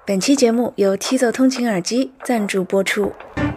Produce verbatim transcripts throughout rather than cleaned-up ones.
本期节目由 Tizo 通勤耳机赞助播出。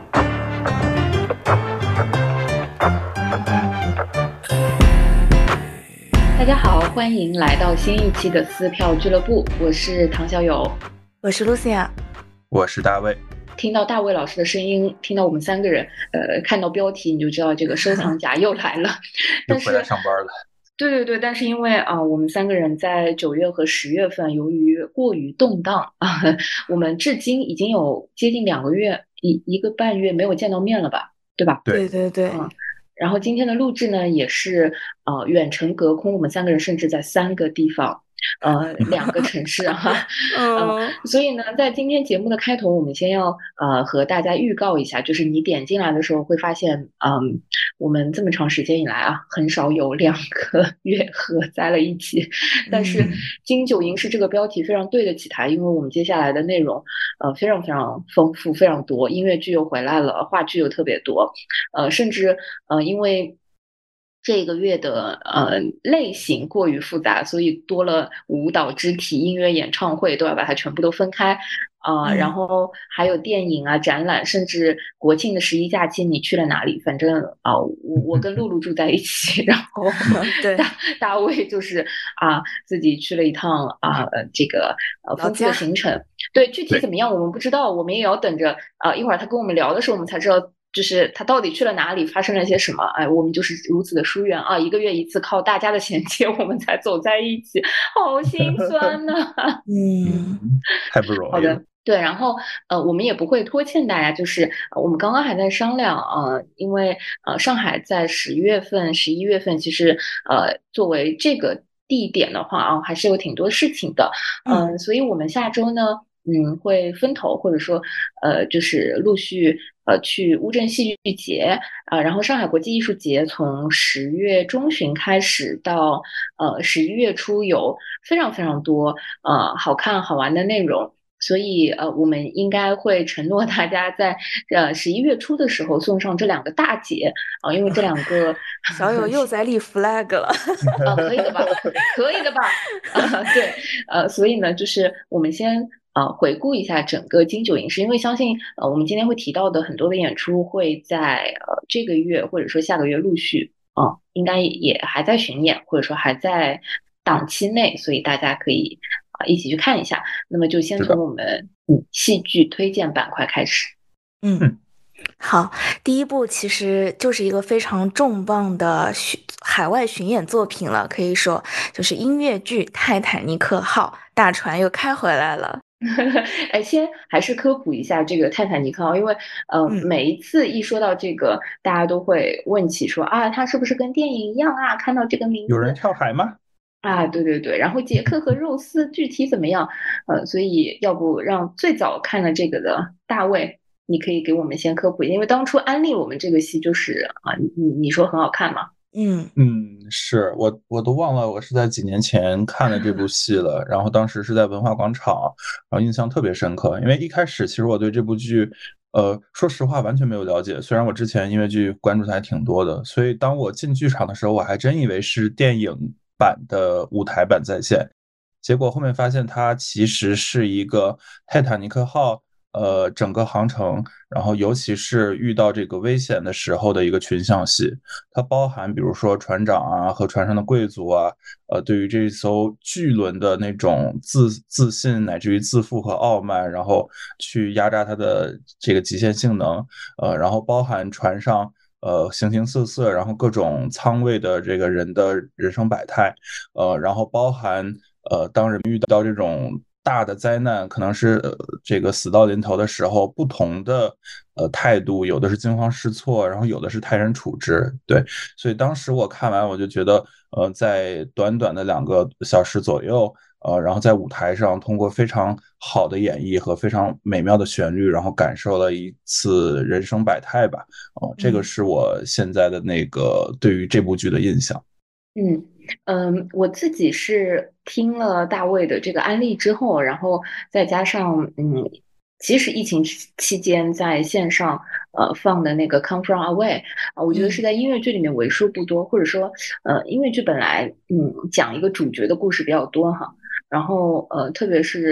大家好，欢迎来到新一期的撕票俱乐部，我是唐小友， 我是 Lucia， 我是大卫。 听到大卫老师的声音，听到我们三个人，呃，看到标题你就知道这个收藏夹又来了， 又回来上班了。 对对对，但是因为啊、呃，我们三个人在九月和十月份由于过于动荡啊，我们至今已经有接近两个月，一一个半月没有见到面了吧，对吧？ 对对对。 嗯，然后今天的录制呢，也是呃远程隔空，我们三个人甚至在三个地方。呃，两个城市哈，呃，所以呢，在今天节目的开头，我们先要呃和大家预告一下，就是你点进来的时候会发现，嗯，我们这么长时间以来啊，很少有两个月合在了一起，但是金九银是这个标题非常对得起它，因为我们接下来的内容呃非常非常丰富，非常多，音乐剧又回来了，话剧又特别多，呃，甚至呃因为。这个月的呃类型过于复杂，所以多了舞蹈、肢体、音乐、演唱会，都要把它全部都分开啊、呃嗯。然后还有电影啊、展览，甚至国庆的十一假期，你去了哪里？反正啊、呃，我我跟露露住在一起，然后对大大卫就是啊自己去了一趟啊、呃、这个呃丰富的行程。对，具体怎么样我们不知道，我们也要等着啊、呃、一会儿他跟我们聊的时候，我们才知道。就是他到底去了哪里，发生了些什么？哎，我们就是如此的疏远啊！一个月一次，靠大家的衔接，我们才走在一起，好心酸呐、啊！ 嗯， 太不容易了。 好的，对，然后呃，我们也不会拖欠大家，就是、呃、我们刚刚还在商量啊、呃，因为呃，上海在十月份、十一月份，其实呃，作为这个地点的话啊，还是有挺多事情的，嗯、呃，所以我们下周呢。嗯，会分头，或者说，呃，就是陆续呃去乌镇戏剧节啊、呃，然后上海国际艺术节从十月中旬开始到呃十一月初有非常非常多呃好看好玩的内容，所以呃我们应该会承诺大家在呃十一月初的时候送上这两个大节啊、呃，因为这两个小友又在立 flag 了啊、呃，可以的吧？可以的吧？啊、呃，对，呃，所以呢，就是我们先。呃，回顾一下整个金九银是因为相信，呃，我们今天会提到的很多的演出会在呃这个月或者说下个月陆续，啊、呃，应该也还在巡演，或者说还在档期内，所以大家可以啊、呃、一起去看一下。那么就先从我们嗯戏剧推荐板块开始。 嗯。好，第一部其实就是一个非常重磅的海外巡演作品了，可以说就是音乐剧《泰坦尼克号》，大船又开回来了。 哎，先还是科普一下这个泰坦尼克号，因为呃、嗯，每一次一说到这个，大家都会问起说啊，它是不是跟电影一样啊？看到这个名字， 有人跳海吗？ 啊，对对对，然后杰克和肉丝具体怎么样？呃，所以要不让最早看了这个的大卫，你可以给我们先科普一下，因为当初安利我们这个戏就是啊，你你说很好看嘛？ 嗯嗯，是我我都忘了我是在几年前看的这部戏了，然后当时是在文化广场，然后印象特别深刻，因为一开始其实我对这部剧，呃，说实话完全没有了解，虽然我之前音乐剧关注的还挺多的，所以当我进剧场的时候，我还真以为是电影版的舞台版再现，结果后面发现它其实是一个泰坦尼克号。呃，整个航程，然后尤其是遇到这个危险的时候的一个群像戏，它包含比如说船长啊和船上的贵族啊，呃，对于这艘巨轮的那种自自信乃至于自负和傲慢，然后去压榨它的这个极限性能，呃，然后包含船上呃形形色色，然后各种舱位的这个人的人生百态，呃，然后包含呃当人遇到这种。大的灾难可能是、呃、这个死到临头的时候，不同的呃态度，有的是惊慌失措，然后有的是泰然处之。对，所以当时我看完，我就觉得，呃，在短短的两个小时左右，呃，然后在舞台上通过非常好的演绎和非常美妙的旋律，然后感受了一次人生百态吧。哦、呃，这个是我现在的那个对于这部剧的印象。 嗯嗯，我自己是听了大卫的这个案例之后，然后再加上嗯，即使疫情期间在线上呃放的那个《Come From Away》啊，我觉得是在音乐剧里面为数不多，或者说呃音乐剧本来嗯讲一个主角的故事比较多哈，然后呃特别是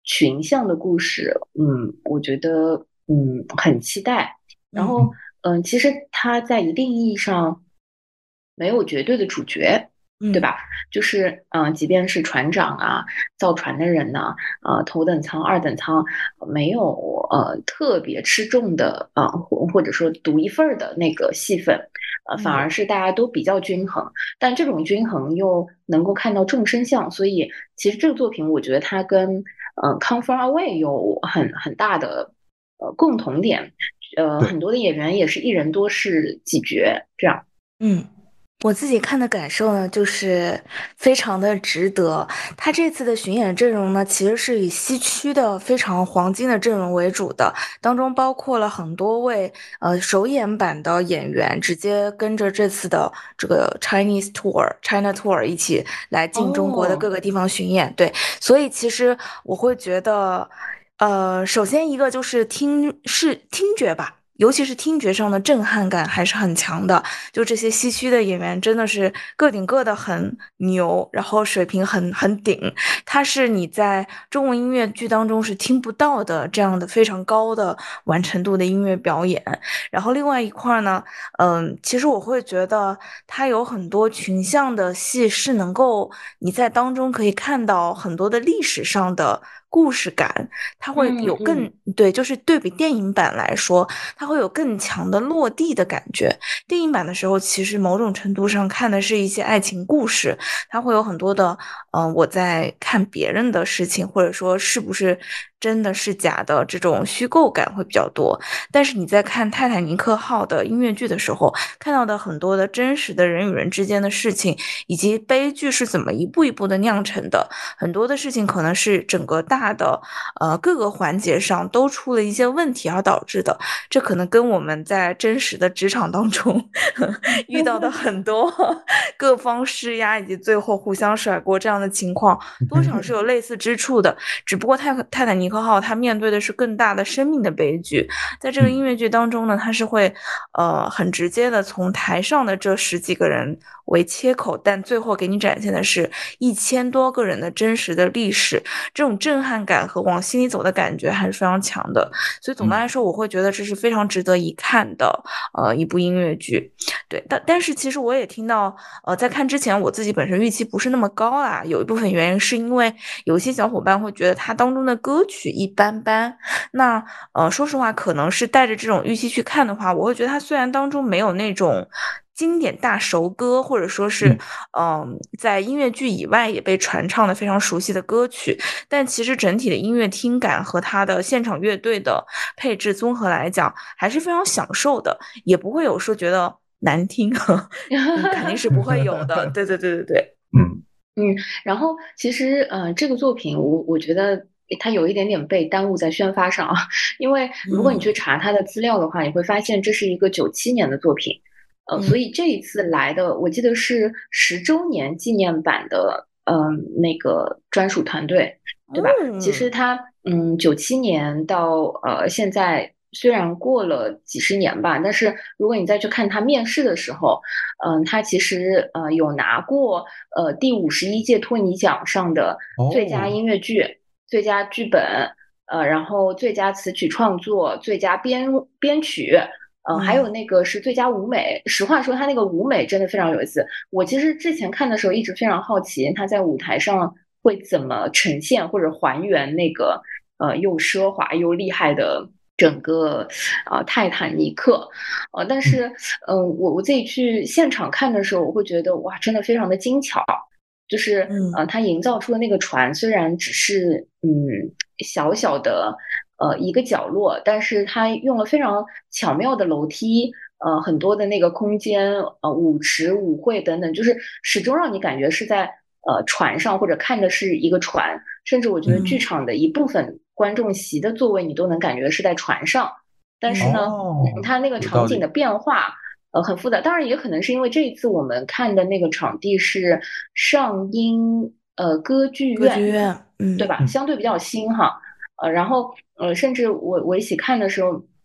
群像的故事，嗯，我觉得嗯很期待。然后嗯，其实它在一定意义上没有绝对的主角，对吧？就是嗯、呃，即便是船长啊、造船的人呢、呃，头等舱、二等舱没有呃特别吃重的啊、呃，或或者说独一份儿的那个戏份，呃，反而是大家都比较均衡。但这种均衡又能够看到众生相，所以其实这个作品我觉得它跟呃《Come From Away》有很很大的呃共同点，呃，很多的演员也是一人多饰几角这样。 嗯。我自己看的感受呢，就是非常的值得。他这次的巡演阵容呢，其实是以西区的非常黄金的阵容为主的，当中包括了很多位呃首演版的演员，直接跟着这次的这个 Chinese Tour、China Tour 一起来进中国的各个地方巡演。对，所以其实我会觉得，呃，首先一个就是听是听觉吧。尤其是听觉上的震撼感还是很强的，就这些西区的演员真的是个顶个的很牛，然后水平很很顶，他是你在中文音乐剧当中是听不到的这样的非常高的完成度的音乐表演。然后另外一块呢，嗯，其实我会觉得他有很多群像的戏是能够你在当中可以看到很多的历史上的故事感，它会有更、 嗯嗯、 对，就是对比电影版来说，它会有更强的落地的感觉。电影版的时候，其实某种程度上看的是一些爱情故事，它会有很多的，嗯、呃，我在看别人的事情，或者说是不是真的是假的这种虚构感会比较多。但是你在看《泰坦尼克号》的音乐剧的时候，看到的很多的真实的人与人之间的事情，以及悲剧是怎么一步一步的酿成的，很多的事情可能是整个大的呃各个环节上都出了一些问题而导致的。这可能跟我们在真实的职场当中遇到的很多各方施压以及最后互相甩锅这样的情况，多少是有类似之处的。只不过泰泰坦尼克号它面对的是更大的生命的悲剧，在这个音乐剧当中呢，它是会呃很直接的从台上的这十几个人为切口，但最后给你展现的是一千多个人的真实的历史，这种震撼感和往心里走的感觉还是非常强的。所以总的来说，我会觉得这是非常值得一看的呃一部音乐剧。对，但但是其实我也听到，呃，在看之前我自己本身预期不是那么高啦，有一部分原因是因为有一些小伙伴会觉得它当中的歌曲一般般。那呃，说实话，可能是带着这种预期去看的话，我会觉得它虽然当中没有那种经典大熟歌，或者说是嗯、呃，在音乐剧以外也被传唱的非常熟悉的歌曲，但其实整体的音乐听感和它的现场乐队的配置综合来讲，还是非常享受的，也不会有说觉得难听，嗯，肯定是不会有的。对对对对对， 嗯嗯。然后其实呃，这个作品我我觉得它有一点点被耽误在宣发上啊，因为如果你去嗯查它的资料的话，你会发现这是一个九七年的作品。呃， 嗯所以这一次来的，我记得是十周年纪念版的，嗯、呃，那个专属团队，对吧？其实嗯它，嗯，九七年到呃现在，虽然过了几十年吧，但是如果你再去看他面试的时候，嗯、他其实呃有拿过呃第五十一届托尼奖上的最佳哦音乐剧、最佳剧本，呃，然后最佳词曲创作、最佳编编曲。嗯，还有嗯那个是最佳舞美。实话说，他那个舞美真的非常有意思。我其实之前看的时候一直非常好奇，他在舞台上会怎么呈现或者还原那个呃又奢华又厉害的整个呃泰坦尼克。呃，但是嗯、呃，我我自己去现场看的时候，我会觉得哇，真的非常的精巧。就是嗯呃，他营造出的那个船虽然只是嗯小小的呃一个角落，但是他用了非常巧妙的楼梯，呃很多的那个空间，呃舞池、舞会等等，就是始终让你感觉是在呃船上或者看的是一个船，甚至我觉得剧嗯场的一部分观众席的座位你都能感觉是在船上。但是嗯呢，嗯， 哦， 它那个有道理。 场景的变化。呃，很复杂，当然也可能是因为这一次我们看的那个场地是上音呃歌剧歌剧院， 院，嗯对吧？ 嗯相对比较新哈。呃，然后呃，甚至我我一起看的时候，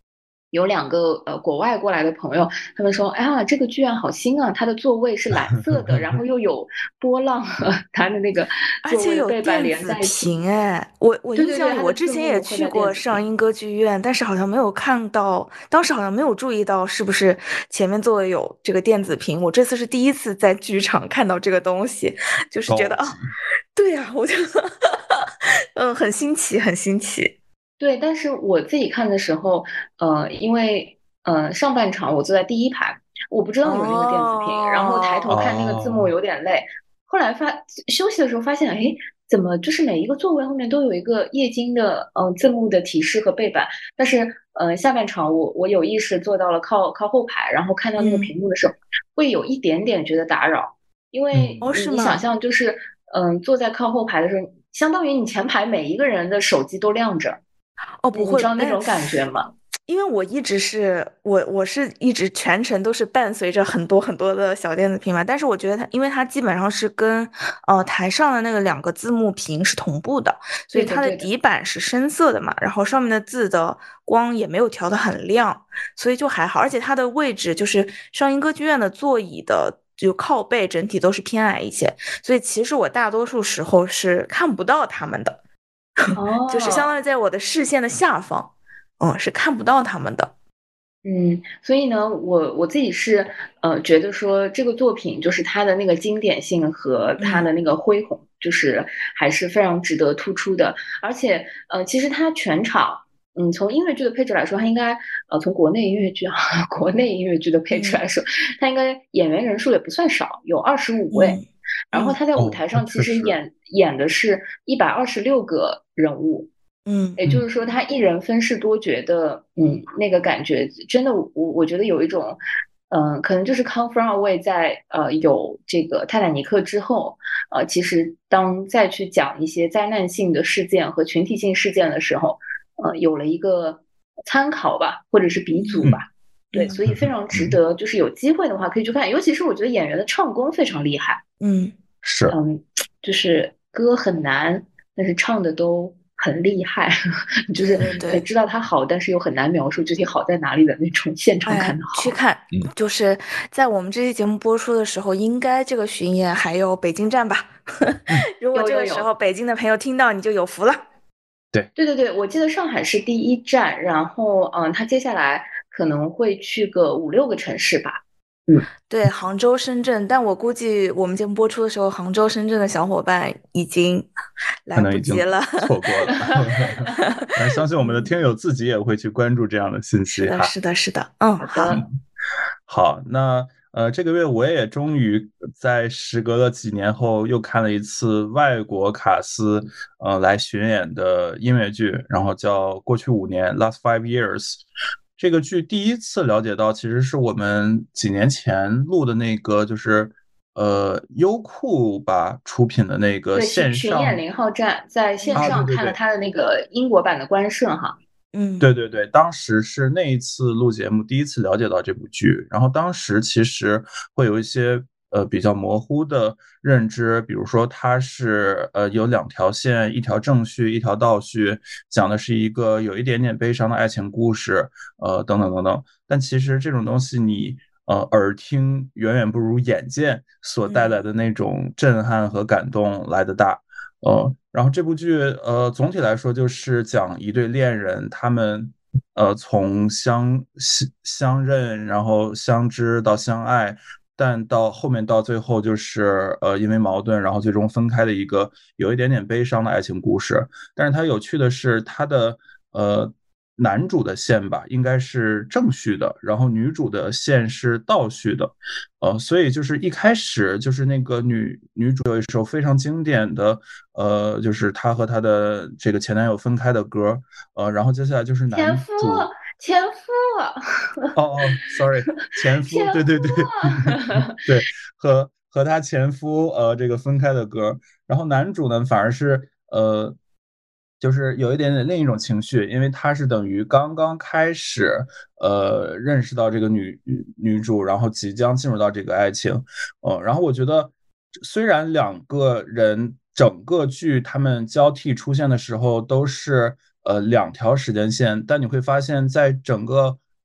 有两个呃国外过来的朋友，他们说，哎呀，这个剧院好新啊，它的座位是蓝色的，然后又有波浪和它的那个而且有座位的背板电子连在一起。 屏哎，我我对对对， 印象里， 它的字我之前也幕会在电去过子屏。 上音歌剧院，但是好像没有看到，当时好像没有注意到是不是前面座位有这个电子屏。我这次是第一次在剧场看到这个东西，就是觉得啊， 高级。 对呀、我就嗯，很新奇，很新奇。 对，但是我自己看的时候，呃，因为呃上半场我坐在第一排，我不知道有那个电子屏，然后抬头哦， 看那个字幕哦， 有点累。后来发休息的时候发现，哎，怎么就是每一个座位后面都有一个液晶的呃字幕的提示和背板？但是呃下半场我我有意识坐到了靠靠后排，然后看到那个嗯， 屏幕的时候，会有一点点觉得打扰，因为哦， 嗯， 你你想是吗？ 象就是嗯、呃坐在靠后排的时候，相当于你前排每一个人的手机都亮着。 哦，不会， 你你知道那但种感觉吗？ 因为我一直是我我是一直全程都是伴随着很多很多的小电子屏嘛，但是我觉得它，因为它基本上是跟呃台上的那个两个字幕屏是同步的，所以对的，对的。 它的底板是深色的嘛，然后上面的字的光也没有调得很亮，所以就还好，而且它的位置就是上音歌剧院的座椅的。就靠背整体都是偏矮一些，所以其实我大多数时候是看不到他们的。就是相哦， 当于在我的视线的下方，嗯，是看不到他们的。 嗯，所以呢，我我自己是呃觉得说这个作品就是它的那个经典性和它嗯的那个恢宏，就是还是非常值得突出的。而且呃，其实它全场，嗯，从音乐剧的配置来说，它应该呃从国内音乐剧啊，国内音乐剧的配置嗯来说，它应该演员人数也不算少，有二十五位。 嗯然后嗯他在舞哦，那台上其确实。 实演演的是一百二十六个人物。 嗯也就是嗯说，他一人分饰多角的，嗯，那个感觉真的，我我觉得有一种，嗯、可能就是康 from away 在呃有这个泰坦尼克之后，呃，其实当再去讲一些灾难性的事件和群体性事件的时候，呃，有了一个参考吧，或者是鼻祖吧。 嗯对， 嗯所以非常值嗯， 得，就是有机会的话可以去看，尤其是我觉得演员的唱功非常厉害。 嗯， 是。 嗯，就是歌很难，但是唱的都很厉害，就是对对对， 呃知道它好，但是又很难描述具体好在哪里的那种现场哎， 感的好。 去看， 嗯， 就是在我们这期节目播出的时候，应该这个巡演还有北京站吧？ 嗯， 如果这个时候有有有， 北京的朋友听到，你就有福了。 对。 对对对，我记得上海是第一站，然后嗯，他接下来可能会去个五六个城市吧。嗯， 对，杭州、深圳，但我估计我们节目播出的时候，杭州、深圳的小伙伴已经来可能已经不及了。 错过了。但是相信我们的嗯， 听友自己也会去关注这样的信是的， 息哈。 是的，是的。嗯，好。 好的， 嗯，好，那呃，这个月我也终于在时隔了几年后又看了一次外国卡司呃来巡演的音乐剧，然后叫《过去五年》（Last Five Years）。这个剧第一次了解到，其实是我们几年前录的那个，就是呃优酷吧出品的那个对，巡线上。 巡演零号站在线啊，对上对对。 看了他的那个英国版的观胜哈。 嗯对对对，当时是那一次录节目第一次了解到这部剧，然后当时其实会有一些呃比较模糊的认知，比如说它是呃有两条线，一条正序，一条倒叙，讲的是一个有一点点悲伤的爱情故事，呃等等等等。但其实这种东西你呃耳听远远不如眼见所带来嗯的那种震撼和感动来的大。呃，然后这部剧呃总体来说就是讲一对恋人，他们呃从相相相认，然后相知到相爱，但到后面到最后就是呃因为矛盾，然后最终分开的一个有一点点悲伤的爱情故事。但是它有趣的是，它的呃男主的线吧应该是正序的，然后女主的线是倒叙的。呃，所以就是一开始就是那个女女主有一首非常经典的，呃，就是她和她的这个前男友分开的歌。呃，然后接下来就是男前夫， 主。 前夫， 哦哦，sorry，前夫， 前夫， 对对对。对，和和她前夫呃这个分开的歌。然后男主呢反而是呃就是有一点点另一种情绪，因为他是等于刚刚开始呃认识到这个女女主，然后即将进入到这个爱情。呃，然后我觉得虽然两个人整个剧他们交替出现的时候都是呃两条时间线，但你会发现在整个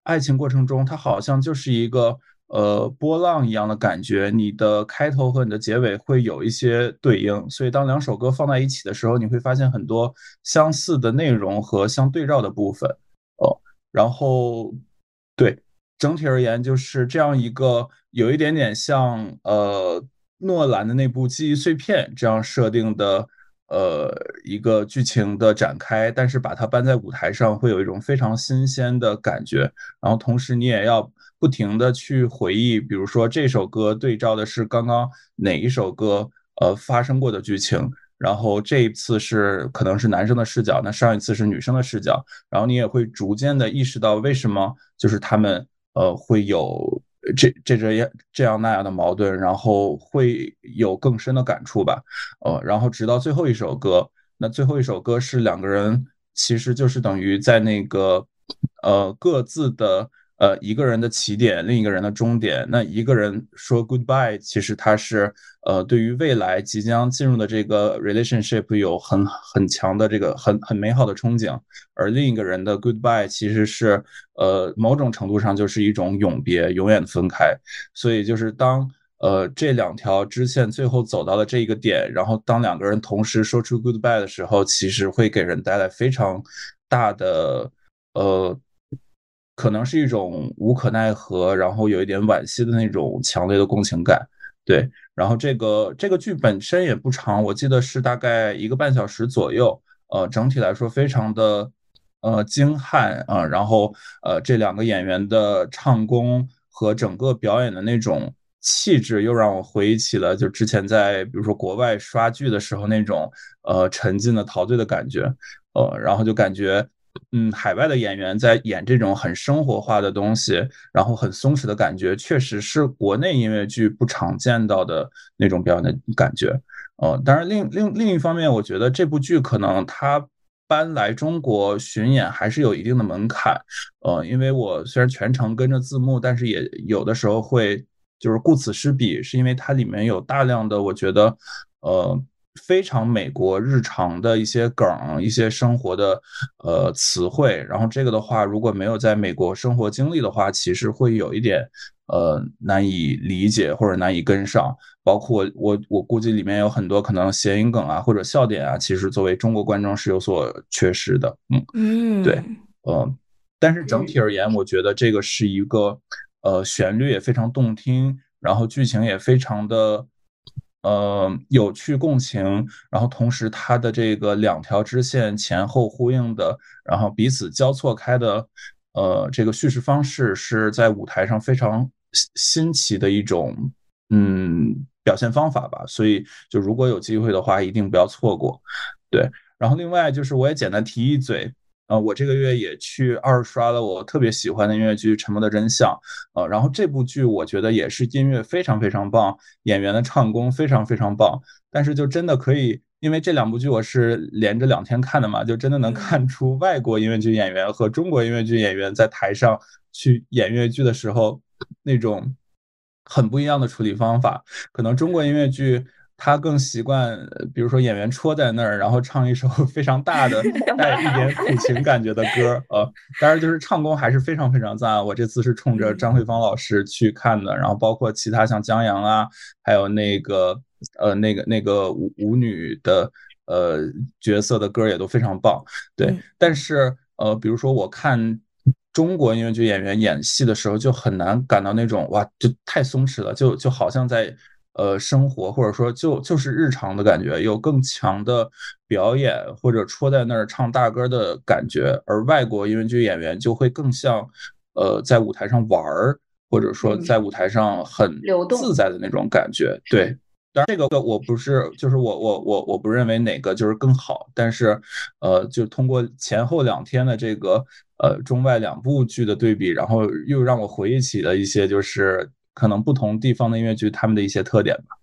爱情过程中，它好像就是一个呃波浪一样的感觉，你的开头和你的结尾会有一些对应，所以当两首歌放在一起的时候，你会发现很多相似的内容和相对照的部分。哦，然后对，整体而言就是这样一个有一点点像呃诺兰的那部《记忆碎片》这样设定的呃一个剧情的展开，但是把它搬在舞台上会有一种非常新鲜的感觉。然后同时你也要不停的去回忆，比如说这首歌对照的是刚刚哪一首歌呃发生过的剧情。然后这一次是可能是男生的视角，那上一次是女生的视角，然后你也会逐渐的意识到为什么就是他们呃会有这这这样这样那样的矛盾，然后会有更深的感触吧。呃，然后直到最后一首歌，那最后一首歌是两个人其实就是等于在那个呃各自的呃一个人的起点，另一个人的终点。那一个人说 goodbye，其实他是呃对于未来即将进入的这个 relationship 有很很强的这个很很美好的憧憬，而另一个人的 goodbye 其实是呃某种程度上就是一种永别，永远分开。所以就是当呃这两条支线最后走到了这一个点，然后当两个人同时说出 goodbye 的时候，其实会给人带来非常大的呃可能是一种无可奈何，然后有一点惋惜的那种强烈的共情感。对，然后这个这个剧本身也不长，我记得是大概一个半小时左右。呃，整体来说非常的呃精悍啊、呃，然后呃这两个演员的唱功和整个表演的那种气质，又让我回忆起了就之前在比如说国外刷剧的时候那种呃沉浸的陶醉的感觉。呃，然后就感觉。嗯，海外的演员在演这种很生活化的东西，然后很松弛的感觉，确实是国内音乐剧不常见到的那种表演的感觉。呃，当然另另另一方面，我觉得这部剧可能它搬来中国巡演还是有一定的门槛。呃，因为我虽然全程跟着字幕，但是也有的时候会就是顾此失彼，是因为它里面有大量的我觉得呃非常美国日常的一些梗，一些生活的呃词汇，然后这个的话，如果没有在美国生活经历的话，其实会有一点呃难以理解或者难以跟上。包括我我估计里面有很多可能谐音梗啊或者笑点啊，其实作为中国观众是有所缺失的。嗯，对， 嗯呃，但是整体而言，我觉得这个是一个呃旋律也非常动听，然后剧情也非常的。呃，有趣共情，然后同时它的这个两条支线前后呼应的，然后彼此交错开的，呃，这个叙事方式是在舞台上非常新新奇的一种，嗯，表现方法吧。所以就如果有机会的话，一定不要错过。对，然后另外就是我也简单提一嘴，呃，我这个月也去二刷了我特别喜欢的音乐剧《沉默的真相》。呃，然后这部剧我觉得也是音乐非常非常棒，演员的唱功非常非常棒，但是就真的可以，因为这两部剧我是连着两天看的嘛，就真的能看出外国音乐剧演员和中国音乐剧演员在台上去演乐剧的时候那种很不一样的处理方法。可能中国音乐剧他更习惯，比如说演员戳在那儿，然后唱一首非常大的带一点苦情感觉的歌。呃，当然就是唱功还是非常非常赞。我这次是冲着张慧芳老师去看的，然后包括其他像江阳啊，还有那个呃那个那个舞舞女的呃角色的歌也都非常棒。对，但是呃比如说我看中国音乐剧演员演戏的时候，就很难感到那种哇，就太松弛了，就就好像在呃生活或者说就就是日常的感觉，有更强的表演或者戳在那儿唱大歌的感觉。而外国音乐剧演员就会更像呃在舞台上玩儿，或者说在舞台上很自在的那种感觉。对。当然，这个我不是，就是我我我我不认为哪个就是更好，但是，呃，就通过前后两天的这个呃中外两部剧的对比，然后又让我回忆起了一些就是可能不同地方的音乐剧他们的一些特点吧。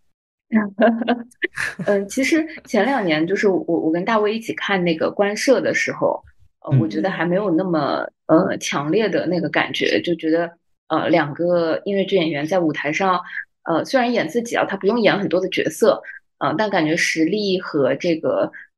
嗯，其实前两年就是我我跟大卫一起看那个官社的时候，呃，我觉得还没有那么呃强烈的那个感觉，就觉得呃两个音乐剧演员在舞台上。呃，虽然演自己啊，他不用演很多的角色，呃，但感觉实力和这个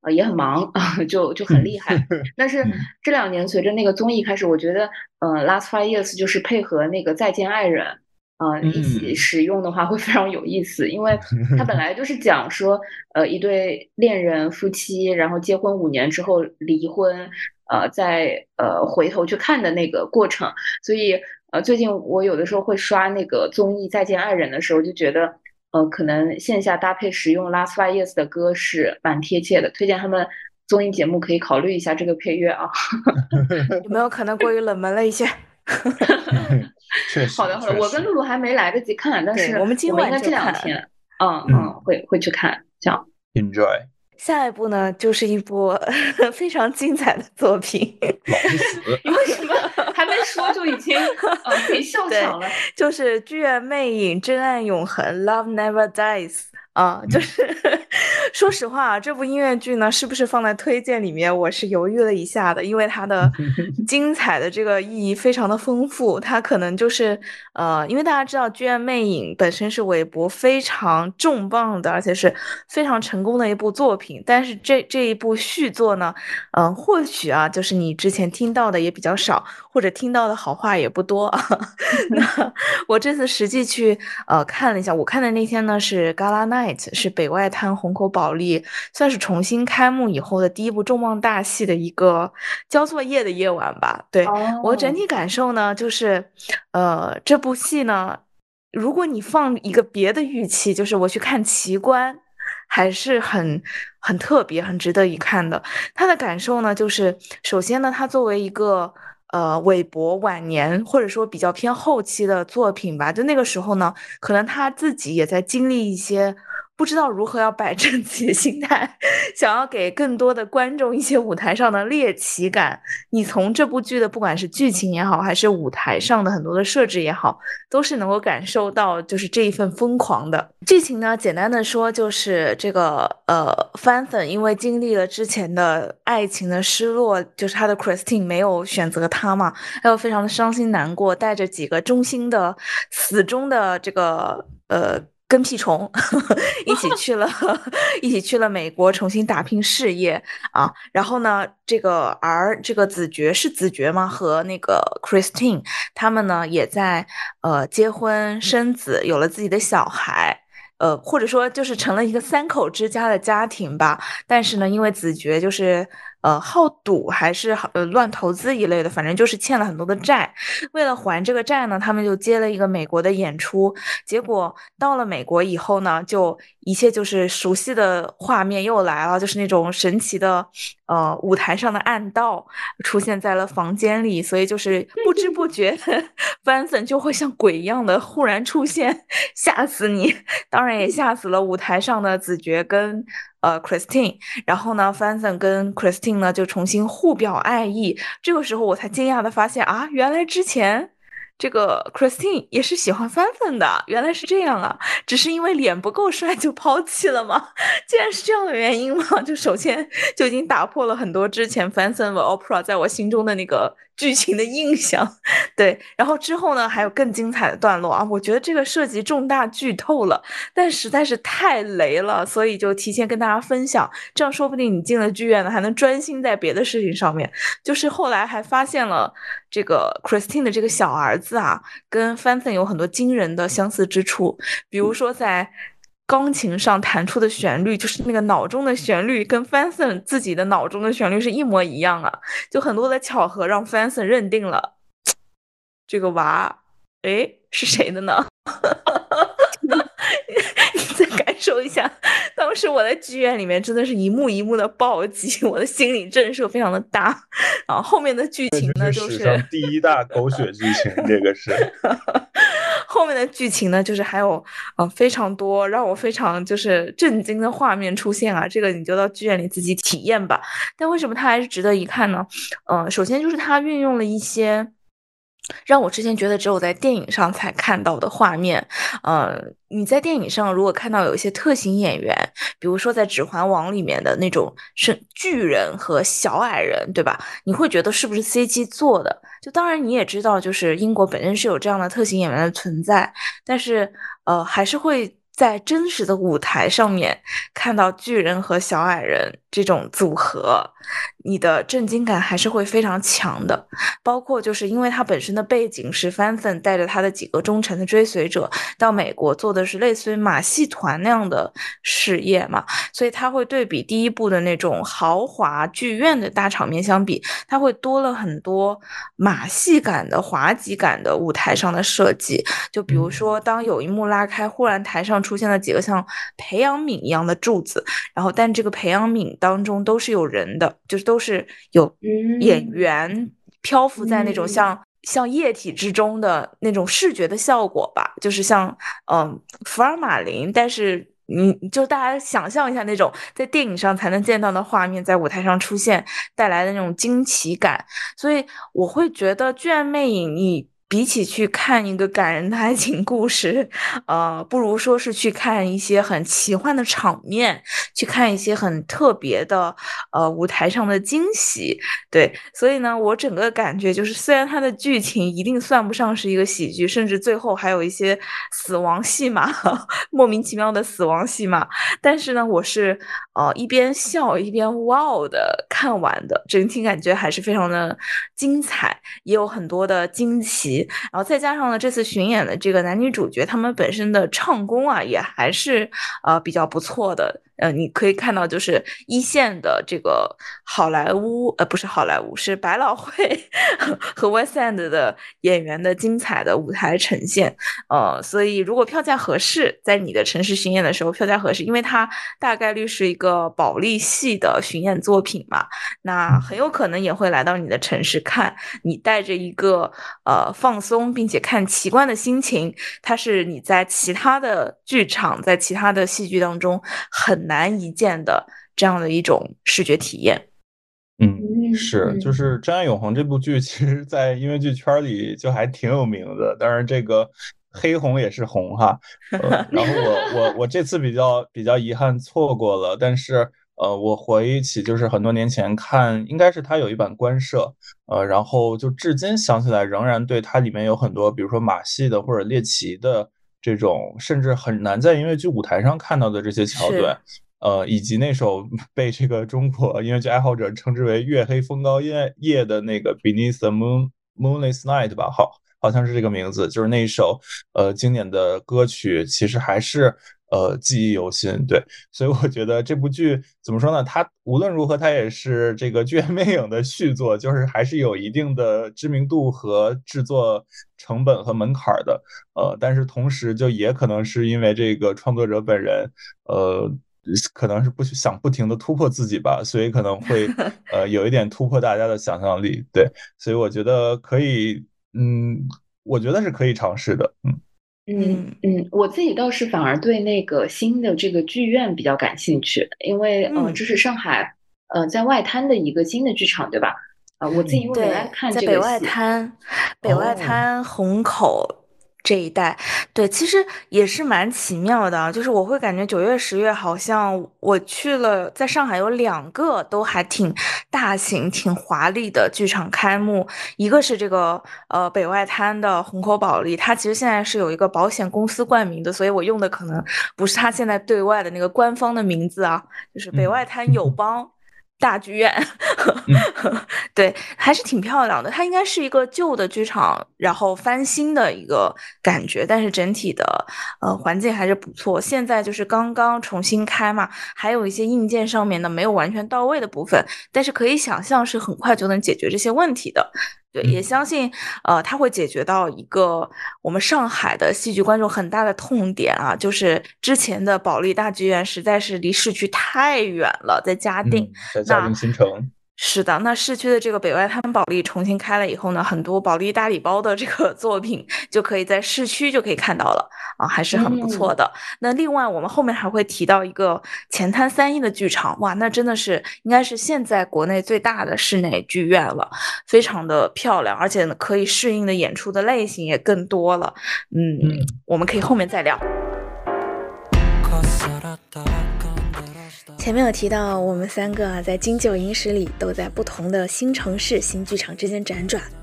呃也很忙啊，就就很厉害。但是这两年随着那个综艺开始，我觉得呃，Last Five Years 就是配合那个再见爱人，呃，一起使用的话会非常有意思，因为它本来就是讲说呃一对恋人夫妻，然后结婚五年之后离婚，呃，再呃回头去看的那个过程，所以呃最近我有的时候会刷那个综艺再见爱人的时候，就觉得。呃，可能线下搭配使用 Last Five Years 的歌是蛮贴切的，推荐他们综艺节目可以考虑一下这个配乐啊。 有没有可能过于冷门了一些？ 确实， 好的好的，我跟露露还没来得及看，但是我们今我们应该这晚就看。 两天，嗯嗯，会会去看，这样。 Enjoy。 下一部呢，就是一部非常精彩的作品。 老不死， 你为什么还没说就已经呃可以笑场了？ 就是《剧院魅影：真爱永恒》，Love Never Dies。啊，就是说实话啊，这部音乐剧呢，是不是放在推荐里面，我是犹豫了一下的，因为它的精彩的这个意义非常的丰富，它可能就是呃，因为大家知道《剧院魅影》本身是韦伯非常重磅的，而且是非常成功的一部作品，但是这这一部续作呢，嗯、呃，或许啊，就是你之前听到的也比较少，或者听到的好话也不多啊。那我这次实际去呃看了一下，我看的那天呢是 Gala Night， 是北外滩虹口保利算是重新开幕以后的第一部重磅大戏的一个交作业的夜晚吧。对、 哦、 我整体感受呢，就是呃这部戏呢，如果你放一个别的预期，就是我去看奇观。还是很很特别、很值得一看的。他的感受呢，就是首先呢，他作为一个呃韦伯晚年或者说比较偏后期的作品吧，就那个时候呢，可能他自己也在经历一些不知道如何要摆正自己的心态，想要给更多的观众一些舞台上的猎奇感。你从这部剧的不管是剧情也好，还是舞台上的很多的设置也好，都是能够感受到就是这一份疯狂的。剧情呢，简单的说就是这个呃 Fanthan 因为经历了之前的爱情的失落，就是他的 Christine 没有选择他嘛，还有非常的伤心难过，带着几个忠心的死忠的这个呃跟屁虫一起去了一起去了美国重新打拼事业啊。然后呢，这个而这个子爵是子爵吗？和那个 Christine 他们呢也在呃结婚生子，有了自己的小孩。呃，或者说就是成了一个三口之家的家庭吧。但是呢，因为子爵就是呃好赌还是呃乱投资一类的，反正就是欠了很多的债。为了还这个债呢，他们就接了一个美国的演出。结果到了美国以后呢，就一切就是熟悉的画面又来了，就是那种神奇的呃舞台上的暗道出现在了房间里，所以就是不知不觉 Vincent 就会像鬼一样的忽然出现，吓死你。当然也吓死了舞台上的子爵跟呃 Christine。然后呢 Vincent 跟 Christine 呢就重新互表爱意。这个时候我才惊讶的发现啊，原来之前这个 Christine 也是喜欢 Vincent 的，原来是这样啊，只是因为脸不够帅就抛弃了吗？竟然是这样的原因吗？就首先就已经打破了很多之前 Vincent Opera 在我心中的那个剧情的印象。对，然后之后呢还有更精彩的段落啊，我觉得这个涉及重大剧透了，但实在是太雷了，所以就提前跟大家分享，这样说不定你进了剧院呢还能专心在别的事情上面。就是后来还发现了这个 Christine 的这个小儿子啊，跟 Fanthan 有很多惊人的相似之处，比如说在钢琴上弹出的旋律，就是那个脑中的旋律跟 Fanthan 自己的脑中的旋律是一模一样啊，就很多的巧合让 Fanthan 认定了这个娃，诶，是谁的呢？你再感受一下，当时我在剧院里面真的是一幕一幕的暴击，我的心理震慑非常的大。然后后面的剧情呢，就是史上第一大狗血剧情，这个是。 后面的剧情呢，就是还有呃非常多让我非常就是震惊的画面出现啊，这个你就到剧院里自己体验吧。但为什么它还是值得一看呢？呃，首先就是它运用了一些让我之前觉得只有在电影上才看到的画面。呃，你在电影上如果看到有一些特型演员，比如说在《指环王》里面的那种是巨人和小矮人，对吧？你会觉得是不是 C G 做的？就当然你也知道，就是英国本身是有这样的特型演员的存在，但是呃，还是会在真实的舞台上面看到巨人和小矮人这种组合，你的震惊感还是会非常强的。包括就是因为他本身的背景是范森带着他的几个忠诚的追随者到美国做的是类似于马戏团那样的事业嘛，所以他会对比第一部的那种豪华剧院的大场面相比，他会多了很多马戏感的滑稽感的舞台上的设计。就比如说当有一幕拉开，忽然台上出现了几个像培养皿一样的柱子，然后但这个培养皿当中都是有人的，就是都是有演员漂浮在那种像、嗯、像液体之中的那种视觉的效果吧，就是像嗯福尔马林，但是你就大家想象一下那种在电影上才能见到的画面在舞台上出现带来的那种惊奇感。所以我会觉得《剧院魅影》你比起去看一个感人的爱情故事，呃，不如说是去看一些很奇幻的场面，去看一些很特别的呃舞台上的惊喜。对，所以呢，我整个感觉就是，虽然它的剧情一定算不上是一个喜剧，甚至最后还有一些死亡戏码，莫名其妙的死亡戏码，但是呢，我是呃一边笑一边哇哦的看完的，整体感觉还是非常的精彩，也有很多的惊奇。然后再加上呢，这次巡演的这个男女主角他们本身的唱功啊，也还是呃比较不错的。呃，你可以看到就是一线的这个好莱坞，呃，不是好莱坞，是百老汇和 West End 的演员的精彩的舞台呈现。呃，所以如果票价合适，在你的城市巡演的时候票价合适，因为它大概率是一个保利系的巡演作品嘛，那很有可能也会来到你的城市看。你带着一个呃放松并且看奇观的心情，它是你在其他的剧场在其他的戏剧当中很难一见的这样的一种视觉体验。 嗯，是，就是《真爱永恒》这部剧其实在音乐剧圈里就还挺有名的，当然这个黑红也是红哈。呃，然后我我我这次比较比较遗憾错过了，但是呃，我回忆起就是很多年前看，应该是它有一版官摄，呃，然后就至今想起来仍然对它里面有很多，比如说马戏的或者猎奇的这种，甚至很难在音乐剧舞台上看到的这些桥段。呃，以及那首被这个中国音乐剧爱好者称之为月黑风高夜夜的那个 Beneath the Moon Moonless Night 吧，好，好像是这个名字，就是那一首呃经典的歌曲，其实还是呃记忆犹新。对，所以我觉得这部剧怎么说呢？它无论如何，它也是这个《剧院魅影》的续作，就是还是有一定的知名度和制作成本和门槛的。呃，但是同时就也可能是因为这个创作者本人，呃。可能是不想不停的突破自己吧，所以可能会呃有一点突破大家的想象力。对，所以我觉得可以，嗯，我觉得是可以尝试的。嗯嗯嗯，我自己倒是反而对那个新的这个剧院比较感兴趣，因为呃这是上海呃在外滩的一个新的剧场，对吧？啊、呃，我自己因为没来看这个戏， 在北外滩，北外滩虹口。哦这一带，对，其实也是蛮奇妙的，就是我会感觉九月、十月好像我去了，在上海有两个都还挺大型、挺华丽的剧场开幕，一个是这个呃北外滩的虹口保利，它其实现在是有一个保险公司冠名的，所以我用的可能不是它现在对外的那个官方的名字啊，就是北外滩友邦。大剧院对，还是挺漂亮的，它应该是一个旧的剧场然后翻新的一个感觉，但是整体的呃环境还是不错，现在就是刚刚重新开嘛，还有一些硬件上面的没有完全到位的部分，但是可以想象是很快就能解决这些问题的。对，也相信呃它会解决到一个我们上海的戏剧观众很大的痛点啊，就是之前的保利大剧院实在是离市区太远了，在嘉定、 嗯、在嘉定新城。 是的，那市区的这个北外滩保利重新开了以后呢，很多保利大礼包的这个作品就可以在市区就可以看到了啊，还是很不错的。嗯、那另外我们后面还会提到一个前滩三一的剧场，哇，那真的是应该是现在国内最大的室内剧院了，非常的漂亮，而且呢可以适应的演出的类型也更多了。嗯，嗯我们可以后面再聊。前面有提到我们三个啊，在金九银十里都在不同的新城市新剧场之间辗转。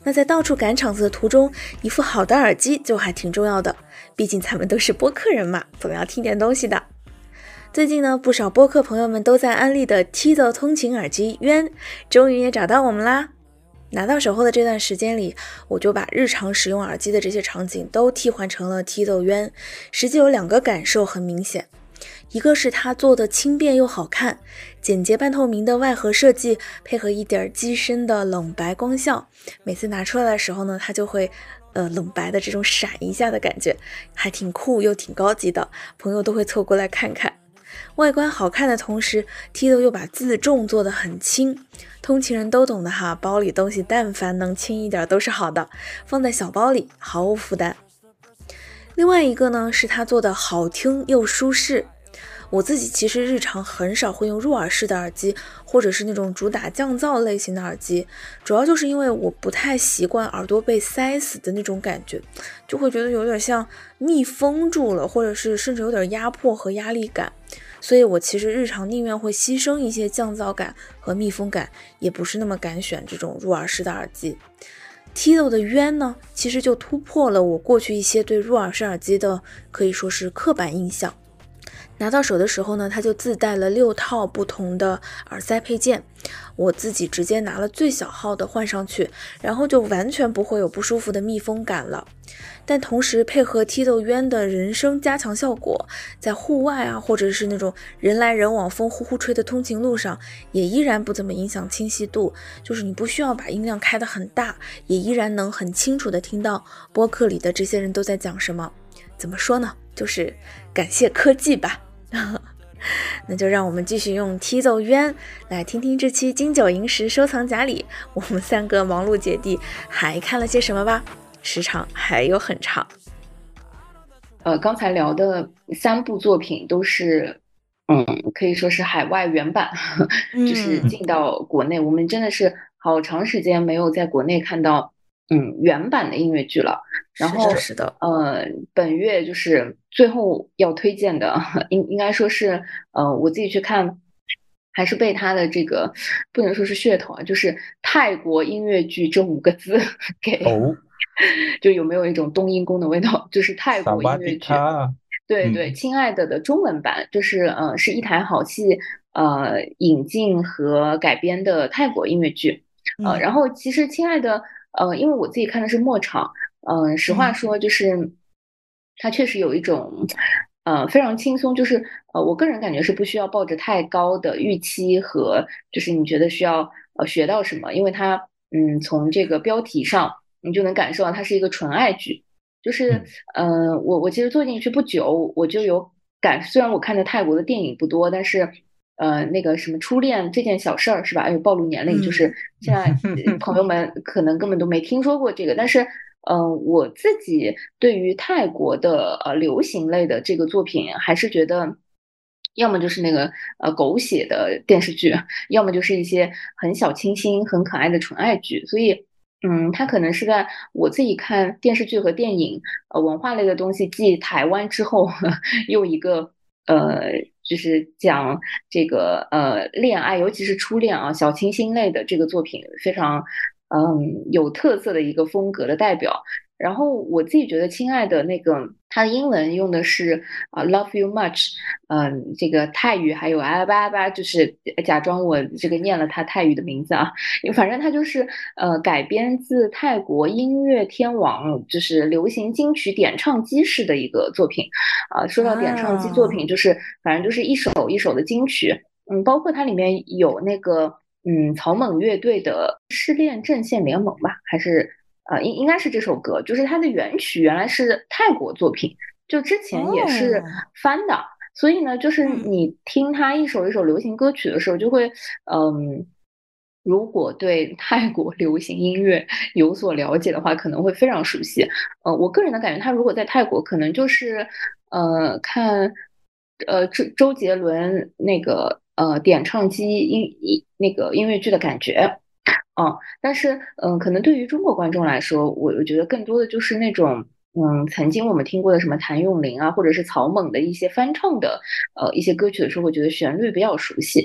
那在到处赶场子的途中，一副好的耳机就还挺重要的，毕竟咱们都是播客人嘛，总要听点东西的。最近呢，不少播客朋友们都在安利的 Tizo 通勤耳机渊，终于也找到我们啦。拿到手后的这段时间里，我就把日常使用耳机的这些场景都替换成了 Tizo 渊，实际有两个感受很明显。一个是它做的轻便又好看，简洁半透明的外盒设计配合一点机身的冷白光效，每次拿出来的时候呢，它就会呃冷白的这种闪一下的感觉，还挺酷又挺高级的，朋友都会凑过来看看。外观好看的同时 Tizo 又把自重做得很轻，通勤人都懂的哈，包里东西但凡能轻一点都是好的，放在小包里毫无负担。另外一个呢，是它做的好听又舒适。我自己其实日常很少会用入耳式的耳机，或者是那种主打降噪类型的耳机，主要就是因为我不太习惯耳朵被塞死的那种感觉，就会觉得有点像密封住了，或者是甚至有点压迫和压力感，所以我其实日常宁愿会牺牲一些降噪感和密封感，也不是那么敢选这种入耳式的耳机。Tizo 的渊呢，其实就突破了我过去一些对入耳式耳机的可以说是刻板印象。拿到手的时候呢，它就自带了六套不同的耳塞配件，我自己直接拿了最小号的换上去，然后就完全不会有不舒服的密封感了。但同时配合 Tizo 渊的人声加强效果，在户外啊，或者是那种人来人往风呼呼吹的通勤路上，也依然不怎么影响清晰度，就是你不需要把音量开得很大，也依然能很清楚地听到播客里的这些人都在讲什么。怎么说呢，就是感谢科技吧。那就让我们继续用 Tizo 渊来听听这期金九银十收藏夹里我们三个忙碌姐弟还看了些什么吧，时长还有很长。 呃，刚才聊的三部作品都是嗯，可以说是海外原版，就是进到国内、嗯、我们真的是好长时间没有在国内看到嗯原版的音乐剧了。然后是的， 呃，本月就是最后要推荐的，应应该说是呃，我自己去看，还是被他的这个不能说是噱头啊，就是泰国音乐剧这五个字给， 哦， 就有没有一种冬阴功的味道？就是泰国音乐剧，对对， 嗯、 亲爱的的中文版，就是呃，是一台好戏呃引进和改编的泰国音乐剧，呃，然后其实亲爱的呃，因为我自己看的是末场。嗯、呃，实话说，就是它确实有一种，呃，非常轻松，就是呃，我个人感觉是不需要抱着太高的预期和，就是你觉得需要呃学到什么，因为它，嗯，从这个标题上你就能感受到它是一个纯爱剧，就是，嗯、呃，我我其实坐进去不久，我就有感，虽然我看的泰国的电影不多，但是。呃，那个什么初恋这件小事儿是吧？哎呦，暴露年龄，就是现在朋友们可能根本都没听说过这个，但是，嗯、呃，我自己对于泰国的呃流行类的这个作品，还是觉得，要么就是那个呃狗血的电视剧，要么就是一些很小清新、很可爱的纯爱剧，所以。嗯，它可能是在我自己看电视剧和电影，呃，文化类的东西继台湾之后，呵又一个呃，就是讲这个呃恋爱，尤其是初恋啊，小清新类的这个作品，非常嗯有特色的一个风格的代表。然后我自己觉得，亲爱的那个，它的英文用的是啊、uh, love you much， 嗯，这个泰语还有阿巴阿巴，就是假装我这个念了它泰语的名字啊，反正它就是呃改编自泰国音乐天王，就是流行金曲点唱机式的一个作品啊、呃。说到点唱机作品，就是反正就是一首一首的金曲，嗯，包括它里面有那个嗯草蜢乐队的失恋阵线联盟吧，还是。呃，应应该是这首歌，就是它的原曲原来是泰国作品，就之前也是翻的，哦、所以呢，就是你听它一首一首流行歌曲的时候，就会，嗯，如果对泰国流行音乐有所了解的话，可能会非常熟悉。呃，我个人的感觉，他如果在泰国，可能就是呃看，呃周周杰伦那个呃点唱机音音那个音乐剧的感觉。嗯，但是嗯、呃，可能对于中国观众来说，我我觉得更多的就是那种嗯，曾经我们听过的什么谭咏麟啊，或者是草蜢的一些翻唱的呃一些歌曲的时候，我觉得旋律比较熟悉。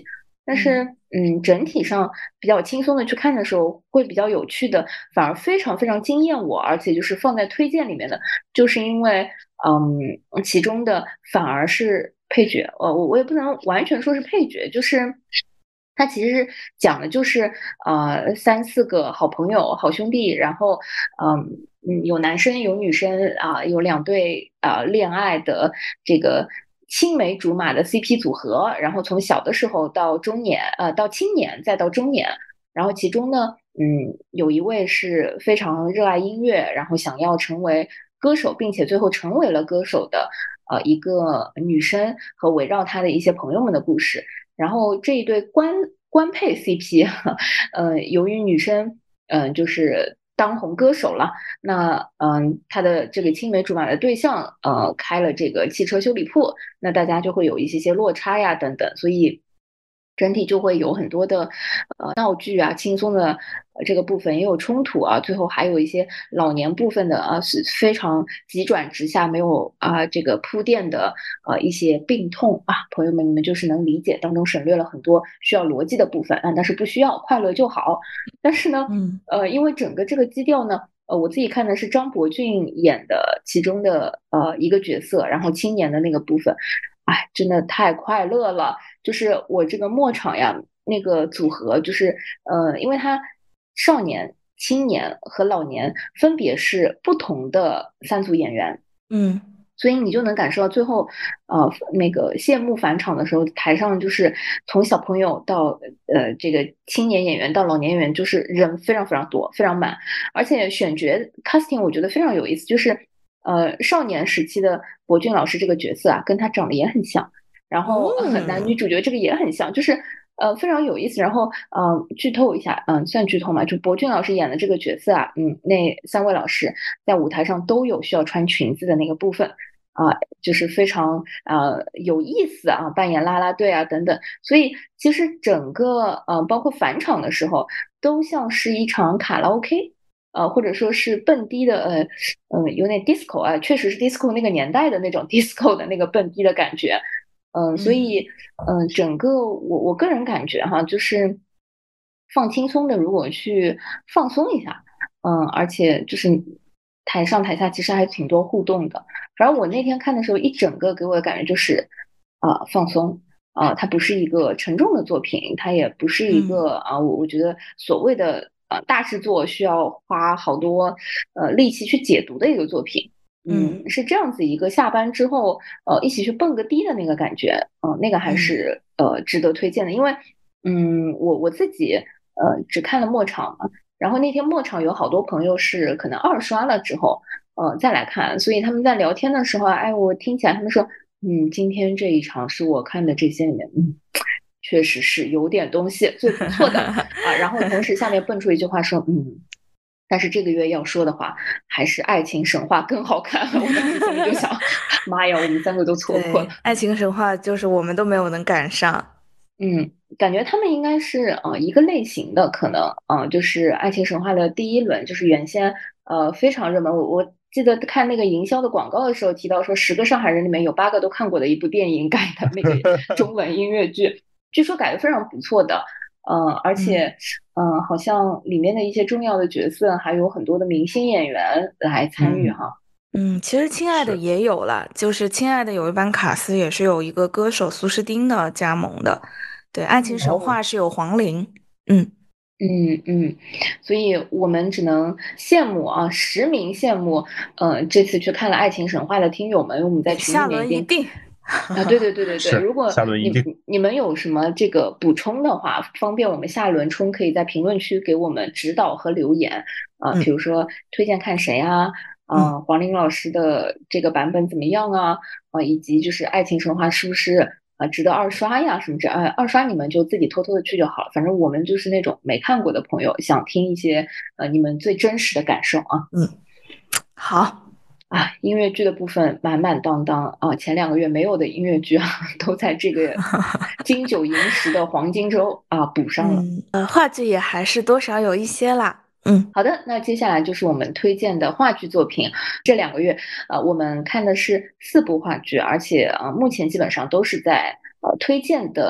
但是嗯，整体上比较轻松的去看的时候，会比较有趣的，反而非常非常惊艳我，而且就是放在推荐里面的，就是因为嗯，其中的反而是配角，呃，我我也不能完全说是配角，就是他其实讲的就是呃三四个好朋友、好兄弟，然后嗯嗯有男生有女生啊、有两对啊、恋爱的这个青梅竹马的 C P 组合，然后从小的时候到中年，呃到青年再到中年，然后其中呢，嗯有一位是非常热爱音乐，然后想要成为歌手，并且最后成为了歌手的呃一个女生和围绕她的一些朋友们的故事。然后这一对官官配 C P，呃，由于女生嗯、呃、就是当红歌手了，那嗯她的这个青梅竹马的对象呃开了这个汽车修理铺，那大家就会有一些些落差呀等等，所以整体就会有很多的呃闹剧啊，轻松的呃这个部分也有冲突啊，最后还有一些老年部分的啊是非常急转直下，没有啊这个铺垫的呃一些病痛啊，朋友们你们就是能理解，当中省略了很多需要逻辑的部分啊，但是不需要，快乐就好。但是呢， 嗯呃，因为整个这个基调呢。呃，我自己看的是张伯俊演的其中的呃一个角色，然后青年的那个部分，哎，真的太快乐了。就是我这个末场呀，那个组合，就是呃，因为他少年、青年和老年分别是不同的三组演员， 嗯所以你就能感受到最后，呃，那个谢幕返场的时候，台上就是从小朋友到呃这个青年演员到老年演员，就是人非常非常多，非常满，而且选角 casting 我觉得非常有意思，就是呃少年时期的博俊老师这个角色啊，跟他长得也很像，然后、呃、男女嗯主角这个也很像，就是呃非常有意思。然后呃剧透一下，嗯、算剧透嘛，就博俊老师演的这个角色啊，嗯，那三位老师在舞台上都有需要穿裙子的那个部分。啊，就是非常呃有意思啊，扮演啦啦队啊等等，所以其实整个呃包括返场的时候，都像是一场卡拉 OK，呃或者说是蹦迪的呃呃有点 disco 啊，确实是 disco 那个年代的那种 disco 的那个蹦迪的感觉，嗯、所嗯以嗯、呃整个我我个人感觉哈，就是放轻松的，如果去放松一下。嗯，而且就是台上台下其实还挺多互动的。反正我那天看的时候，一整个给我的感觉就是，啊、放松，啊、它不是一个沉重的作品，它也不是一嗯个啊、我我觉得所谓的呃大制作需要花好多呃力气去解读的一个作品。 嗯嗯，是这样子一个下班之后，呃，一起去蹦个迪的那个感觉，嗯、那个还嗯是呃值得推荐的，因为，嗯，我我自己呃只看了末场嘛，然后那天末场有好多朋友是可能二刷了之后，呃，再来看，所以他们在聊天的时候啊，哎，我听起来他们说，嗯，今天这一场是我看的这些里面，嗯，确实是有点东西，最不错的啊。然后同时下面蹦出一句话说，嗯，但是这个月要说的话，还是《爱情神话》更好看。我当时心里就想，妈呀，我们三个都错过了。 对，爱情神话就是我们都没有能赶上。 嗯，感觉他们应该是呃一个类型的，可能呃就是《爱情神话》的第一轮，就是原先呃非常热门。我我记得看那个营销的广告的时候提到说，十个上海人里面有八个都看过的一部电影改的那个中文音乐剧，据说改的非常不错的。呃，而嗯且嗯、呃好像里面的一些重要的角色还有很多的明星演员来参与嗯， 哈。 嗯，其实《亲爱的》 是。 也有了，就是《亲爱的》有一版卡斯也是有一个歌手苏诗丁的加盟的。对，《爱情神哦， 话》是有黄龄。嗯， 嗯嗯，所以我们只能羡慕啊，实名羡慕。呃，这次去看了《爱情神话》的听友们，因为我们在对，下群里面已经轮一定。 啊，对对对对对， 是， 如果你下轮一定。 你们有什么这个补充的话，方便我们下轮冲，可以在评论区给我们指导和留言啊，比嗯如说推荐看谁啊， 嗯。 啊，黄龄老师的这个版本怎么样啊，啊，以及就是《爱情神话》是不是啊值得二刷呀什么这，呃，二刷你们就自己偷偷的去就好了，反正我们就是那种没看过的朋友，想听一些呃你们最真实的感受啊。 嗯，好。 啊，音乐剧的部分满满当当啊，前两个月没有的音乐剧啊，都在这个金九银十的黄金周啊补上了。 嗯，呃，话剧也还是多少有一些啦。嗯好的，那接下来就是我们推荐的话剧作品。这两个月，呃，我们看的是四部话剧，而且呃，目前基本上都是在呃推荐的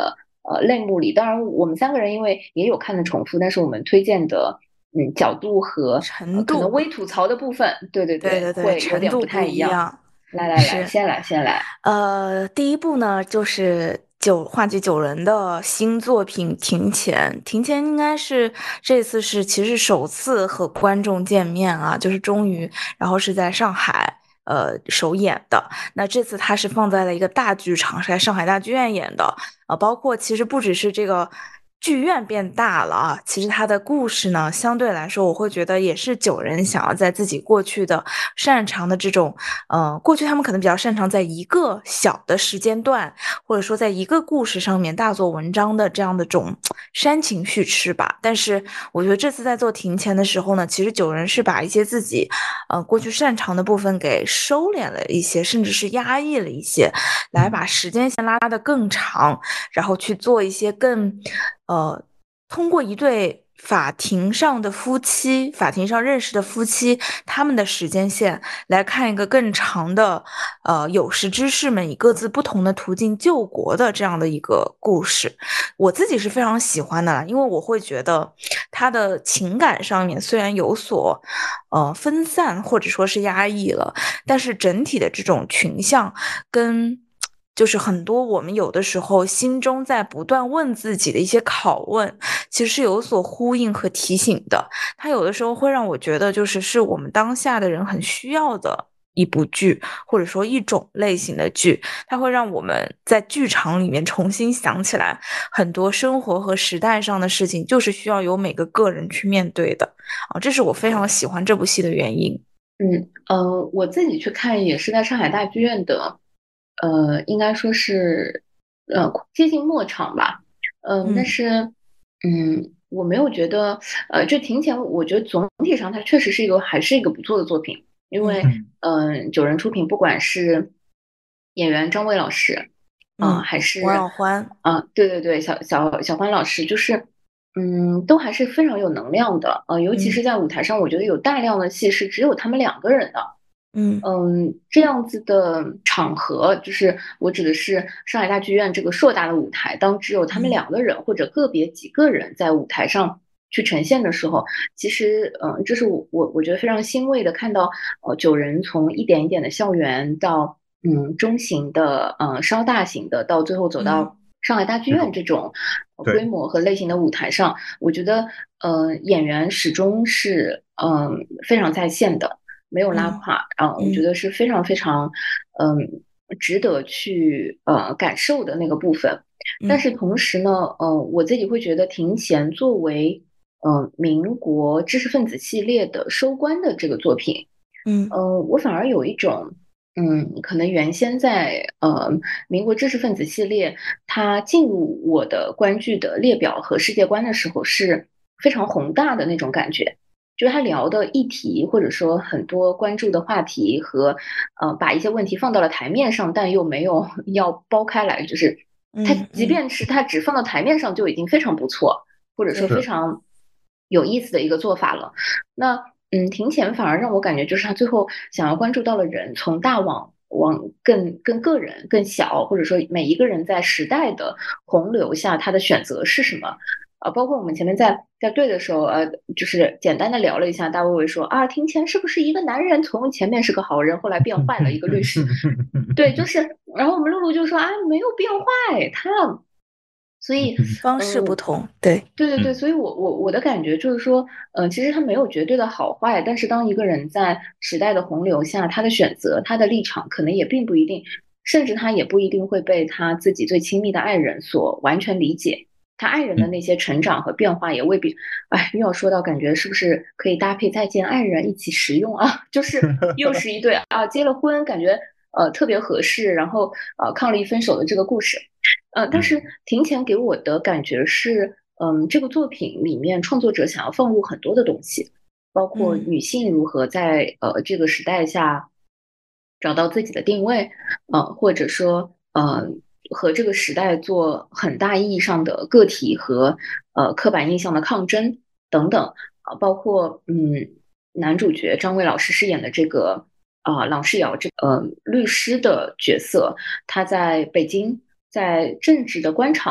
呃类目里。当然，我们三个人因为也有看的重复，但是我们推荐的嗯角度和呃、可能微吐槽的部分，对对对对对， 会有点不程度不太一样。 一样。 来来来，先来先来。 呃，第一部呢就是九话剧九人的新作品《庭前》。庭前应该是这次是其实首次和观众见面啊，就是终于，然后是在上海呃首演的。那这次它是放在了一个大剧场，是在上海大剧院演的。呃，包括其实不只是这个剧院变大了啊，其实它的故事呢，相对来说，我会觉得也是九人想要在自己过去的擅长的这种，呃，过去他们可能比较擅长在一个小的时间段，或者说在一个故事上面大做文章的这样的种煽情叙事吧。但是我觉得这次在做庭前的时候呢，其实九人是把一些自己，呃，过去擅长的部分给收敛了一些，甚至是压抑了一些，来把时间线拉得更长，然后去做一些更。呃，通过一对法庭上的夫妻，法庭上认识的夫妻，他们的时间线来看一个更长的，呃，有识之士们以各自不同的途径救国的这样的一个故事，我自己是非常喜欢的啦，因为我会觉得他的情感上面虽然有所，呃，分散或者说是压抑了，但是整体的这种群像跟。就是很多我们有的时候心中在不断问自己的一些拷问，其实是有所呼应和提醒的。它有的时候会让我觉得，就是是我们当下的人很需要的一部剧，或者说一种类型的剧，它会让我们在剧场里面重新想起来很多生活和时代上的事情，就是需要由每个个人去面对的啊，这是我非常喜欢这部戏的原因。 嗯呃，我自己去看也是在上海大剧院的。呃，应该说是呃接近末场吧。嗯、呃，但是嗯，我没有觉得呃，这庭前我觉得总体上它确实是一个还是一个不错的作品，因为嗯、呃，九人出品，不管是演员张卫老师啊、呃嗯， 还是王小欢啊、呃对对对，小小小欢老师，就是嗯，都还是非常有能量的。呃，尤其嗯是在舞台上，我觉得有大量的戏是只有他们两个人的。 嗯嗯，这样子的场合，就是我指的是上海大剧院这个硕大的舞台，当只有他们嗯两个人或者个别几个人在舞台上去呈现的时候，其实，嗯，这是我我我觉得非常欣慰的，看到呃九人从一点一点的校园到嗯中型的，呃稍大型的，到最后走嗯到上海大剧院这种呃规模和类型的舞台上，我觉得呃演员始终是嗯非常在线的。没有拉嗯垮啊，我觉嗯得是非常非常，嗯，值得去呃感受的那个部分。但嗯是同时呢，呃，我自己会觉得庭前作为呃民国知识分子系列的收官的这个作品， 嗯呃，我反而有一种。嗯，可能原先在呃民国知识分子系列，它进入我的观剧的列表和世界观的时候是非常宏大的那种感觉。就是他聊的议题，或者说很多关注的话题和呃，把一些问题放到了台面上，但又没有要剥开来，就是他嗯嗯， 即便是他只放到台面上就已经非常不错，或者说非对， 常有意思的一个做法了。那嗯，庭前反而让我感觉就是他最后想要关注到了人，从大往往更更个人更小，或者说每一个人在时代的洪流下他的选择是什么。啊，包括我们前面在在对的时候，呃，就是简单的聊了一下，大卫卫说啊，庭前是不是一个男人从前面是个好人，后来变坏了一个律师？对，就是，然后我们露露就说啊，没有变坏，他，所以， 方式不嗯， 同，对， 对对对，所以我我我的感觉就是说，嗯、其实他没有绝对的好坏，但是当一个人在时代的洪流下，他的选择、他的立场，可能也并不一定，甚至他也不一定会被他自己最亲密的爱人所完全理解。他爱人的那些成长和变化也未必，哎，又要说到感觉是不是可以搭配再见爱人一起食用啊？就是又是一对啊，结了婚，感觉呃特别合适，然后呃伉俪分手的这个故事。呃，但是庭前给我的感觉是，嗯，这个作品里面创作者想要放入很多的东西，包括嗯女性如何在呃这个时代下找到自己的定位，呃，或者说呃和这个时代做很大意义上的个体和呃刻板印象的抗争等等啊、包括嗯男主角张卫老师饰演的这个啊、郎世尧这个呃律师的角色，他在北京。在政治的官场，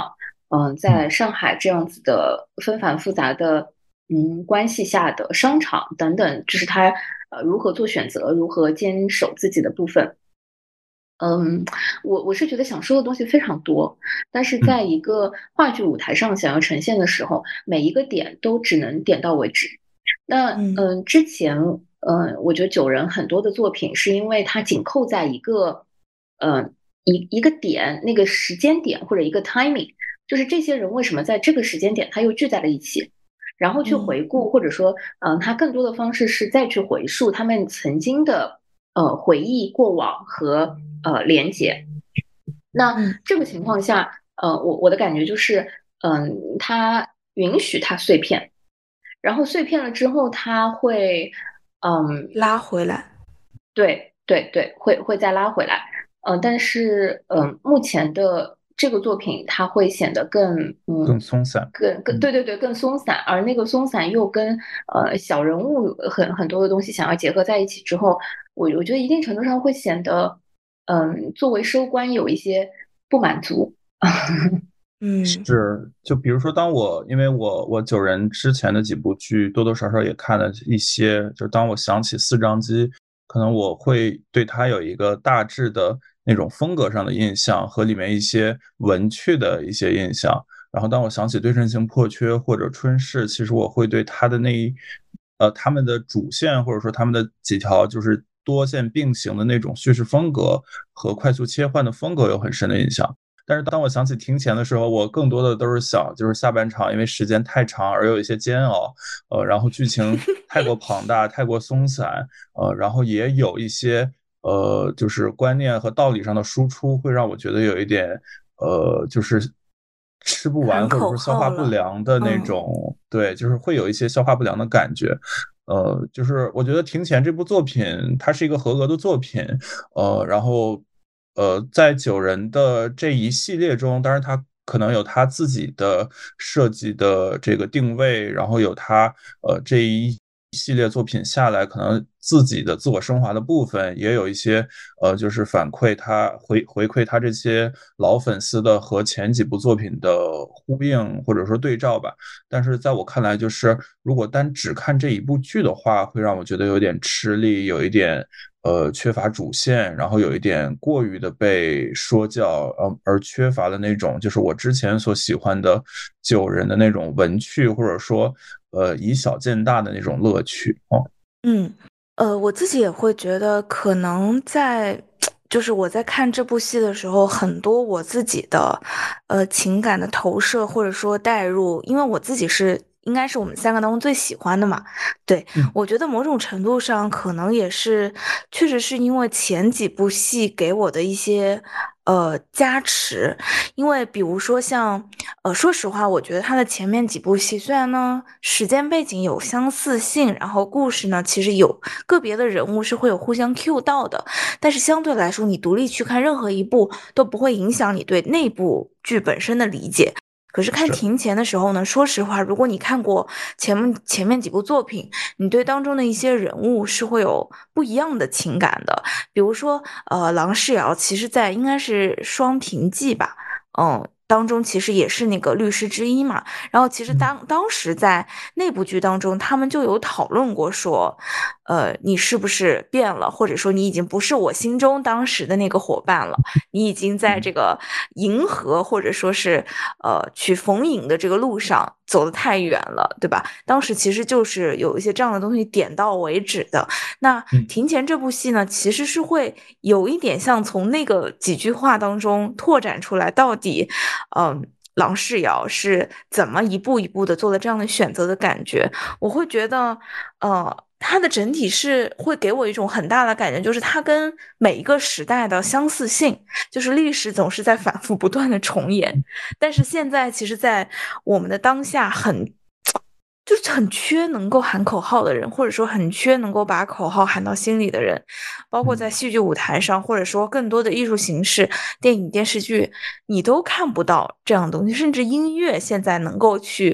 嗯，在上海这样子的纷繁复杂的嗯关系下的商场等等，就是他呃如何做选择，如何坚守自己的部分。嗯，我我是觉得想说的东西非常多，但是在一个话剧舞台上想要呈现的时候，每一个点都只能点到为止。那嗯嗯，之前嗯，我觉得九人很多的作品是因为它紧扣在一个嗯一一个点那个时间点或者一个 timing，就是这些人为什么在这个时间点他又聚在了一起，然后去嗯回顾，或者说嗯，他更多的方式是再去回溯他们曾经的呃回忆过往和呃连结。那嗯， 这个情况下，呃，我我的感觉就是，嗯，他允许它碎片，然后碎片了之后，他会，嗯， 拉回来。 对对对，会会再拉回来，嗯、但是，嗯、目前的这个作品，它会显得更， 更嗯， 松散。 更更， 嗯， 对对对，更松散，而那个松散又跟呃小人物很很多的东西想要结合在一起之后，我我觉得一定程度上会显得，嗯，作为收官有一些不满足。 嗯是，就比如说，当我因为我我九人之前的几部剧多多少少也看了一些，就当我想起四张机，可能我会对它有一个大致的那种风格上的印象和里面一些文趣的一些印象。然后当我想起对称性破缺或者春逝，其实我会对它的那一呃，他们的主线或者说他们的几条就是多线并行的那种叙事风格和快速切换的风格有很深的印象。但是当我想起庭前的时候，我更多的都是想，就是下半场因为时间太长而有一些煎熬，呃，然后剧情太过庞大、太过松散，呃，然后也有一些呃，就是观念和道理上的输出，会让我觉得有一点呃，就是吃不完或者喊口说消化不号了。 良的那嗯种，对，就是会有一些消化不良的感觉。呃，就是我觉得《庭前》这部作品，它是一个合格的作品，呃，然后，呃，在九人的这一系列中，当然它可能有它自己的设计的这个定位，然后有它呃这一系列作品下来，可能自己的自我升华的部分，也有一些呃，就是反馈他回回馈他这些老粉丝的和前几部作品的呼应或者说对照吧。但是在我看来，就是如果单只看这一部剧的话，会让我觉得有点吃力，有一点呃缺乏主线，然后有一点过于的被说教，呃，而缺乏了那种就是我之前所喜欢的九人的那种文趣，或者说呃以小见大的那种乐趣哦。 嗯，呃，我自己也会觉得，可能在就是我在看这部戏的时候，很多我自己的呃情感的投射或者说代入，因为我自己是应该是我们三个当中最喜欢的嘛。对， 嗯我觉得某种程度上可能也是，确实是因为前几部戏给我的一些呃加持，因为比如说像呃，说实话，我觉得他的前面几部戏虽然呢时间背景有相似性，然后故事呢其实有个别的人物是会有互相 Q 到的，但是相对来说，你独立去看任何一部都不会影响你对那部剧本身的理解。可是看是。 庭前的时候呢，说实话，如果你看过前面前面几部作品，你对当中的一些人物是会有不一样的情感的。比如说，呃，郎世尧其实在应该是《双平记》吧，嗯，当中其实也是那个律师之一嘛。然后其实嗯当当时在那部剧当中，他们就有讨论过说，呃，你是不是变了，或者说你已经不是我心中当时的那个伙伴了，你已经在这嗯个迎合或者说是呃去逢迎的这个路上走得太远了，对吧？当时其实就是有一些这样的东西点到为止的。那嗯庭前这部戏呢，其实是会有一点像从那个几句话当中拓展出来，到底，嗯。郎世尧是怎么一步一步的做了这样的选择的感觉，我会觉得，呃，它的整体是会给我一种很大的感觉，就是它跟每一个时代的相似性，就是历史总是在反复不断的重演，但是现在其实，在我们的当下很。就是很缺能够喊口号的人，或者说很缺能够把口号喊到心里的人，包括在嗯戏剧舞台上，或者说更多的艺术形式，电影、电视剧，你都看不到这样的东西，甚至音乐现在能够去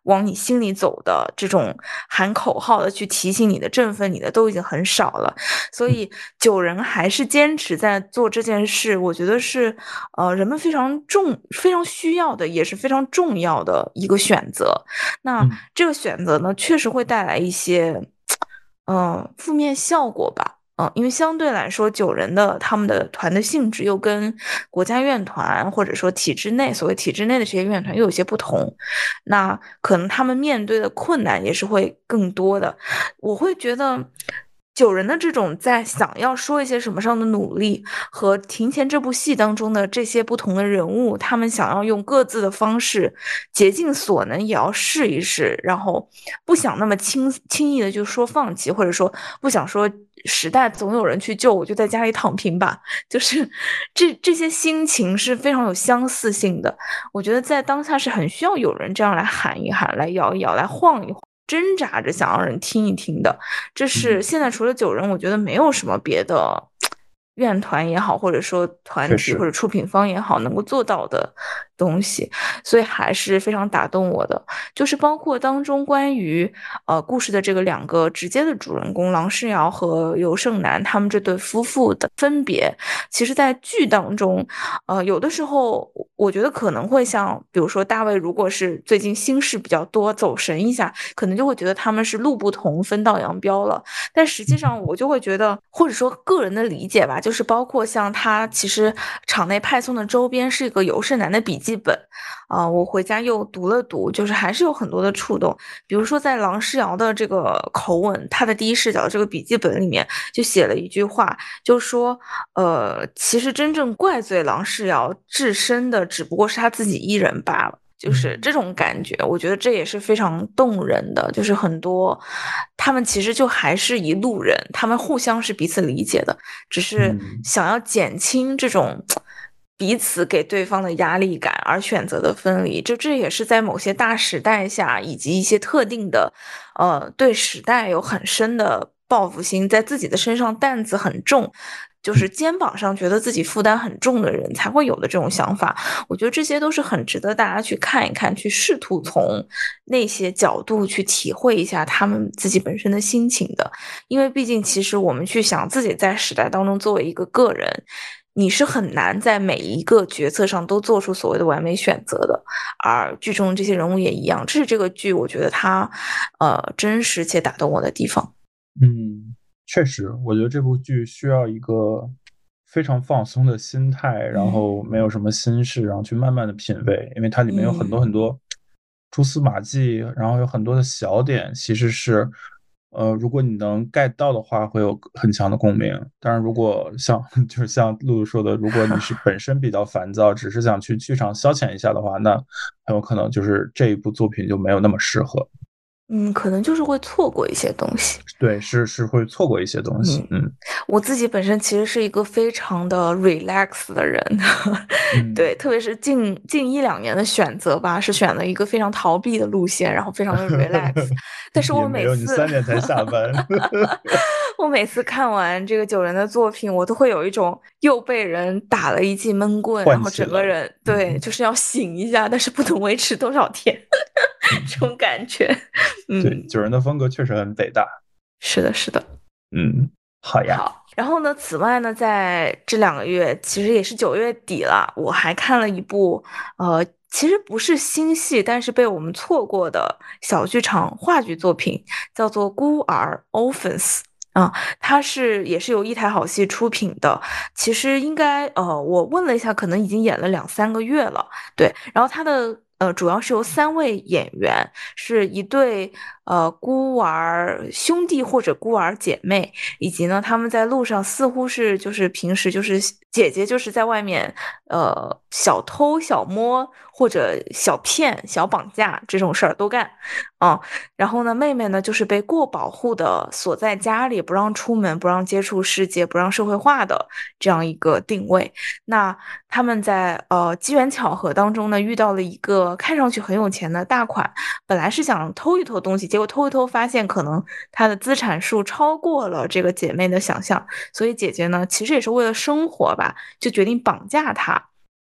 往你心里走的这种喊口号的去提醒你的振奋你的都已经很少了，所以九人还是坚持在做这件事，我觉得是呃人们非常重非常需要的也是非常重要的一个选择。那这个选择呢确实会带来一些呃负面效果吧。嗯，因为相对来说，九人的他们的团的性质又跟国家院团或者说体制内所谓体制内的这些院团又有些不同，那可能他们面对的困难也是会更多的。我会觉得九人的这种在想要说一些什么上的努力，和庭前这部戏当中的这些不同的人物，他们想要用各自的方式，竭尽所能也要试一试，然后不想那么轻轻易的就说放弃，或者说不想说时代总有人去救，我就在家里躺平吧，就是这这些心情是非常有相似性的。我觉得在当下是很需要有人这样来喊一喊，来摇一摇，来晃一晃，挣扎着想让人听一听的。这是现在除了九人，我觉得没有什么别的院团也好，或者说团体或者出品方也好能够做到的东西，所以还是非常打动我的。就是包括当中关于呃故事的这个两个直接的主人公郎世尧和尤胜男他们这对夫妇的分别，其实在剧当中呃有的时候我觉得可能会像比如说大卫如果是最近心事比较多走神一下，可能就会觉得他们是路不同分道扬镳了。但实际上我就会觉得，或者说个人的理解吧，就是包括像他其实场内派送的周边是一个尤胜男的笔记本啊、呃，我回家又读了读，就是还是有很多的触动。比如说在郎世尧的这个口吻，他的第一视角的这个笔记本里面就写了一句话，就说呃，其实真正怪罪郎世尧至深的只不过是他自己一人罢了。就是这种感觉，我觉得这也是非常动人的。就是很多他们其实就还是一路人，他们互相是彼此理解的，只是想要减轻这种彼此给对方的压力感而选择的分离。就这也是在某些大时代下，以及一些特定的呃对时代有很深的报复心，在自己的身上担子很重，就是肩膀上觉得自己负担很重的人才会有的这种想法。我觉得这些都是很值得大家去看一看，去试图从那些角度去体会一下他们自己本身的心情的。因为毕竟其实我们去想自己在时代当中作为一个个人，你是很难在每一个决策上都做出所谓的完美选择的，而剧中这些人物也一样。这是这个剧我觉得它呃真实且打动我的地方。 嗯，确实，我觉得这部剧需要一个非常放松的心态，然后没有什么心事，然后去慢慢的品味，因为它里面有很多很多蛛丝马迹，然后有很多的小点，其实是呃，如果你能 get 到的话，会有很强的共鸣。当然，如果像就是像露露说的，如果你是本身比较烦躁，只是想去剧场消遣一下的话，那很有可能就是这一部作品就没有那么适合。 嗯，可能就是会错过一些东西。 对，是是会错过一些东西。嗯， 嗯，我自己本身其实是一个非常的 relax 的人， 嗯、 对，特别是近近一两年的选择吧，是选了一个非常逃避的路线，然后非常的 relax。但是我每次也没有，你三点才下班。 我每次看完这个九人的作品，我都会有一种又被人打了一记闷棍，然后整个人对就是要醒一下，但是不能维持多少天这种感觉。嗯， 对，九人的风格确实很北大。 是的，是的。 嗯，好呀。 好，然后呢，此外呢，在这两个月，其实也是九月底了，我还看了一部，呃，其实不是新戏，但是被我们错过的小剧场话剧作品，叫做《孤儿》（Orphans）。啊，它是也是由一台好戏出品的，其实应该呃，我问了一下，可能已经演了两三个月了，对。然后它的呃，主要是由三位演员，是一对呃孤儿兄弟或者孤儿姐妹，以及呢他们在路上似乎是就是平时就是姐姐就是在外面呃小偷小摸或者小骗小绑架这种事儿都干啊、嗯，然后呢妹妹呢就是被过保护的锁在家里，不让出门，不让接触世界，不让社会化的这样一个定位。那他们在呃机缘巧合当中呢遇到了一个看上去很有钱的大款，本来是想偷一偷东西，结果偷一偷发现可能他的资产数超过了这个姐妹的想象，所以姐姐呢其实也是为了生活吧，就决定绑架他。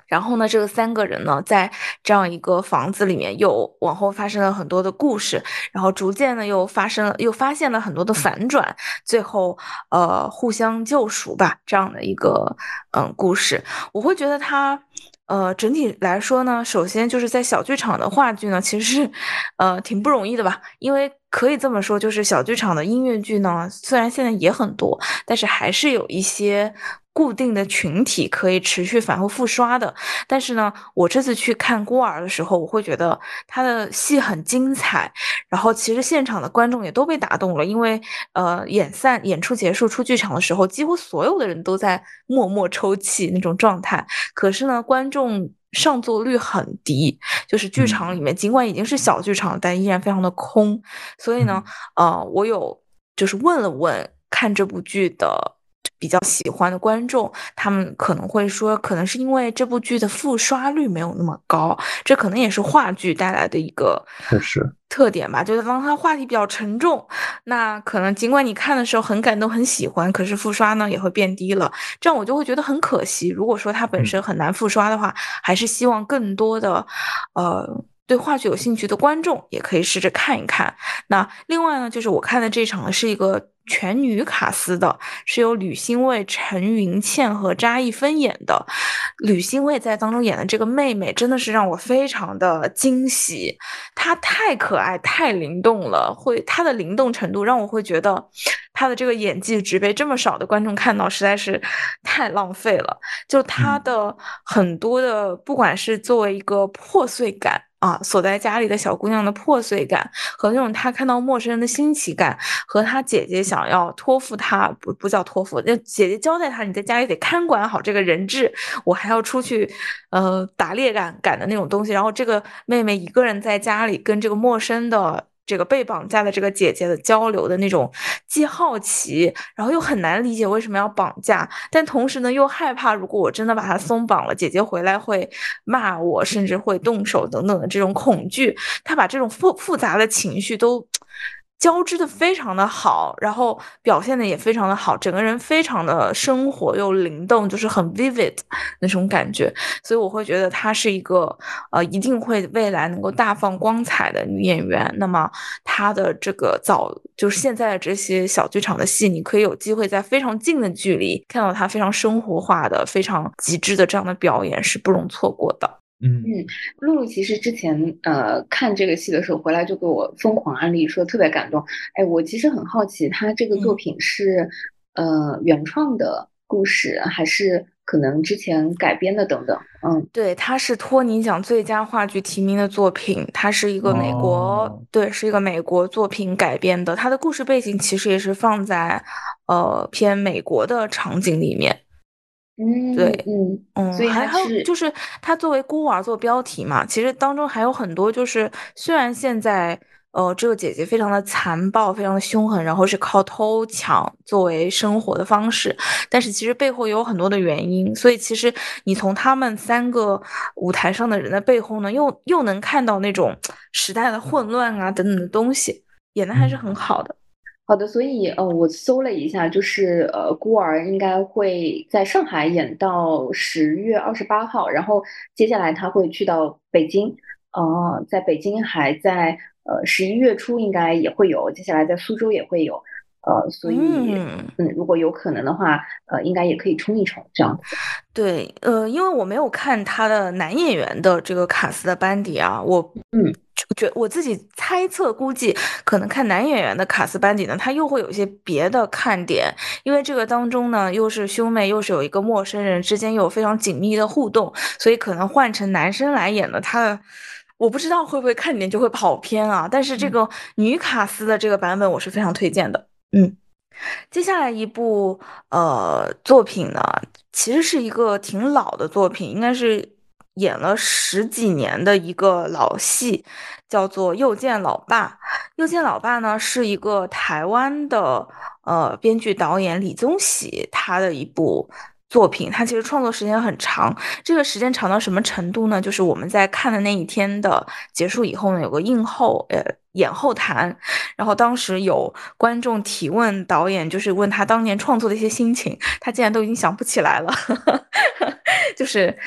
然后呢，这个三个人呢，在这样一个房子里面又往后发生了很多的故事，然后逐渐的又发生了，又发现了很多的反转，最后呃互相救赎吧，这样的一个嗯故事，我会觉得它。呃，整体来说呢，首先就是在小剧场的话剧呢，其实是，呃，挺不容易的吧。因为可以这么说，就是小剧场的音乐剧呢，虽然现在也很多，但是还是有一些固定的群体可以持续反复复刷的。但是呢，我这次去看孤儿的时候，我会觉得他的戏很精彩，然后其实现场的观众也都被打动了，因为呃，演散演出结束出剧场的时候，几乎所有的人都在默默抽泣那种状态。可是呢，观众上座率很低，就是剧场里面尽管已经是小剧场，但依然非常的空。所以呢，呃，我有就是问了问看这部剧的比较喜欢的观众，他们可能会说，可能是因为这部剧的复刷率没有那么高，这可能也是话剧带来的一个确实特点吧。就是当它话题比较沉重，那可能尽管你看的时候很感动、很喜欢，可是复刷呢也会变低了，这样我就会觉得很可惜。如果说它本身很难复刷的话，还是希望更多的，呃。对话剧有兴趣的观众也可以试着看一看。那另外呢，就是我看的这场是一个全女卡司的，是由吕欣蔚、陈云倩和扎一芬演的。吕欣蔚在当中演的这个妹妹真的是让我非常的惊喜，她太可爱、太灵动了，会她的灵动程度让我会觉得她的这个演技只被这么少的观众看到，实在是太浪费了。就她的很多的，不管是作为一个破碎感。啊，锁在家里的小姑娘的破碎感，和那种她看到陌生人的新奇感，和她姐姐想要托付她，不不叫托付，那姐姐交代她，你在家里得看管好这个人质，我还要出去，呃，打猎感感的那种东西。然后这个妹妹一个人在家里跟这个陌生的。这个被绑架的这个姐姐的交流的那种，既好奇，然后又很难理解为什么要绑架，但同时呢又害怕，如果我真的把她松绑了，姐姐回来会骂我，甚至会动手等等的这种恐惧，她把这种复复杂的情绪都交织的非常的好，然后表现的也非常的好，整个人非常的生活又灵动，就是很 vivid 那种感觉，所以我会觉得她是一个呃一定会未来能够大放光彩的女演员。那么她的这个早就是现在的这些小剧场的戏，你可以有机会在非常近的距离看到她非常生活化的、非常极致的这样的表演，是不容错过的。 嗯嗯，露露其实之前呃看这个戏的时候回来就给我疯狂安利，说特别感动。哎，我其实很好奇，他这个作品是、嗯、呃原创的故事，还是可能之前改编的等等？嗯， 对，它是托尼奖最佳话剧提名的作品，它是一个美国， 哦、 对，是一个美国作品改编的。它的故事背景其实也是放在呃偏美国的场景里面。 嗯对， 嗯， 嗯， 所以还还有它是就是它作为孤儿做标题嘛，其实当中还有很多就是，虽然现在呃这个姐姐非常的残暴，非常的凶狠，然后是靠偷抢作为生活的方式，但是其实背后有很多的原因，所以其实你从他们三个舞台上的人的背后呢，又又能看到那种时代的混乱啊等等的东西，演的还是很好的。 好的，所以呃，我搜了一下，就是呃，孤儿应该会在上海演到十月二十八号，然后接下来他会去到北京，呃，在北京还在呃十一月初应该也会有，接下来在苏州也会有，呃，所以嗯。 嗯，如果有可能的话，呃，应该也可以冲一冲这样子。 对，呃，因为我没有看他的男演员的这个卡斯的班底啊，我嗯觉我自己猜测估计，可能看男演员的卡斯班底呢，他又会有一些别的看点，因为这个当中呢，又是兄妹，又是有一个陌生人之间又有非常紧密的互动，所以可能换成男生来演的他的。我不知道会不会看点就会跑偏啊，但是这个女卡斯的这个版本我是非常推荐的，嗯。接下来一部呃作品呢，其实是一个挺老的作品，应该是演了十几年的一个老戏，叫做《又见老爸》。《又见老爸》呢是一个台湾的呃编剧导演李宗喜他的一部。作品，它其实创作时间很长，这个时间长到什么程度呢？就是我们在看的那一天的结束以后呢，有个映后，呃，演后谈，然后当时有观众提问导演，就是问他当年创作的一些心情，他竟然都已经想不起来了，就是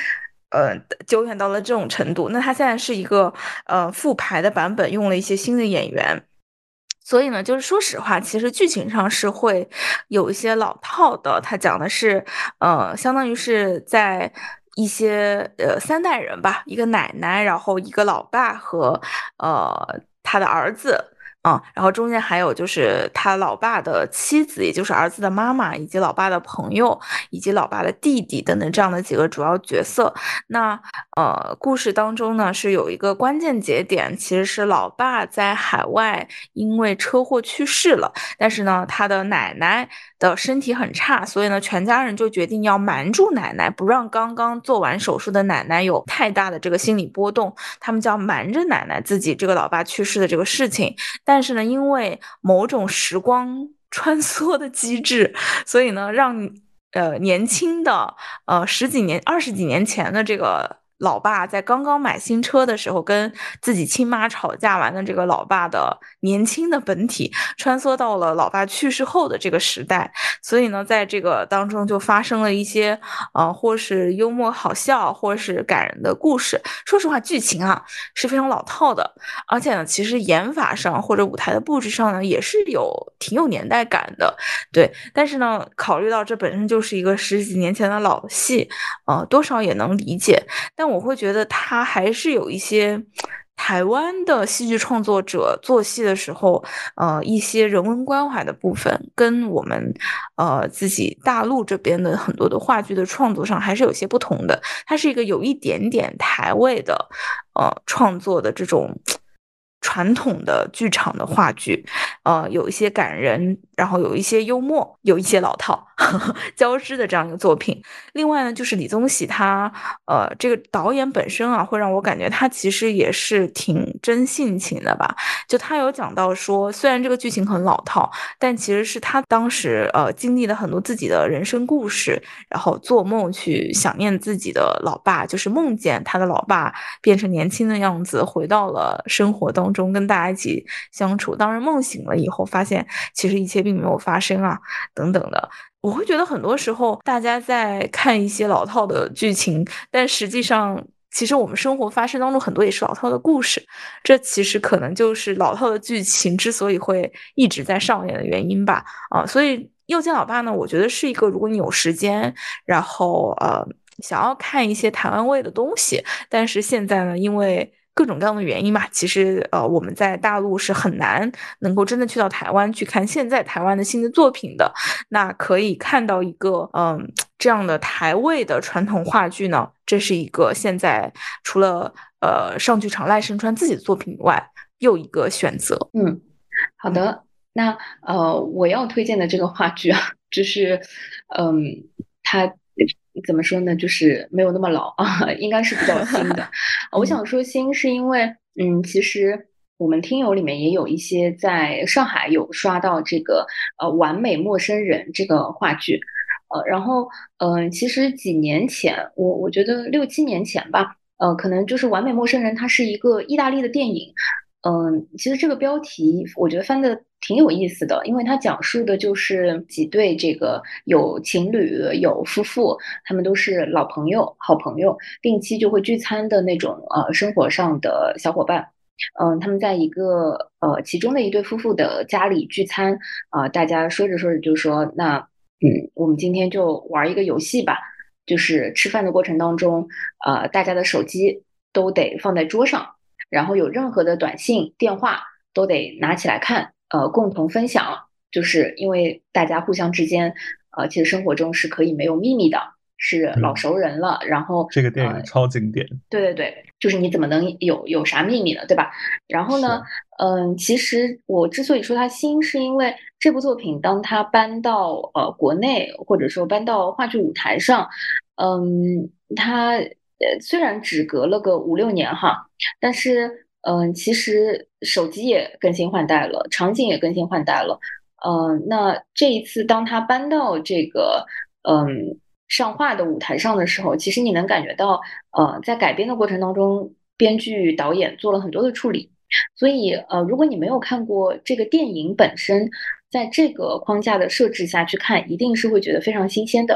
呃久远到了这种程度。那他现在是一个呃复排的版本，用了一些新的演员。所以呢，就是说实话，其实剧情上是会有一些老套的。它讲的是，呃，相当于是在一些呃三代人吧，一个奶奶，然后一个老爸和呃他的儿子。嗯，然后中间还有就是他老爸的妻子，也就是儿子的妈妈，以及老爸的朋友，以及老爸的弟弟等等这样的几个主要角色。那呃，故事当中呢是有一个关键节点，其实是老爸在海外因为车祸去世了，但是呢，他的奶奶的身体很差，所以呢，全家人就决定要瞒住奶奶，不让刚刚做完手术的奶奶有太大的这个心理波动，他们就要瞒着奶奶自己这个老爸去世的这个事情。但是呢，因为某种时光穿梭的机制，所以呢，让呃年轻的呃十几年、二十几年前的这个老爸，在刚刚买新车的时候跟自己亲妈吵架完的这个老爸的年轻的本体，穿梭到了老爸去世后的这个时代。所以呢，在这个当中就发生了一些呃，或是幽默好笑，或是感人的故事。说实话，剧情啊是非常老套的，而且呢，其实演法上或者舞台的布置上呢，也是有挺有年代感的，对。但是呢，考虑到这本身就是一个十几年前的老戏，呃，多少也能理解。但我会觉得它还是有一些台湾的戏剧创作者做戏的时候，呃，一些人文关怀的部分，跟我们呃自己大陆这边的很多的话剧的创作上还是有些不同的。它是一个有一点点台味的，呃，创作的这种传统的剧场的话剧，呃，有一些感人，然后有一些幽默，有一些老套呵呵交织的这样一个作品。另外呢，就是李宗喜他，呃，这个导演本身啊，会让我感觉他其实也是挺真性情的吧。就他有讲到说，虽然这个剧情很老套，但其实是他当时呃经历了很多自己的人生故事，然后做梦去想念自己的老爸，就是梦见他的老爸变成年轻的样子，回到了生活当中跟大家一起相处。当然梦醒了以后，发现其实一切并没有发生啊，等等的。我会觉得很多时候大家在看一些老套的剧情，但实际上其实我们生活发生当中很多也是老套的故事，这其实可能就是老套的剧情之所以会一直在上演的原因吧。啊，所以又见老爸呢，我觉得是一个如果你有时间，然后呃想要看一些台湾味的东西，但是现在呢，因为各种各样的原因嘛，其实呃我们在大陆是很难能够真的去到台湾去看现在台湾的新的作品的。那可以看到一个嗯这样的台味的传统话剧呢，这是一个现在除了呃上剧场赖声川自己的作品以外又一个选择。 嗯，好的。那呃我要推荐的这个话剧啊，就是嗯它怎么说呢，就是没有那么老啊，应该是比较新的。我想说新是因为嗯其实我们听友里面也有一些在上海有刷到这个呃完美陌生人这个话剧。呃然后嗯、呃、其实几年前，我我觉得六七年前吧，呃可能就是完美陌生人它是一个意大利的电影。嗯，其实这个标题我觉得翻的挺有意思的，因为它讲述的就是几对这个有情侣有夫妇，他们都是老朋友、好朋友，定期就会聚餐的那种呃生活上的小伙伴。嗯，他们在一个呃其中的一对夫妇的家里聚餐，啊、大家说着说着就说，那嗯，我们今天就玩一个游戏吧，就是吃饭的过程当中，呃，大家的手机都得放在桌上。然后有任何的短信、电话都得拿起来看，呃，共同分享。就是因为大家互相之间，呃，其实生活中是可以没有秘密的，是老熟人了。然后这个电影超经典。 对对对，就是你怎么能有有啥秘密呢，对吧？然后呢，嗯，其实我之所以说它新，是因为这部作品当它搬到呃国内，或者说搬到话剧舞台上，嗯，它呃虽然只隔了个五六年哈，但是嗯，其实手机也更新换代了，场景也更新换代了。嗯，那这一次当它搬到这个嗯上画的舞台上的时候，其实你能感觉到，呃，在改编的过程当中，编剧导演做了很多的处理。所以，呃，如果你没有看过这个电影本身，在这个框架的设置下去看，一定是会觉得非常新鲜的。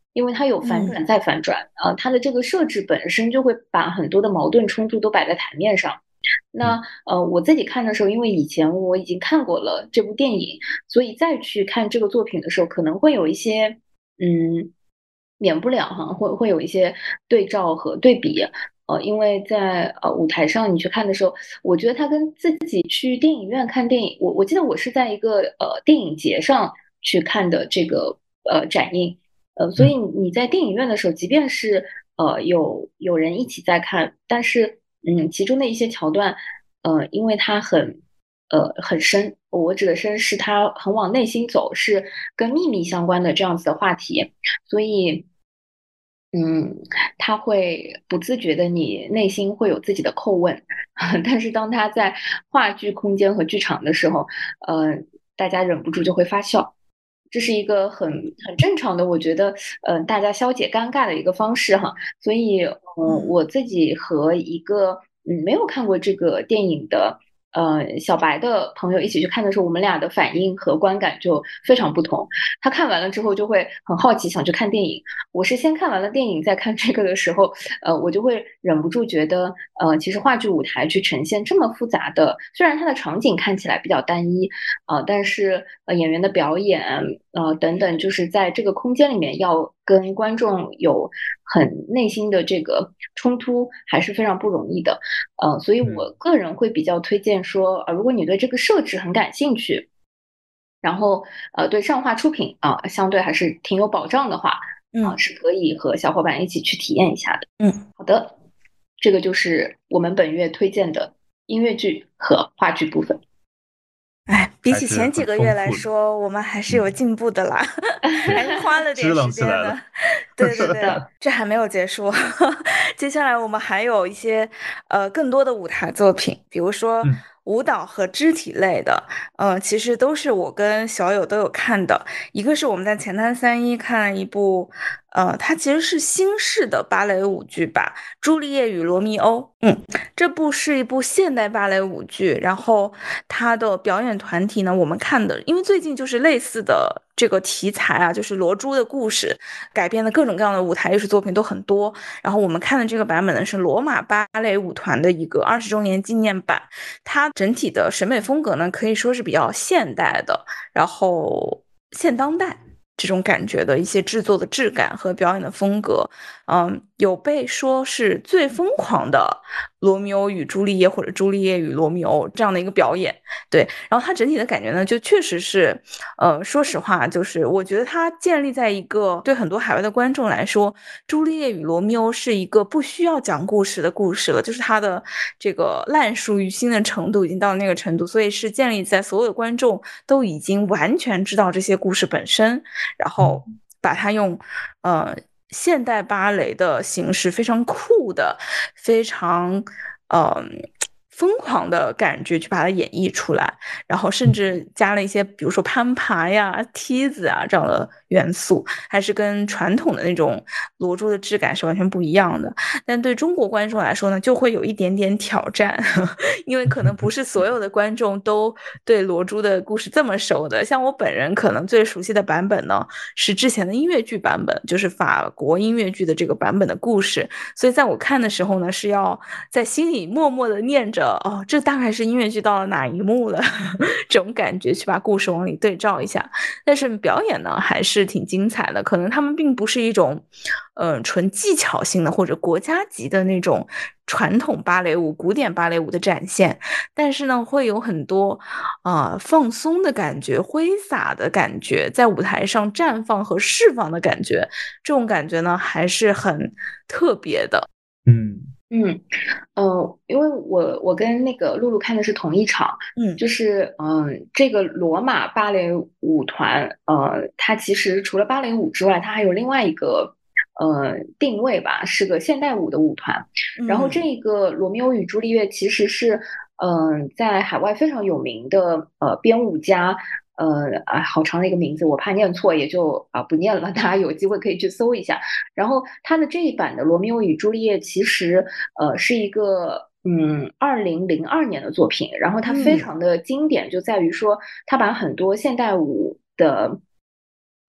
因为它有反转再反转，嗯、呃，它的这个设置本身就会把很多的矛盾冲突都摆在台面上。那呃，我自己看的时候，因为以前我已经看过了这部电影，所以再去看这个作品的时候，可能会有一些嗯，免不了哈，会会有一些对照和对比。呃，因为在呃舞台上你去看的时候，我觉得它跟自己去电影院看电影，我我记得我是在一个呃电影节上去看的这个呃展映，呃，所以你在电影院的时候，即便是呃有有人一起在看，但是嗯，其中的一些桥段，呃，因为它很呃很深，我指的深是它很往内心走，是跟秘密相关的这样子的话题，所以。嗯，他会不自觉的，你内心会有自己的叩问，但是当他在话剧空间和剧场的时候，呃，大家忍不住就会发笑，这是一个很很正常的，我觉得，呃，大家消解尴尬的一个方式哈。所以，嗯、呃，我自己和一个嗯没有看过这个电影的。呃，小白的朋友一起去看的时候，我们俩的反应和观感就非常不同。他看完了之后就会很好奇，想去看电影。我是先看完了电影再看这个的时候，呃，我就会忍不住觉得，呃，其实话剧舞台去呈现这么复杂的，虽然它的场景看起来比较单一，呃，但是呃演员的表演，呃等等，就是在这个空间里面要跟观众有很内心的这个冲突，还是非常不容易的。呃，所以我个人会比较推荐说，呃，如果你对这个设置很感兴趣，然后呃对上画出品啊、呃、相对还是挺有保障的话，啊、呃、是可以和小伙伴一起去体验一下的。 嗯， 好的，这个就是我们本月推荐的音乐剧和话剧部分。 哎，比起前几个月来说，我们还是有进步的啦，还是花了点时间的。对对对，这还没有结束，接下来我们还有一些呃更多的舞台作品，比如说舞蹈和肢体类的，嗯、呃，其实都是我跟小友都有看的。一个是我们在前滩三一看了一部，呃，它其实是新式的芭蕾舞剧吧，《朱丽叶与罗密欧》。嗯，这部是一部现代芭蕾舞剧，然后它的表演团体呢，我们看的，因为最近就是类似的这个题材啊，就是罗珠的故事改编的各种各样的舞台艺术作品都很多。然后我们看的这个版本呢是罗马芭蕾舞团的一个二十周年纪念版，它整体的审美风格呢可以说是比较现代的，然后现当代。这种感觉的一些制作的质感和表演的风格，嗯，有被说是最疯狂的罗密欧与朱丽叶或者朱丽叶与罗密欧这样的一个表演，对，然后它整体的感觉呢，就确实是，呃，说实话，就是我觉得它建立在一个对很多海外的观众来说，朱丽叶与罗密欧是一个不需要讲故事的故事了，就是它的这个烂熟于心的程度已经到了那个程度，所以是建立在所有的观众都已经完全知道这些故事本身。然后把它用呃现代芭蕾的形式，非常酷的、非常呃疯狂的感觉去把它演绎出来，然后甚至加了一些比如说攀爬呀、梯子啊这样的元素，还是跟传统的那种罗珠的质感是完全不一样的。但对中国观众来说呢，就会有一点点挑战，因为可能不是所有的观众都对罗珠的故事这么熟的。像我本人可能最熟悉的版本呢，是之前的音乐剧版本，就是法国音乐剧的这个版本的故事。所以在我看的时候呢，是要在心里默默的念着，哦，这大概是音乐剧到了哪一幕了，这种感觉去把故事往里对照一下。但是表演呢，还是挺精彩的。可能他们并不是一种，呃，纯技巧性的或者国家级的那种传统芭蕾舞、古典芭蕾舞的展现，但是呢，会有很多啊、呃、放松的感觉、挥洒的感觉，在舞台上绽放和释放的感觉，这种感觉呢，还是很特别的。 嗯嗯，呃，因为我我跟那个露露看的是同一场， 嗯， 就是嗯、呃，这个罗马芭蕾舞团，呃，它其实除了芭蕾舞之外，它还有另外一个呃定位吧，是个现代舞的舞团。然后这个《罗密欧与朱丽叶》其实是嗯、呃，在海外非常有名的呃编舞家。呃啊，好长的一个名字，我怕念错，也就啊不念了。大家有机会可以去搜一下。然后它的这一版的《罗密欧与朱丽叶》其实呃是一个嗯二零零二年的作品，然后它非常的经典，就在于说它把很多现代舞的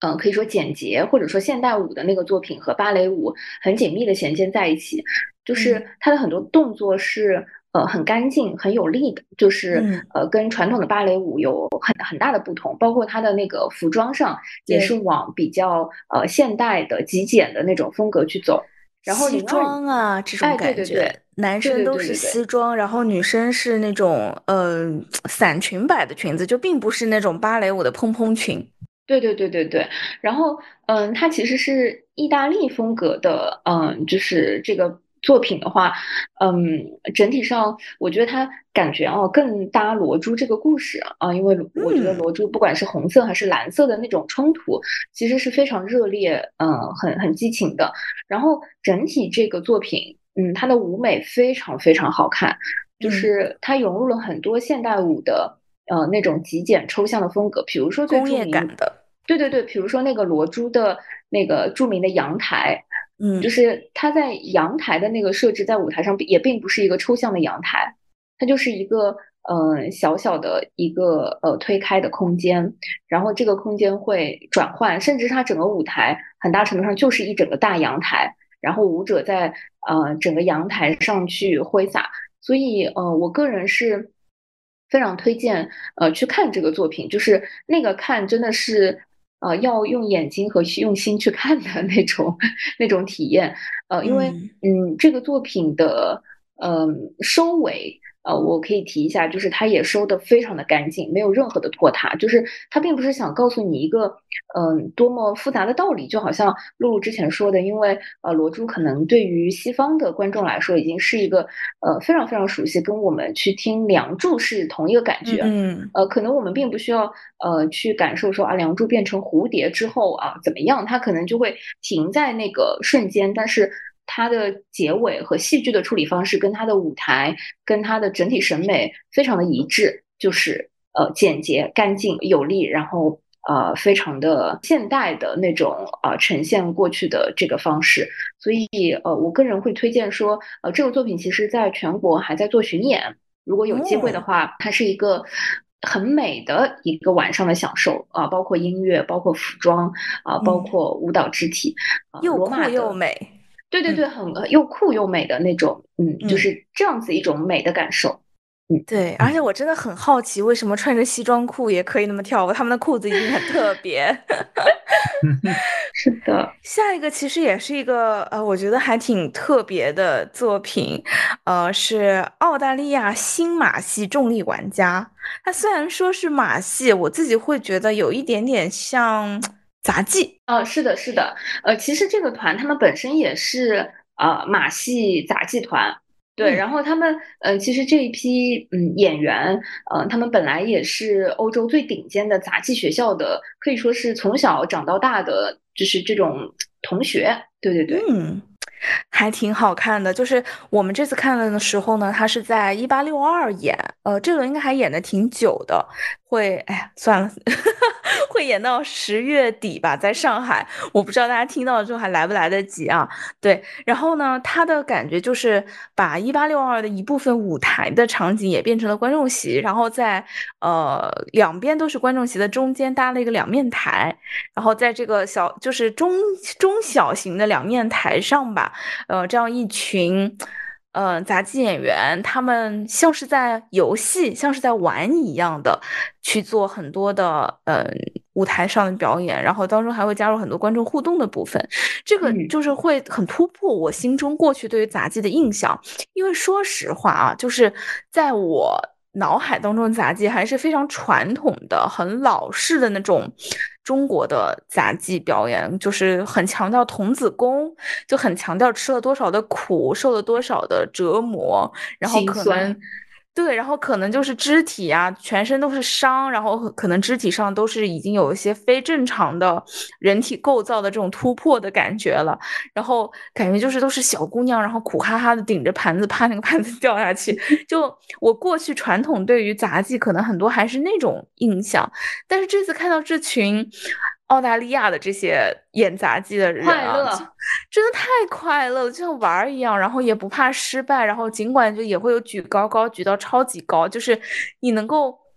嗯、呃，可以说简洁或者说现代舞的那个作品和芭蕾舞很紧密的衔接在一起，就是它的很多动作是呃很干净、很有力的，就是嗯呃跟传统的芭蕾舞有很很大的不同，包括它的那个服装上也是对， 往比较呃现代的极简的那种风格去走。然后西零二， 装啊这种哎，对感觉， 对对，对对男生都是对对对。 西装，然后女生是那种呃伞裙摆的裙子，就并不是那种芭蕾舞的蓬蓬裙。 对对对对对，然后嗯，它其实是意大利风格的，嗯，就是这个作品的话，嗯，整体上我觉得它感觉哦更搭罗珠这个故事啊，因为我觉得嗯罗珠不管是红色还是蓝色的那种冲突，其实是非常热烈，嗯，很很激情的。然后整体这个作品，嗯，它的舞美非常非常好看，就嗯， 是它融入了很多现代舞的。呃，那种极简抽象的风格，比如说最工业感著名， 的。 对对对，比如说那个罗珠的那个著名的阳台，就嗯， 是它在阳台的那个设置，在舞台上也并不是一个抽象的阳台，它就是一个呃小小的一个呃推开的空间，然后这个空间会转换，甚至它整个舞台很大程度上就是一整个大阳台，然后舞者在呃整个阳台上去挥洒，所以呃我个人是非常推荐呃去看这个作品，就是那个看真的是。呃，要用眼睛和用心去看的那种那种体验，呃，因为嗯， 嗯，这个作品的嗯、呃收尾，呃，我可以提一下，就是它也收的非常的干净，没有任何的拖沓，就是它并不是想告诉你一个嗯、呃多么复杂的道理，就好像露露之前说的，因为呃罗珠可能对于西方的观众来说已经是一个呃非常非常熟悉，跟我们去听《梁祝》是同一个感嗯觉。 嗯呃，可能我们并不需要呃去感受说啊，梁祝变成蝴蝶之后啊怎么样，它可能就会停在那个瞬间，但是它的结尾和戏剧的处理方式跟它的舞台跟它的整体审美非常的一致，就是呃简洁、干净、有力，然后呃非常的现代的那种呃呈现过去的这个方式，所以呃我个人会推荐说，呃这个作品其实在全国还在做巡演。如果有机会的哦， 话，它是一个很美的一个晚上的享受啊，包括音乐，包括服装啊，包嗯， 括舞蹈肢体啊，罗又酷马的， 又美。 对对对， 嗯很呃又酷又美的那种，嗯，就嗯。 是这样子一种美的感受，嗯。 对，而且我真的很好奇，为什么穿着西装裤也可以那么跳舞？他们的裤子一定很特别。 是的。 下一个其实也是一个呃，我觉得还挺特别的作品，呃，是澳大利亚新马戏重力玩家。它虽然说是马戏，我自己会觉得有一点点像杂技。 啊，是的，是的，呃，其实这个团他们本身也是呃马戏杂技团，对， 嗯。 然后他们呃其实这一批嗯演员，呃，他们本来也是欧洲最顶尖的杂技学校的，可以说是从小长到大的，就是这种同学，对对对。 嗯，还挺好看的。就是我们这次看的时候呢，他是在一八六二演，呃，这个应该还演的挺久的，会，哎呀，算了，会演到十月底吧，在上海。我不知道大家听到了之后还来不来得及啊？对，然后呢，他的感觉就是把一八六二的一部分舞台的场景也变成了观众席，然后在呃两边都是观众席的中间搭了一个两面台。然后在这个小就是中中小型的两面台上吧，呃，这样一群，呃，杂技演员，他们像是在游戏，像是在玩一样的去做很多的呃舞台上的表演，然后当中还会加入很多观众互动的部分，这个嗯。 就是会很突破我心中过去对于杂技的印象，因为说实话啊，就是在我脑海当中的杂技还是非常传统的、很老式的那种中国的杂技表演，就是很强调童子功，就很强调吃了多少的苦，受了多少的折磨，然后可能。 心酸。 对，然后可能就是肢体啊，全身都是伤，然后可能肢体上都是已经有一些非正常的人体构造的这种突破的感觉了。然后感觉就是都是小姑娘，然后苦哈哈的顶着盘子，怕那个盘子掉下去。就我过去传统对于杂技可能很多还是那种印象，但是这次看到这群澳大利亚的这些演杂技的人啊，就快乐。 真的太快乐了，就像玩儿一样，然后也不怕失败，然后尽管就也会有举高高举到超级高，就是你能够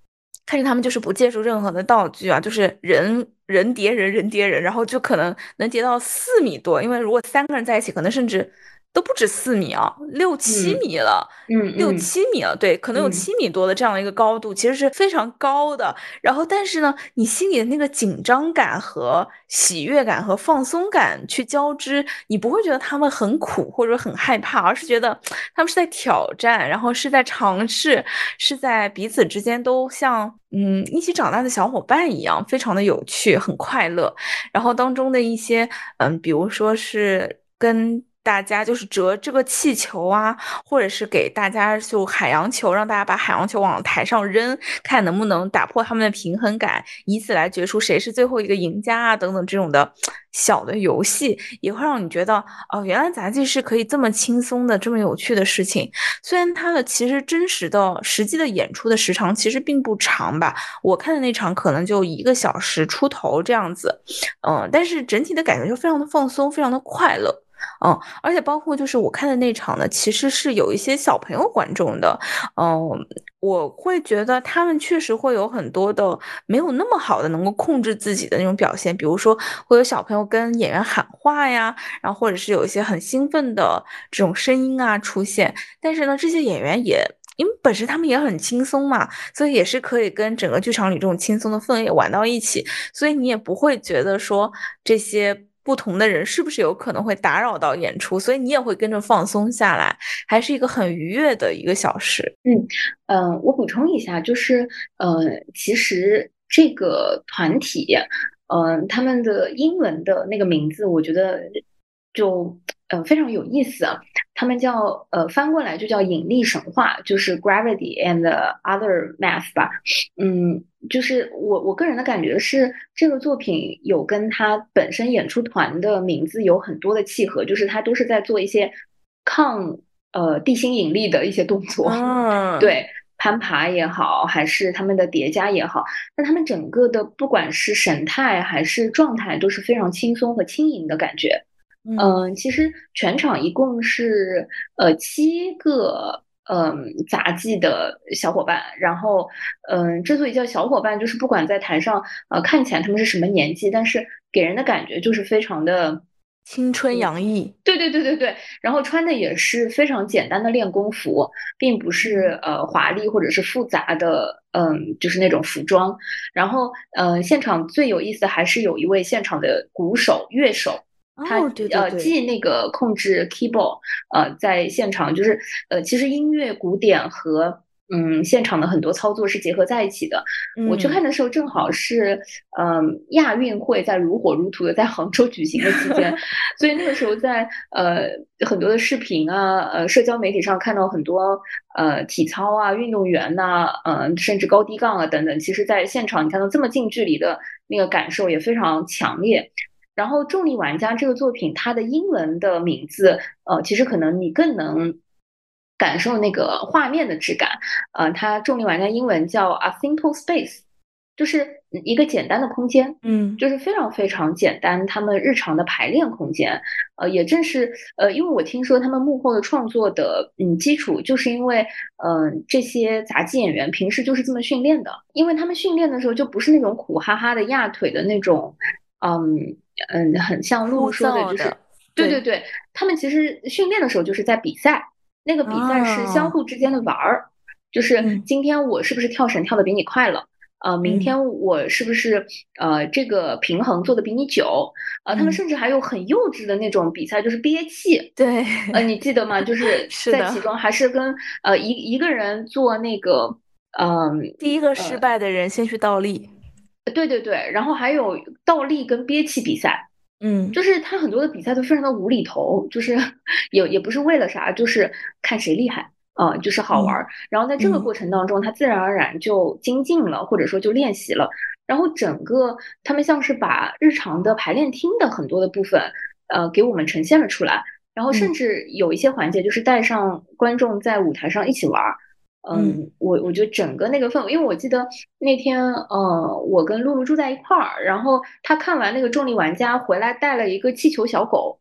看着他们就是不借助任何的道具啊，就是人人叠人，人叠人，然后就可能能叠到四米多，因为如果三个人在一起，可能甚至都不止四米啊，六七嗯米了。六嗯嗯七米了，对，可能有嗯七米多的这样的一个高度，其实是非常高的。然后，但是呢，你心里的那个紧张感和喜悦感和放松感去交织，你不会觉得他们很苦或者很害怕，而是觉得他们是在挑战，然后是在尝试，是在彼此之间都像嗯一起长大的小伙伴一样，非常的有趣，很快乐。然后当中的一些嗯，比如说是跟大家就是折这个气球啊，或者是给大家就海洋球，让大家把海洋球往台上扔，看能不能打破他们的平衡感，以此来决出谁是最后一个赢家啊，等等这种的小的游戏，也会让你觉得哦，原来杂技是可以这么轻松的、这么有趣的事情。虽然它的其实真实的、实际的演出的时长其实并不长吧，我看的那场可能就一个小时出头这样子，嗯，但是整体的感觉就非常的放松，非常的快乐。嗯，而且包括就是我看的那场呢，其实是有一些小朋友观众的，嗯，我会觉得他们确实会有很多的没有那么好的能够控制自己的那种表现，比如说会有小朋友跟演员喊话呀，然后或者是有一些很兴奋的这种声音啊出现，但是呢，这些演员也。因为本身他们也很轻松嘛，所以也是可以跟整个剧场里这种轻松的氛围玩到一起，所以你也不会觉得说这些不同的人是不是有可能会打扰到演出，所以你也会跟着放松下来，还是一个很愉悦的一个小时。 嗯嗯、呃我补充一下，就是呃，其实这个团体，嗯、呃，他们的英文的那个名字，我觉得就呃非常有意思啊。他们叫呃翻过来就叫引力神话，就是 Gravity and Other Math 吧。嗯，就是我我个人的感觉是，这个作品有跟它本身演出团的名字有很多的契合，就是它都是在做一些抗呃地心引力的一些动作， 嗯， 对。攀爬也好，还是他们的叠加也好，那他们整个的不管是神态还是状态都是非常轻松和轻盈的感觉。 嗯嗯，其实全场一共是呃七个嗯杂技的小伙伴，然后嗯之所以叫小伙伴，就是不管在台上呃看起来他们是什么年纪，但是给人的感觉就是非常的青春洋溢。 对对对对对，然后穿的也是非常简单的练功服，并不是呃华丽或者是复杂的，嗯，就是那种服装。然后呃，现场最有意思的还是有一位现场的鼓手、乐手，他哦，对对呃对， 既那个控制 keyboard，呃，在现场就是呃，其实音乐古典和嗯现场的很多操作是结合在一起的。我去嗯， 看的时候正好是嗯亚运会在如火如荼的在杭州举行的期间，所以那个时候在呃很多的视频啊，呃社交媒体上看到很多呃体操啊运动员呐、呃，甚至高低杠啊等等，其实在现场你看到这么近距离的那个感受也非常强烈。然后《重力玩家》这个作品，它的英文的名字，呃，其实可能你更能感受那个画面的质感。呃，它《重力玩家》英文叫 A Simple Space，就是一个简单的空间， 嗯就是非常非常简单，他们日常的排练空间。呃，也正是呃，因为我听说他们幕后的创作的嗯基础，就是因为嗯、呃、这些杂技演员平时就是这么训练的，因为他们训练的时候就不是那种苦哈哈的压腿的那种，嗯嗯，很像露露枯说的，就燥的， 是对对对对，他们其实训练的时候就是在比赛，那个比赛是相啊， 互之间的玩儿，就是嗯今天我是不是跳绳跳的比你快了。呃，明嗯天我是不是呃这个平衡做的比你久？呃，他们嗯， 甚至还有很幼稚的那种比赛，就是憋气。 对， 呃，你记得吗？就是是的， 在其中还是跟呃一一个人做那个，嗯第一个失呃败的人先去倒立。 对对对，然后还有倒立跟憋气比赛， 嗯就是他很多的比赛都非常的无厘头，就是也也不是为了啥，就是看谁厉害。呃，就是好玩嗯儿，然后在这个嗯过程当中，他自然而然就精进了，或者说就练习了，然后整个他们像是把日常的排练厅的很多的部分，呃，给我们呈现了出来，然后甚嗯至有一些环节就是带上观众在舞台上一起玩儿。 嗯嗯，我我觉得整个那个氛围，因为我记得那天，呃，我跟露露住在一块儿，然后她看完那个《重力玩家》回来带了一个气球小狗，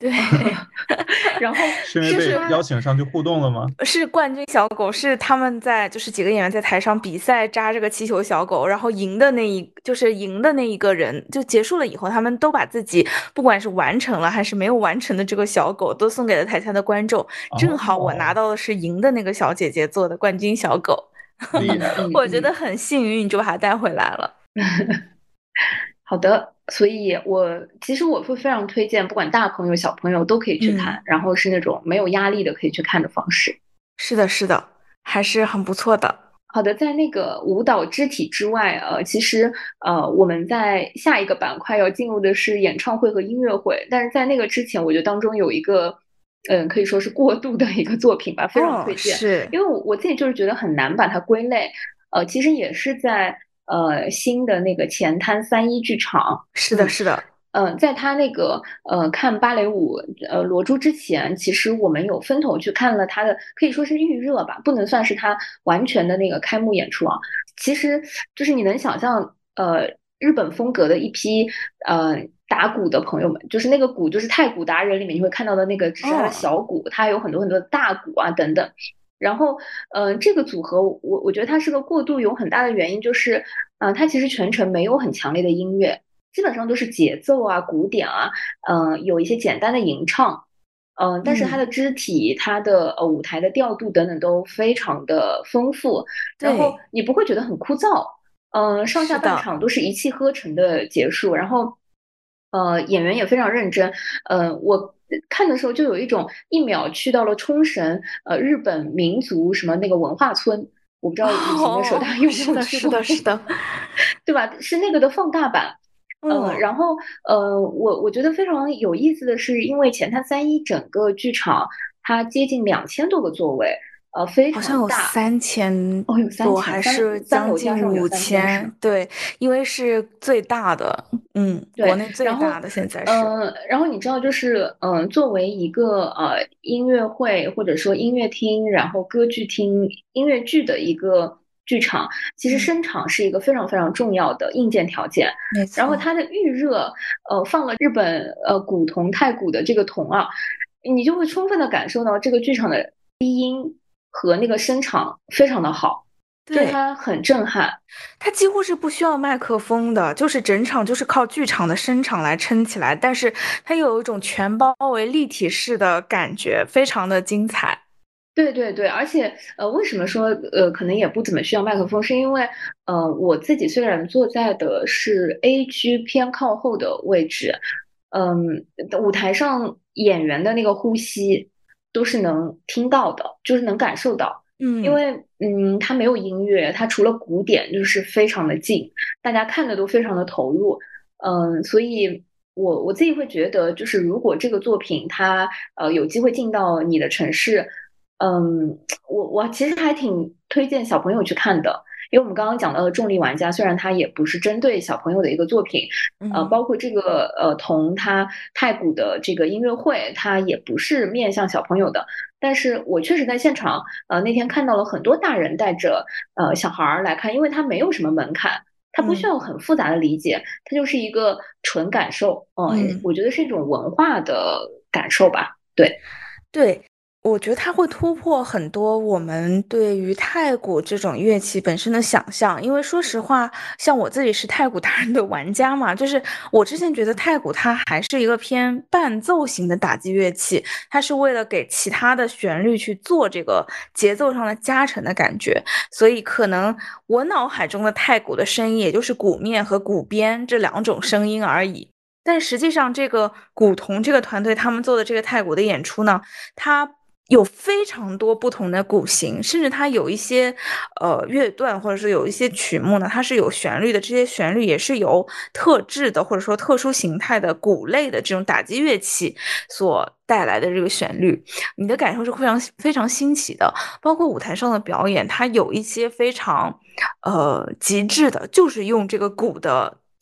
对， 然后是因为被邀请上去互动了吗？ 是冠军小狗，是他们在就是几个演员在台上比赛扎这个气球小狗，然后赢的那一就是赢的那一个人就结束了以后，他们都把自己不管是完成了还是没有完成的这个小狗都送给了台下的观众。正好我拿到的是赢的那个小姐姐做的冠军小狗， 厉害， 我觉得很幸运就把它带回来了。 好的，所以我其实我会非常推荐，不管大朋友小朋友都可以去看， 嗯、 然后是那种没有压力的可以去看的方式。 是的，是的，还是很不错的。 好的，在那个舞蹈肢体之外，呃，其实呃，我们在下一个板块要进入的是演唱会和音乐会，但是在那个之前，我觉得当中有一个，嗯、呃，可以说是过渡的一个作品吧，非常推荐。 哦、是因为我我自己就是觉得很难把它归类，呃，其实也是在呃新的那个前滩三一剧场， 是的，是的。 嗯、呃，在他那个呃看芭蕾舞呃罗珠之前，其实我们有分头去看了他的，可以说是预热吧，不能算是他完全的那个开幕演出啊。其实就是你能想象，呃，日本风格的一批呃打鼓的朋友们，就是那个鼓，就是太鼓达人里面你会看到的那个，只是他的小鼓，它有很多很多的大鼓啊等等。然后，呃，这个组合我我觉得它是个过渡，有很大的原因就是，啊、呃，它其实全程没有很强烈的音乐。基本上都是节奏啊、鼓点啊，嗯、呃，有一些简单的吟唱，嗯、呃，但是它的肢体、它的呃舞台的调度等等都非常的丰富，然后你不会觉得很枯燥，嗯、呃，上下半场都是一气呵成的结束，然后呃演员也非常认真，呃，我看的时候就有一种一秒去到了冲绳，呃，日本民族什么那个文化村。我不知道旅行的时候大家有没有去过？ 是的，是的，是的， 对吧？是那个的放大版。呃，然后呃，我我觉得非常有意思的是，因为前滩三一整个剧场它接近两千多个座位，呃，非常大， 好像有三千哦，有三多， 千， 还是将近五千？对，因为是最大的，嗯，国内最大的现在是。 嗯，然后你知道，就是嗯、呃，作为一个呃音乐会或者说音乐厅，然后歌剧厅、音乐剧的一个剧场，其实声场是一个非常非常重要的硬件条件。 没错。 然后它的预热，呃，放了日本呃古铜太鼓的这个铜啊，你就会充分的感受到这个剧场的低音和那个声场非常的好。 对， 它很震撼， 它几乎是不需要麦克风的，就是整场就是靠剧场的声场来撑起来，但是它又有一种全包围立体式的感觉，非常的精彩。 对对对，而且呃，为什么说呃可能也不怎么需要麦克风，是因为呃我自己虽然坐在的是 A 区偏靠后的位置，嗯，舞台上演员的那个呼吸都是能听到的，就是能感受到。 嗯， 因为嗯，它没有音乐，它除了鼓点就是非常的静，大家看的都非常的投入，嗯，所以我我自己会觉得，就是如果这个作品它呃有机会进到你的城市，嗯，我我其实还挺推荐小朋友去看的，因为我们刚刚讲到的重力玩家，虽然它也不是针对小朋友的一个作品，呃，包括这个呃同它太古的这个音乐会，它也不是面向小朋友的。但是我确实在现场，呃，那天看到了很多大人带着呃小孩儿来看，因为它没有什么门槛，它不需要很复杂的理解，它就是一个纯感受，嗯，我觉得是一种文化的感受吧，对， 对。我觉得它会突破很多我们对于太鼓这种乐器本身的想象，因为说实话，像我自己是太鼓达人的玩家嘛，就是我之前觉得太鼓它还是一个偏伴奏型的打击乐器，它是为了给其他的旋律去做这个节奏上的加成的感觉，所以可能我脑海中的太鼓的声音也就是鼓面和鼓边这两种声音而已。但实际上，这个古铜这个团队他们做的这个太鼓的演出呢，它有非常多不同的鼓型，甚至它有一些呃乐段或者是有一些曲目呢，它是有旋律的，这些旋律也是由特制的或者说特殊形态的鼓类的这种打击乐器所带来的这个旋律，你的感受是非常非常新奇的。包括舞台上的表演，它有一些非常呃极致的，就是用这个鼓的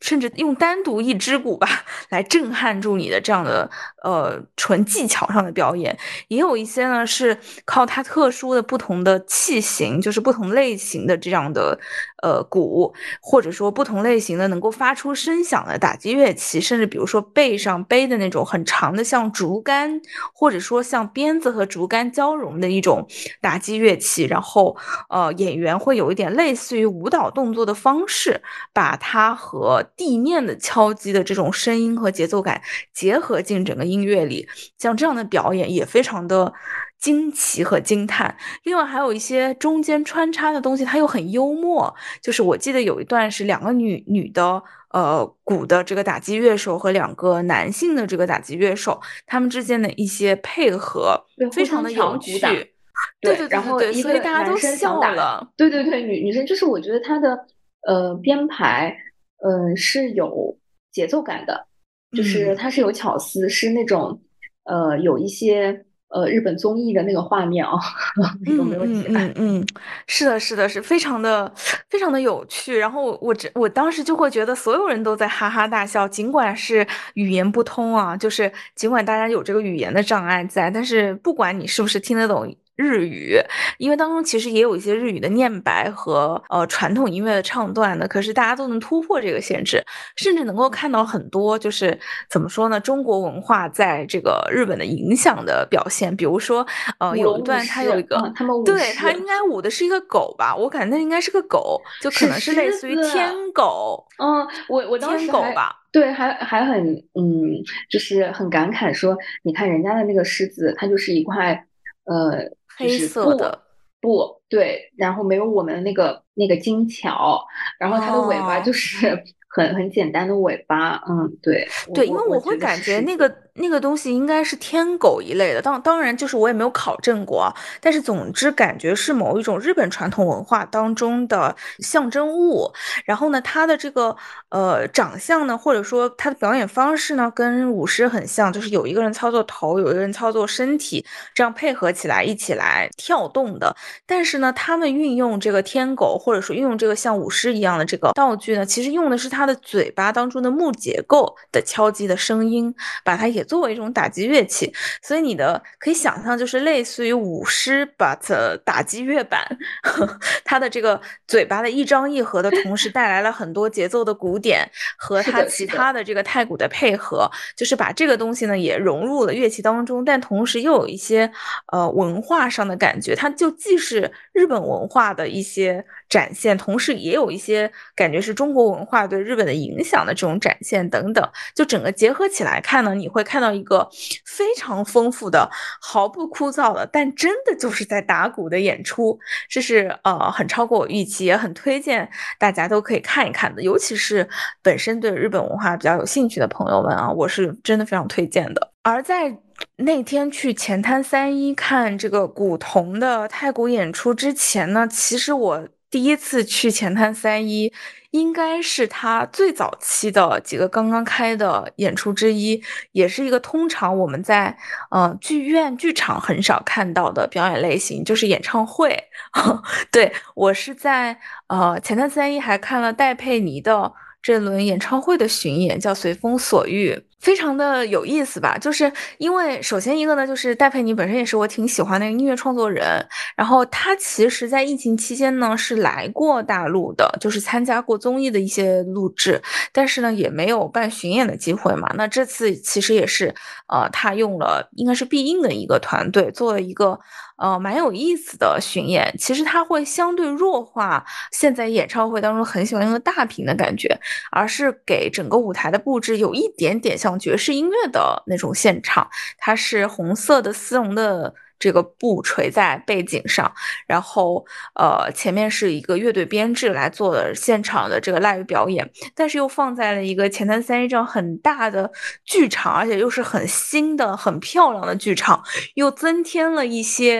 甚至用单独一支鼓吧来震撼住你的这样的呃纯技巧上的表演，也有一些呢是靠它特殊的不同的器型，就是不同类型的这样的呃鼓，或者说不同类型的能够发出声响的打击乐器，甚至比如说背上背的那种很长的像竹竿，或者说像鞭子和竹竿交融的一种打击乐器，然后呃演员会有一点类似于舞蹈动作的方式，把它和地面的敲击的这种声音和节奏感结合进整个音乐里，像这样的表演也非常的惊奇和惊叹。另外还有一些中间穿插的东西，它又很幽默，就是我记得有一段是两个女女的呃鼓的这个打击乐手和两个男性的这个打击乐手，他们之间的一些配合非常的有趣。对对对然后一个所以大家都笑了。 对对对，女女生就是我觉得她的呃编排嗯、呃、是有节奏感的，就是它是有巧思，嗯、是那种呃有一些呃日本综艺的那个画面啊，有没有嗯嗯嗯嗯，是的，是的，是非常的非常的有趣。然后我我我当时就会觉得所有人都在哈哈大笑，尽管是语言不通啊，就是尽管大家有这个语言的障碍在，但是不管你是不是听得懂日语，因为当中其实也有一些日语的念白和呃传统音乐的唱段的，可是大家都能突破这个限制，甚至能够看到很多就是怎么说呢，中国文化在这个日本的影响的表现。比如说呃有一段它有一个、 嗯、他们舞对他应该舞的是一个狗吧，我感觉那应该是个狗，就可能是类似于天狗。 嗯，我我当时天狗吧， 对，还还很嗯，就是很感慨说，你看人家的那个狮子，它就是一块呃。 黑色的布，对，然后没有我们的那个那个精巧，然后它的尾巴就是很、哦、很简单的尾巴，嗯，对对，因为我会感觉那个那个东西应该是天狗一类的，当当然就是我也没有考证过，但是总之感觉是某一种日本传统文化当中的象征物。然后呢，它的这个呃长相呢，或者说它的表演方式呢，跟舞狮很像，就是有一个人操作头，有一个人操作身体，这样配合起来一起来跳动的。但是呢，他们运用这个天狗，或者说运用这个像舞狮一样的这个道具呢，其实用的是它的嘴巴当中的木结构的敲击的声音，把它也作为一种打击乐器。所以你的可以想象，就是类似于舞狮 but 打击乐版，它的这个嘴巴的一张一合的同时，带来了很多节奏的鼓点和它其他的这个太鼓的配合，就是把这个东西呢也融入了乐器当中，但同时又有一些呃文化上的感觉，它就既是日本文化的一些展现，同时也有一些感觉是中国文化对日本的影响的这种展现等等，就整个结合起来看呢，你会看到一个非常丰富的、毫不枯燥的，但真的就是在打鼓的演出，这是呃很超过我预期，也很推荐大家都可以看一看的，尤其是本身对日本文化比较有兴趣的朋友们啊，我是真的非常推荐的。而在那天去前滩三一看这个古潼的太鼓演出之前呢，其实我第一次去前滩三一应该是他最早期的几个刚刚开的演出之一，也是一个通常我们在呃剧院剧场很少看到的表演类型，就是演唱会。对，我是在呃前滩三一还看了戴佩妮的这轮演唱会的巡演，叫随风所欲，非常的有意思吧。就是因为首先一个呢，就是戴佩妮本身也是我挺喜欢的音乐创作人，然后她其实在疫情期间呢是来过大陆的，就是参加过综艺的一些录制，但是呢也没有办巡演的机会嘛。那这次其实也是呃她用了应该是必应的一个团队做了一个呃蛮有意思的巡演，其实它会相对弱化现在演唱会当中很喜欢用的大屏的感觉，而是给整个舞台的布置有一点点像爵士音乐的那种现场，它是红色的丝绒的这个布垂在背景上，然后呃前面是一个乐队编制来做的现场的这个 live 表演，但是又放在了一个前滩三一这样很大的剧场，而且又是很新的很漂亮的剧场，又增添了一些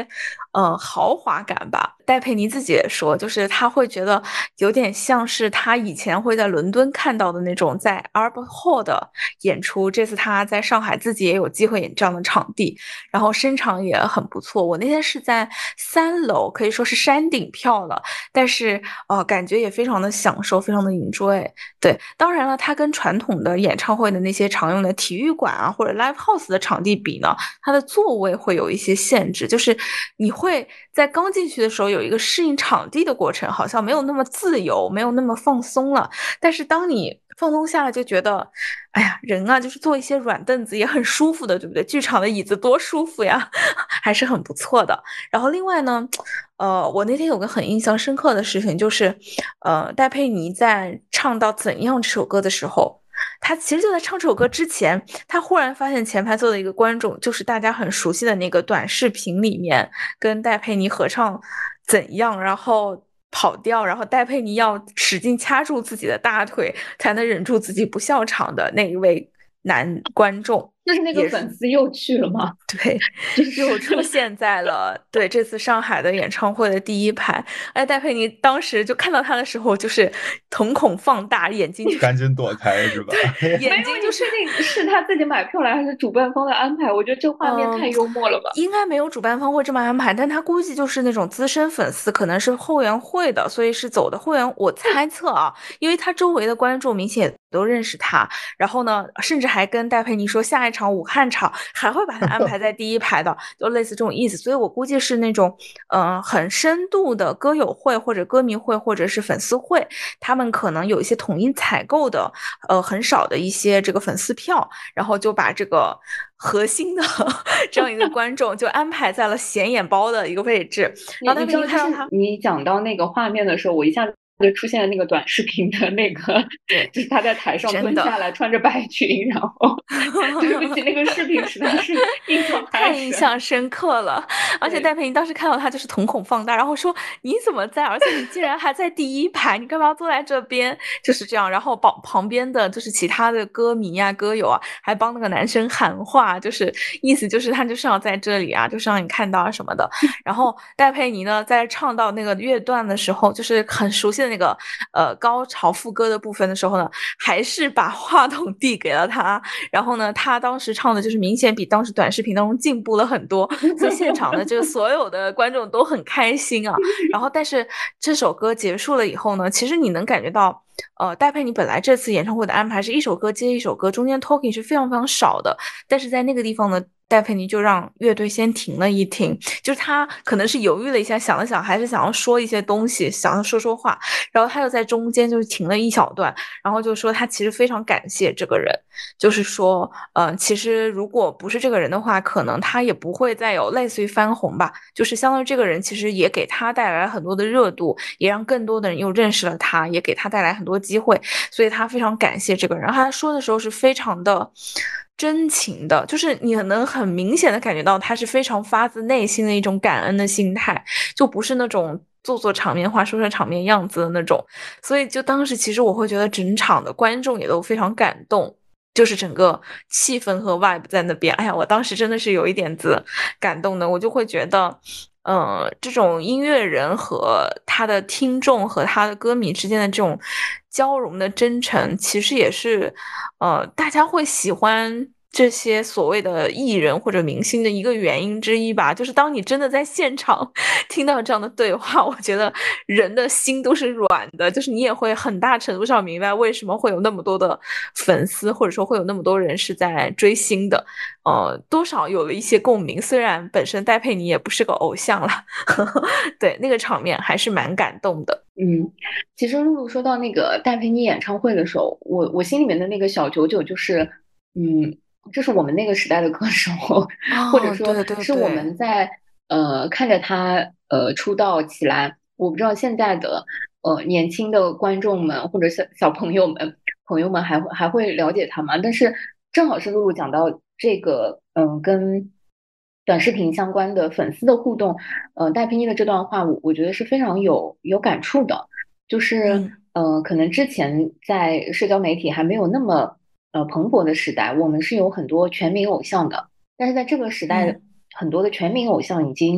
呃豪华感吧。戴佩妮自己也说，就是他会觉得有点像是他以前会在伦敦看到的那种在 Albert Hall 的演出，这次他在上海自己也有机会演这样的场地，然后声场也很不错。我那天是在三楼，可以说是山顶票了，但是呃感觉也非常的享受，非常的 enjoy。对，当然了，它跟传统的演唱会的那些常用的体育馆啊或者 live house 的场地比呢，它的座位会有一些限制，就是你会在刚进去的时候有一个适应场地的过程，好像没有那么自由，没有那么放松了。但是当你放松下来，就觉得，哎呀，人啊，就是坐一些软凳子也很舒服的，对不对？剧场的椅子多舒服呀，还是很不错的。然后另外呢，呃，我那天有个很印象深刻的事情，就是，呃，戴佩妮在唱到《怎样》这首歌的时候，他其实就在唱这首歌之前，他忽然发现前排坐的一个观众，就是大家很熟悉的那个短视频里面跟戴佩妮合唱《怎样》，然后跑调，然后戴佩妮要使劲掐住自己的大腿，才能忍住自己不笑场的那一位男观众。 就是那个粉丝又去了吗？ 对，就是又出现在了对这次上海的演唱会的第一排。哎，戴佩妮当时就看到他的时候，就是瞳孔放大，眼睛就赶紧躲开是吧？ 眼睛就是确定是他自己买票来，还是主办方的安排？我觉得这画面太幽默了吧。 嗯、应该没有主办方会这么安排，但他估计就是那种资深粉丝，可能是后援会的，所以是走的后援。我猜测啊，因为他周围的观众明显也都认识他，然后呢，甚至还跟戴佩妮说下一场武汉场还会把他安排在第一排的，就类似这种意思。所以我估计是那种呃很深度的歌友会或者歌迷会或者是粉丝会，他们可能有一些统一采购的呃很少的一些这个粉丝票，然后就把这个核心的这样一个观众就安排在了显眼包的一个位置。然后你知道，就是你讲到那个画面的时候，我一下子就出现了那个短视频的那个， 对， 就是他在台上蹲下来，穿着白裙，然后对不起，那个视频实在是印象太印象深刻了。而且戴佩妮当时看到他就是瞳孔放大，然后说你怎么在？而且你竟然还在第一排，你干嘛坐在这边？就是这样。然后旁旁边的就是其他的歌迷啊、歌友啊，还帮那个男生喊话，就是意思就是他就是要在这里啊，就是让你看到啊什么的。然后戴佩妮呢，在唱到那个乐段的时候，就是很熟悉的那个呃高潮副歌的部分的时候呢，还是把话筒递给了他。然后呢，他当时唱的就是明显比当时短视频当中进步了很多，所以现场的这个所有的观众都很开心啊。然后，但是这首歌结束了以后呢，其实你能感觉到，呃，戴佩妮本来这次演唱会的安排是一首歌接一首歌，中间 talking 是非常非常少的，但是在那个地方呢，戴佩妮就让乐队先停了一停，就是他可能是犹豫了一下，想了想，还是想要说一些东西，想要说说话，然后他又在中间就是停了一小段，然后就说他其实非常感谢这个人，就是说，呃，其实如果不是这个人的话，可能他也不会再有类似于翻红吧，就是相当于这个人其实也给他带来了很多的热度，也让更多的人又认识了他，也给他带来很多机会，所以他非常感谢这个人。然后他说的时候是非常的真情的，就是你能很明显的感觉到他是非常发自内心的一种感恩的心态，就不是那种做做场面话、说说场面样子的那种。所以就当时其实我会觉得整场的观众也都非常感动，就是整个气氛和 vibe 在那边，哎呀，我当时真的是有一点子感动的，我就会觉得。呃，这种音乐人和他的听众和他的歌迷之间的这种交融的真诚，其实也是，呃，大家会喜欢这些所谓的艺人或者明星的一个原因之一吧。就是当你真的在现场听到这样的对话，我觉得人的心都是软的，就是你也会很大程度上明白为什么会有那么多的粉丝，或者说会有那么多人是在追星的。呃，多少有了一些共鸣，虽然本身戴佩妮也不是个偶像了，对，那个场面还是蛮感动的。 嗯，其实露露说到那个戴佩妮演唱会的时候，我我心里面的那个小九九就是，嗯，这是我们那个时代的歌手， 哦、 或者说对对对是我们在呃看着他呃出道起来，我不知道现在的呃年轻的观众们或者小小朋友们朋友们还会还会了解他吗？但是正好是露露讲到这个，嗯、呃，跟短视频相关的粉丝的互动，呃，戴佩妮的这段话我，我觉得是非常有有感触的。就是， 嗯呃，可能之前在社交媒体还没有那么呃蓬勃的时代，我们是有很多全民偶像的，但是在这个时代， 嗯很多的全民偶像已经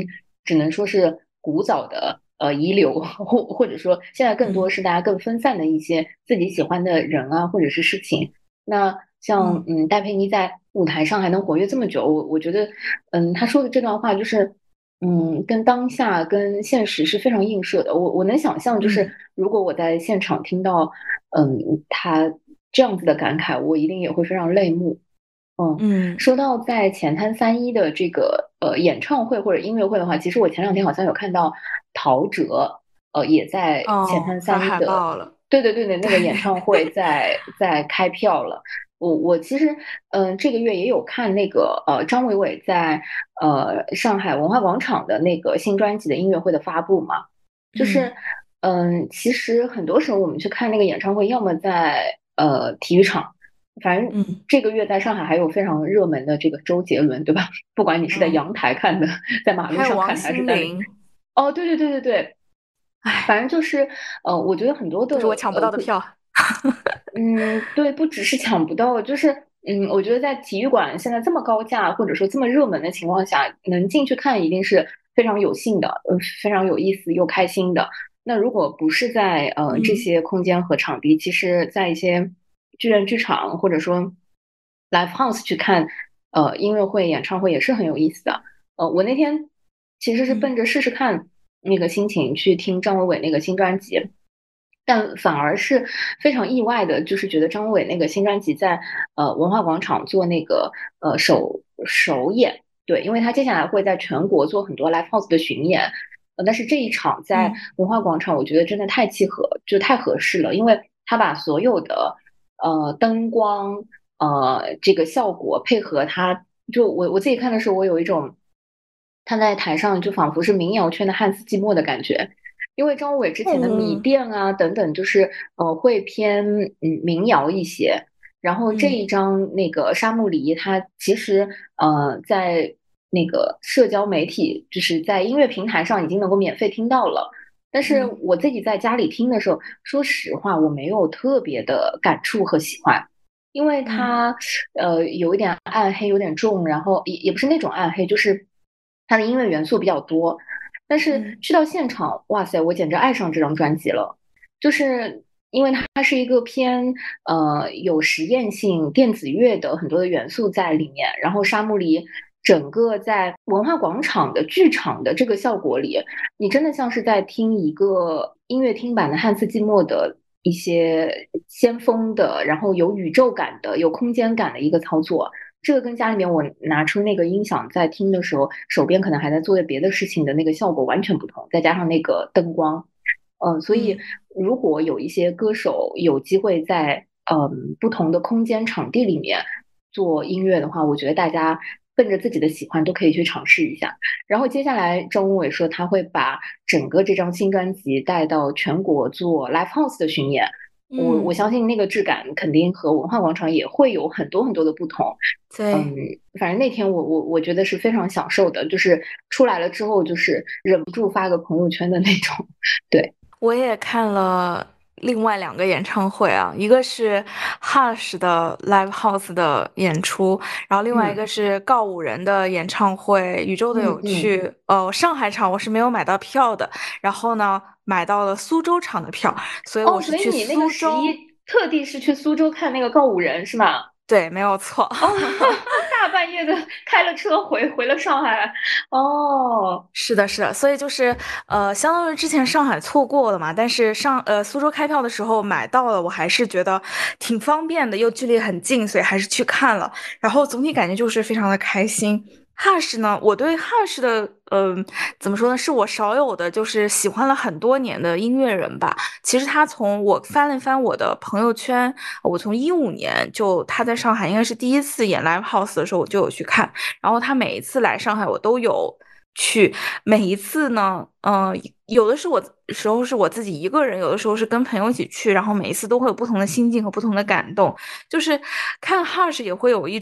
只能说是古早的呃遗留，或或者说现在更多是大家更分散的一些自己喜欢的人啊，或者是事情。那像嗯戴佩妮在舞台上还能活跃这么久，我我觉得嗯她说的这段话就是嗯跟当下跟现实是非常映射的。我我能想象，就是如果我在现场听到嗯她这样子的感慨，我一定也会非常泪目。嗯， 嗯， 说到在前滩三一的这个呃演唱会或者音乐会的话，其实我前两天好像有看到陶喆，呃，也在前哦， 滩发海三一的， 报了。 对对对对，那个演唱会在在开票了。我我其实嗯、呃这个月也有看那个呃张伟伟在呃上海文化广场的那个新专辑的音乐会的发布嘛，就是嗯、其实很多时候我们去看那个演唱会，要么在呃体育场。反正嗯这个月在上海还有非常热门的这个周杰伦，对吧？不管你是在嗯， 阳台看的，在马路还有王上看的，还是在里面。 心凌。 哦，对对对对对，反唉， 正就是，呃，我觉得很多的都是我抢不呃，不， 到的票。 嗯，对，不只是抢不到，就是，嗯，我觉得在体育馆现在这么高价或者说这么热门的情况下，能进去看一定是非常有幸的，呃，非常有意思又开心的。那如果不是在呃这嗯些空间和场地，其实在一些剧院剧场或者说 live house 去看呃音乐会、演唱会也是很有意思的。呃，我那天其实是嗯奔着试试看那个心情去听张伟伟那个新专辑，但反而是非常意外的，就是觉得张伟伟那个新专辑在呃文化广场做那个呃首首演，对，因为他接下来会在全国做很多 live house 的巡演，呃，但是这一场在嗯文化广场，我觉得真的太契合，就太合适了，因为他把所有的呃灯光呃这个效果配合他，就我我自己看的时候，我有一种他在台上就仿佛是民谣圈的汉斯季默的感觉。因为张伟伟之前的米嗯店啊等等，就是呃会偏嗯民谣一些，然后这一嗯张那个沙木里，它其实呃在那个社交媒体，就是在音乐平台上已经能够免费听到了。但是嗯我自己在家里听的时候，说实话，我没有特别的感触和喜欢，因为嗯它呃有一点暗黑，有点重，然后也也不是那种暗黑，就是它的音乐元素比较多。但是嗯去到现场，哇塞，我简直爱上这张专辑了，就是因为它是一个偏呃有实验性电子乐的很多的元素在里面，然后沙木里整个在文化广场的剧场的这个效果里，你真的像是在听一个音乐厅版的汉斯季默的一些先锋的，然后有宇宙感的、有空间感的一个操作。这个跟家里面我拿出那个音响在听的时候，手边可能还在做别的事情的那个效果完全不同，再加上那个灯光，嗯、呃所以嗯如果有一些歌手有机会在嗯、呃不同的空间场地里面做音乐的话，我觉得大家奔着自己的喜欢都可以去尝试一下。然后接下来张武伟说他会把整个这张新专辑带到全国做 live house 的巡演。我我嗯， 相信那个质感肯定和文化广场也会有很多很多的不同。嗯， 对。 反正那天我我我觉得是非常享受的，就是出来了之后就是忍不住发个朋友圈的那种。对， 我也看了另外两个演唱会啊，一个是 Hush 的 Live House 的演出，然后另外一嗯个是告五人的演唱会，宇宙的有嗯嗯， 趣。呃，上海场我是没有买到票的，然后呢买到了苏州场的票，所以我哦， 是去所以你那个苏州。 十一特地是去苏州看那个告五人是吗？ 对，没有错。 哦，大半夜的开了车回回了上海。哦， 是的，是的，所以就是呃，相当于之前上海错过了嘛，但是上呃苏州开票的时候买到了，我还是觉得挺方便的，又距离很近，所以还是去看了。然后总体感觉就是非常的开心。Hush 呢，我对 Hush 的嗯、呃怎么说呢，是我少有的就是喜欢了很多年的音乐人吧。其实他从我翻了翻我的朋友圈，我从一五年就他在上海应该是第一次演 Live House 的时候，我就有去看。然后他每一次来上海，我都有去。每一次呢，嗯、有的是我时候是我自己一个人，有的时候是跟朋友一起去，然后每一次都会有不同的心境和不同的感动。就是看 Hush 也会有一种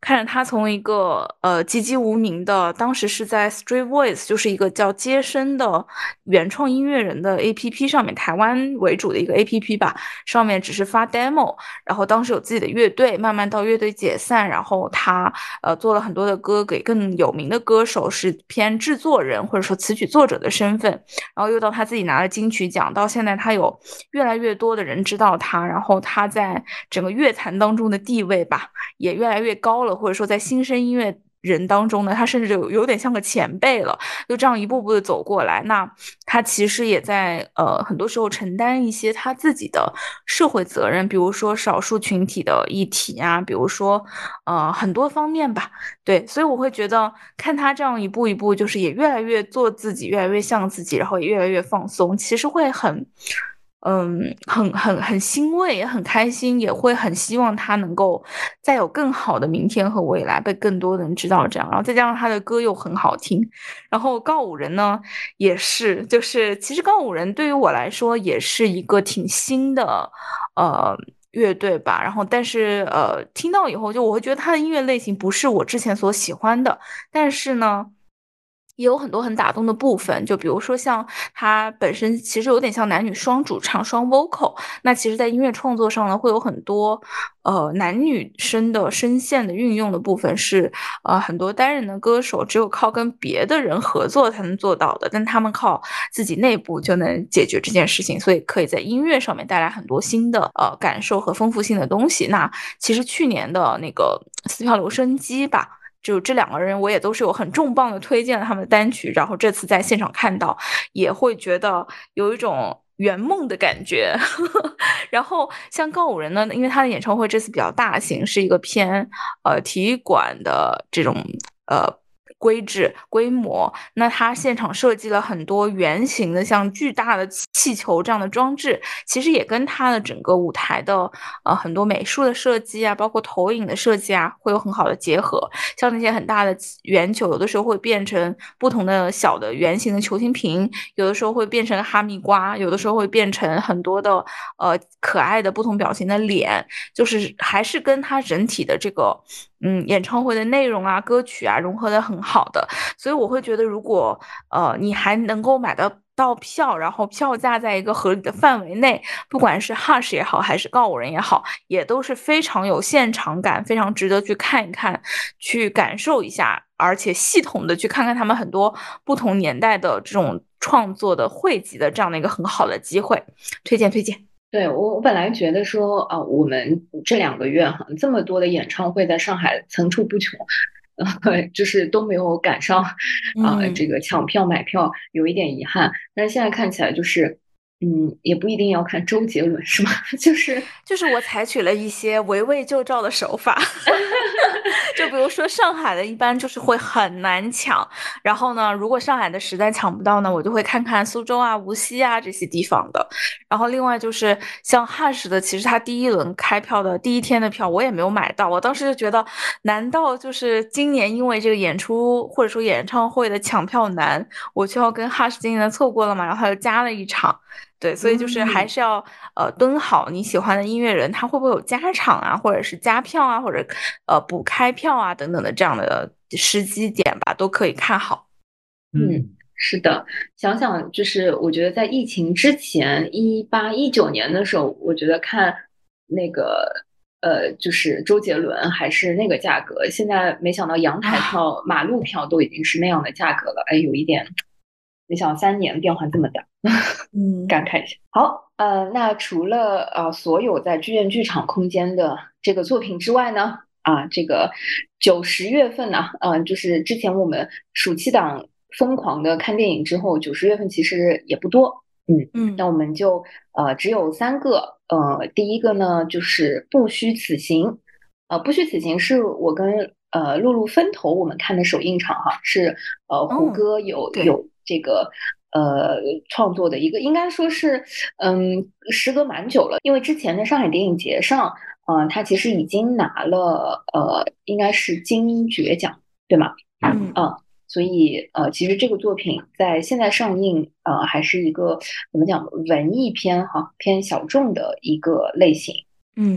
看着他从一个呃籍籍无名的，当时是在 Street Voice， 就是一个叫接生的原创音乐人的 A P P 上面，台湾为主的一个 A P P 吧，上面只是发 demo， 然后当时有自己的乐队，慢慢到乐队解散，然后他呃做了很多的歌给更有名的歌手，是偏制作人或者说词曲作者的身份，然后又到他自己拿了金曲奖，到现在他有越来越多的人知道他，然后他在整个乐坛当中的地位吧也越来越高了，或者说在新生音乐人当中呢，他甚至有有点像个前辈了，就这样一步步的走过来。那他其实也在呃很多时候承担一些他自己的社会责任，比如说少数群体的议题啊，比如说呃很多方面吧。对，所以我会觉得看他这样一步一步，就是也越来越做自己，越来越像自己，然后也越来越放松，其实会很。嗯，很很很欣慰，也很开心，也会很希望他能够再有更好的明天和未来，被更多的人知道。这样，然后再加上他的歌又很好听，然后告五人呢也是，就是其实告五人对于我来说也是一个挺新的呃乐队吧。然后，但是呃听到以后，就我会觉得他的音乐类型不是我之前所喜欢的，但是呢。也有很多很打动的部分，就比如说像它本身其实有点像男女双主唱双 vocal，那其实在音乐创作上呢，会有很多呃男女生的声线的运用的部分是呃很多单人的歌手只有靠跟别的人合作才能做到的，但他们靠自己内部就能解决这件事情，所以可以在音乐上面带来很多新的呃感受和丰富性的东西。那其实去年的那个撕票留声机吧。就这两个人，我也都是有很重磅的推荐了他们的单曲，然后这次在现场看到，也会觉得有一种圆梦的感觉。然后像告五人呢，因为他的演唱会这次比较大型，是一个偏呃体育馆的这种呃。规制规模，那他现场设计了很多圆形的像巨大的气球这样的装置，其实也跟他的整个舞台的呃很多美术的设计啊，包括投影的设计啊，会有很好的结合。像那些很大的圆球，有的时候会变成不同的小的圆形的球形瓶，有的时候会变成哈密瓜，有的时候会变成很多的呃可爱的不同表情的脸，就是还是跟他整体的这个嗯演唱会的内容啊、歌曲啊融合的很好的，所以我会觉得，如果呃你还能够买到到票，然后票价在一个合理的范围内，不管是 Hush 也好，还是告五人也好，也都是非常有现场感，非常值得去看一看，去感受一下，而且系统的去看看他们很多不同年代的这种创作的汇集的这样的一个很好的机会，推荐推荐。 对，我我本来觉得说啊、呃，我们这两个月哈，这么多的演唱会在上海层出不穷，呃，就是都没有赶上啊、呃，这个抢票买票有一点遗憾。但是现在看起来就是，嗯，也不一定要看周杰伦是吗？就是就是我采取了一些围魏救赵的手法，就比如说上海的一般就是会很难抢，然后呢，如果上海的实在抢不到呢，我就会看看苏州啊、无锡啊这些地方的。然后另外就是像汉室的，其实他第一轮开票的第一天的票我也没有买到，我当时就觉得，难道就是今年因为这个演出或者说演唱会的抢票难，我就要跟哈士今年的错过了嘛？然后他又加了一场。对，所以就是还是要、嗯、呃蹲好你喜欢的音乐人，他会不会有加场啊，或者是加票啊，或者呃补开票啊等等的这样的时机点吧，都可以看好。 嗯，是的，想想就是我觉得在疫情之前，一八一九年的时候，我觉得看那个呃，就是周杰伦还是那个价格，现在没想到阳台票、啊、马路票都已经是那样的价格了，哎，有一点。没想到三年变化这么大， 嗯， 感慨一下。好，呃，那除了呃所有在剧院剧场空间的这个作品之外呢，啊，这个九十月份呢，嗯、呃，就是之前我们暑期档疯狂的看电影之后，九十月份其实也不多，嗯嗯，那我们就呃只有三个，呃，第一个呢就是不虚此行，呃，不虚此行是我跟呃露露分头我们看的首映场哈，是呃胡歌有、哦、有这个呃创作的一个，应该说是嗯时隔蛮久了，因为之前的上海电影节上，呃他其实已经拿了呃应该是金爵奖对吗？嗯啊。所以，呃，其实这个作品在现在上映，呃，还是一个怎么讲文艺片哈，偏小众的一个类型。 嗯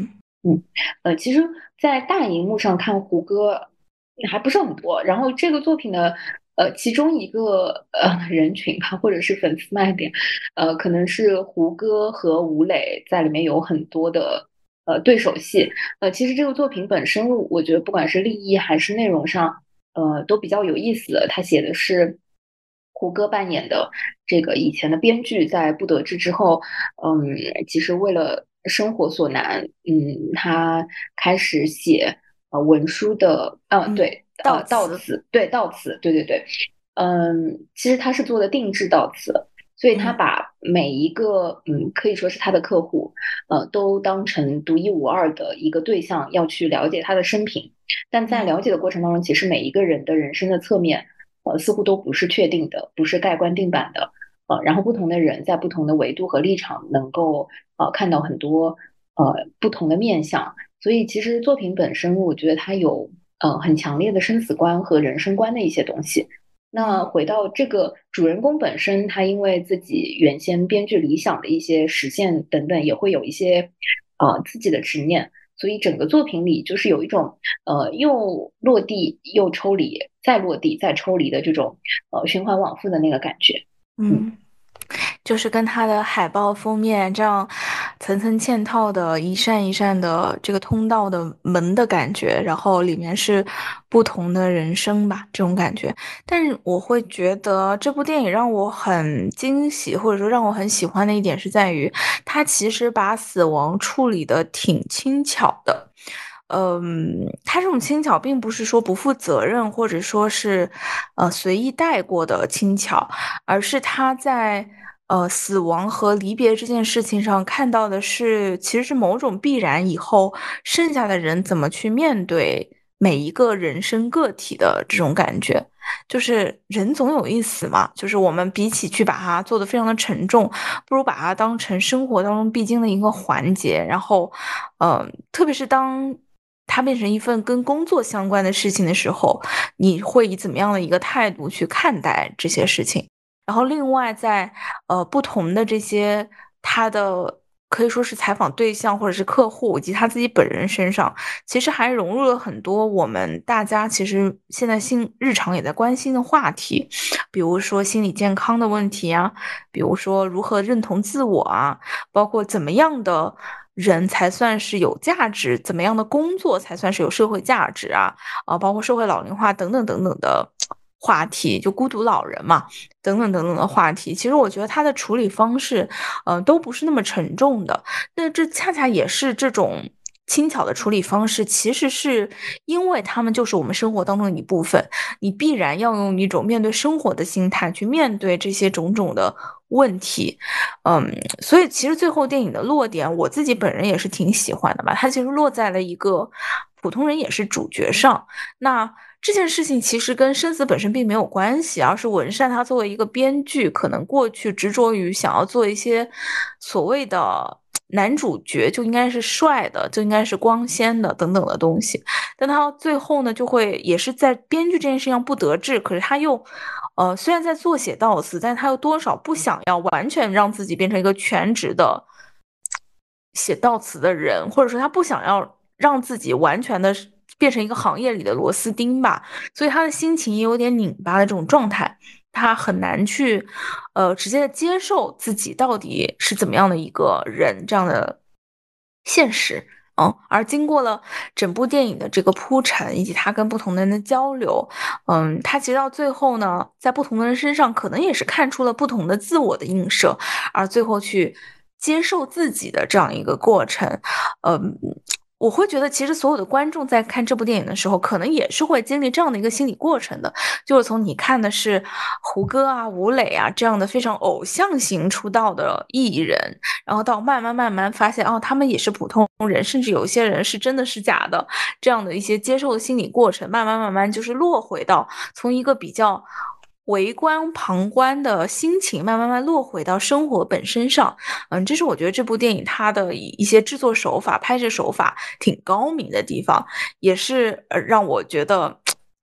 嗯，呃，其实，在大荧幕上看胡歌还不是很多。然后这个作品的，呃，其中一个呃人群吧，或者是粉丝卖点，呃，可能是胡歌和吴磊在里面有很多的呃对手戏。呃，其实这个作品本身，我觉得不管是立意还是内容上，呃，都比较有意思。他写的是胡歌扮演的这个以前的编剧，在不得志之后，嗯，其实为了生活所难，嗯，他开始写呃文书的，呃， 嗯， 对，呃，悼悼词。 词，对，悼词，对对对，嗯，其实他是做的定制悼词，所以他嗯把每一个，嗯，可以说是他的客户，呃，都当成独一无二的一个对象，要去了解他的生平。但在嗯了解的过程当中，其实每一个人的人生的侧面，呃，似乎都不是确定的，不是盖棺定版的。呃，然后不同的人在不同的维度和立场，能够呃看到很多呃不同的面相。所以其实作品本身，我觉得它有呃很强烈的生死观和人生观的一些东西。那嗯回到这个主人公本身，他因为自己原先编剧理想的一些实现等等，也会有一些呃自己的执念。所以整个作品里就是有一种呃又落地又抽离，再落地再抽离的这种呃循环往复的那个感觉。嗯。 嗯。就是跟它的海报封面这样层层嵌套的一扇一扇的这个通道的门的感觉，然后里面是不同的人生吧，这种感觉。但是我会觉得这部电影让我很惊喜，或者说让我很喜欢的一点是在于，它其实把死亡处理的挺轻巧的。嗯，他这种轻巧并不是说不负责任，或者说是，呃，随意带过的轻巧，而是他在呃死亡和离别这件事情上看到的是，其实是某种必然以后剩下的人怎么去面对每一个人生个体的这种感觉。就是人总有一死嘛，就是我们比起去把它做得非常的沉重，不如把它当成生活当中必经的一个环节。然后，嗯、特别是当它变成一份跟工作相关的事情的时候，你会以怎么样的一个态度去看待这些事情？然后另外在呃不同的这些他的可以说是采访对象或者是客户以及他自己本人身上，其实还融入了很多我们大家其实现在心日常也在关心的话题，比如说心理健康的问题啊，比如说如何认同自我啊，包括怎么样的人才算是有价值，怎么样的工作才算是有社会价值啊，啊，包括社会老龄化等等等等的话题，就孤独老人嘛，等等等等的话题。其实我觉得他的处理方式，呃，都不是那么沉重的。那这恰恰也是这种轻巧的处理方式，其实是因为他们就是我们生活当中的一部分，你必然要用一种面对生活的心态去面对这些种种的问题。嗯，所以其实最后电影的落点，我自己本人也是挺喜欢的吧。它其实落在了一个普通人也是主角上。那这件事情其实跟生死本身并没有关系，而是文善他作为一个编剧，可能过去执着于想要做一些所谓的男主角就应该是帅的，就应该是光鲜的等等的东西，但他最后呢，就会也是在编剧这件事情上不得志，可是他又。呃，虽然在做写悼词，但他又多少不想要完全让自己变成一个全职的写悼词的人，或者说他不想要让自己完全的变成一个行业里的螺丝钉吧，所以他的心情也有点拧巴的这种状态，他很难去，呃，直接的接受自己到底是怎么样的一个人这样的现实。嗯，而经过了整部电影的这个铺陈，以及他跟不同的人的交流，嗯，他其实到最后呢，在不同的人身上，可能也是看出了不同的自我的映射，而最后去接受自己的这样一个过程。嗯，我会觉得，其实所有的观众在看这部电影的时候，可能也是会经历这样的一个心理过程的，就是从你看的是胡歌啊、吴磊啊这样的非常偶像型出道的艺人，然后到慢慢慢慢发现，哦，他们也是普通人，甚至有些人是真的是假的，这样的一些接受的心理过程，慢慢慢慢就是落回到从一个比较围观旁观的心情，慢慢慢落回到生活本身上。嗯，这是我觉得这部电影它的一些制作手法、拍摄手法挺高明的地方，也是呃让我觉得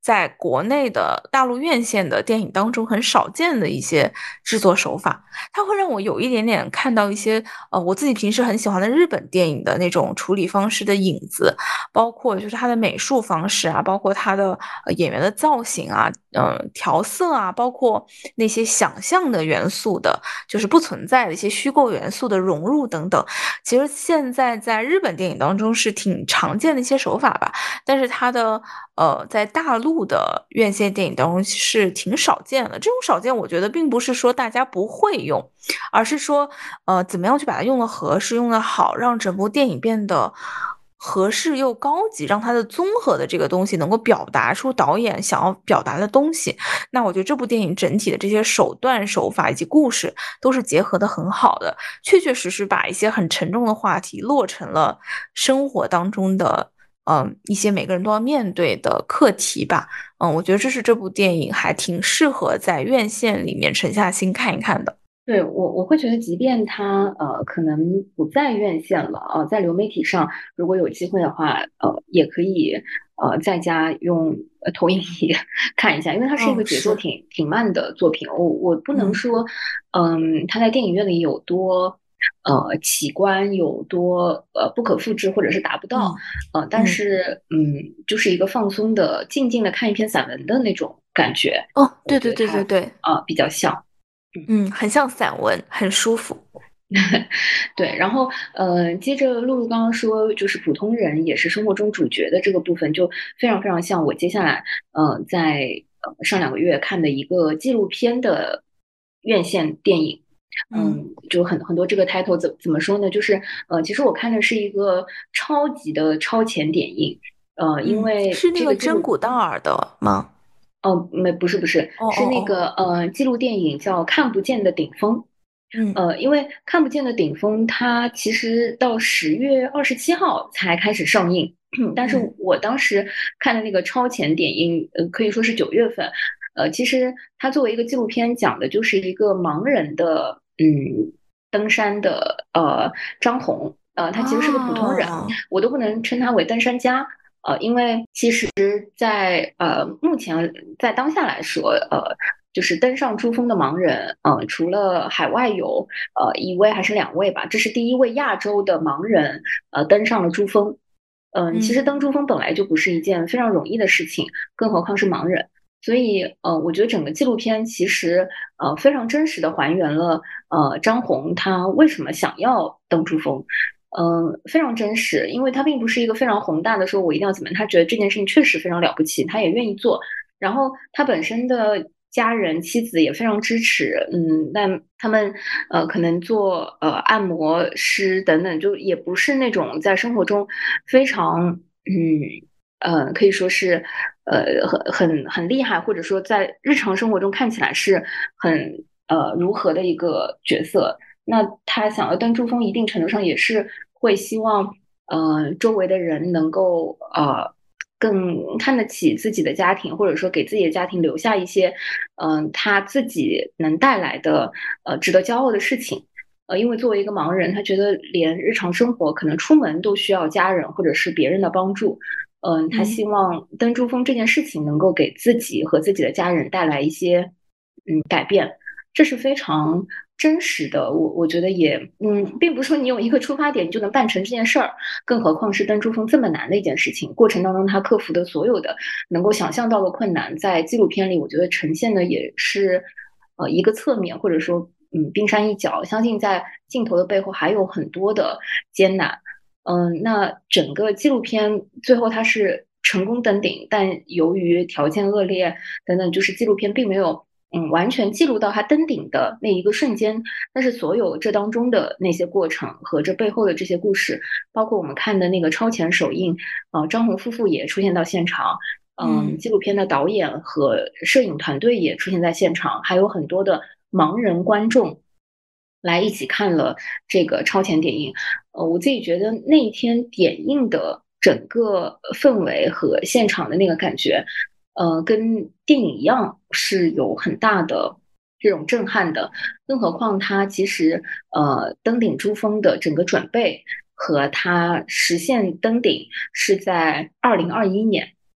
在国内的大陆院线的电影当中很少见的一些制作手法，它会让我有一点点看到一些呃我自己平时很喜欢的日本电影的那种处理方式的影子，包括就是它的美术方式啊，包括它的、呃、演员的造型啊，嗯、呃，调色啊，包括那些想象的元素的，就是不存在的一些虚构元素的融入等等。其实现在在日本电影当中是挺常见的一些手法吧，但是它的呃在大陆的院线电影当中是挺少见的。这种少见，我觉得并不是说大家不会用，而是说呃怎么样去把它用的合适，用的好，让整部电影变得合适又高级，让它的综合的这个东西能够表达出导演想要表达的东西。那我觉得这部电影整体的这些手段手法以及故事都是结合的很好的，确确实实把一些很沉重的话题落成了生活当中的嗯一些每个人都要面对的课题吧。嗯，我觉得这是这部电影还挺适合在院线里面沉下心看一看的。 对，我我会觉得，即便它呃可能不在院线了啊、呃，在流媒体上，如果有机会的话，呃，也可以呃在家用呃投影仪看一下，因为它是一个嗯， 节奏是， 挺挺慢的作品。我我不能嗯说，嗯，它在电影院里有多呃奇观，有多呃不可复制，或者是达不到， 嗯呃，但嗯， 是嗯，就是一个放松的、静静的看一篇散文的那种感觉， 哦， 我对对觉得它对对对， 啊、呃比较像。 嗯，很像散文，很舒服。 对，然后呃，接着露露刚刚说，就是普通人也是生活中主角的这个部分，就非常非常像我接下来呃在呃上两个月看的一个纪录片的院线电影。 嗯嗯，就很很多这个 title 怎怎么说呢？就是呃，其实我看的是一个超级的超前点映，呃，因嗯， 为是那个这个纪录真古道尔的吗？ 哦，没不是不是， 哦是那哦哦， 个呃纪录电影叫《看不见的顶峰》。 嗯呃，因为看不见的顶峰，它其实到十月二十七号才开始上映，但是嗯我当时看的那个超前点映，呃，可以说是九月份。呃，其实它作为一个纪录片，讲的就是一个盲人的，嗯，登山的，呃，张红，呃，他其实是个普通人， 啊， 我都不能称他为登山家。呃，因为其实在，呃目前在当下来说，呃，就是登上珠峰的盲人，呃，除了海外有呃一位还是两位吧，这是第一位亚洲的盲人，呃，登上了珠峰。嗯，其实嗯登珠峰本来就不是一件非常容易的事情，更何况是盲人。所以，呃，我觉得整个纪录片其实呃非常真实的还原了呃张红他为什么想要登珠峰。嗯，非常真实，因为他并不是一个非常宏大的说我一定要怎么样，他觉得这件事情确实非常了不起，他也愿意做。然后他本身的家人、妻子也非常支持，嗯，那他们呃可能做呃按摩师等等，就也不是那种在生活中非常嗯呃可以说是呃很很很厉害，或者说在日常生活中看起来是很呃如何的一个角色。那他想要登珠峰，一定程度上也是会希望，呃，周围的人能够呃更看得起自己的家庭，或者说给自己的家庭留下一些，嗯、呃，他自己能带来的呃值得骄傲的事情。呃，因为作为一个盲人，他觉得连日常生活可能出门都需要家人或者是别人的帮助。嗯、呃，他嗯。 希望登珠峰这件事情能够给自己和自己的家人带来一些嗯改变。这是非常真实的。我我觉得也，嗯，并不是说你有一个出发点你就能办成这件事儿，更何况是登珠峰这么难的一件事情。过程当中他克服的所有的能够想象到的困难，在纪录片里，我觉得呈现的也是，呃，一个侧面，或者说，嗯，冰山一角。相信在镜头的背后还有很多的艰难。嗯，那整个纪录片最后它是成功登顶，但由于条件恶劣等等，就是纪录片并没有嗯完全记录到他登顶的那一个瞬间。但是所有这当中的那些过程和这背后的这些故事，包括我们看的那个超前首映，呃，张红夫妇也出现到现场。嗯， 嗯纪录片的导演和摄影团队也出现在现场，还有很多的盲人观众来一起看了这个超前点映。呃，我自己觉得那一天点映的整个氛围和现场的那个感觉，呃，跟电影一样是有很大的这种震撼的。更何况它其实呃登顶珠峰的整个准备和它实现登顶是在二零二一年。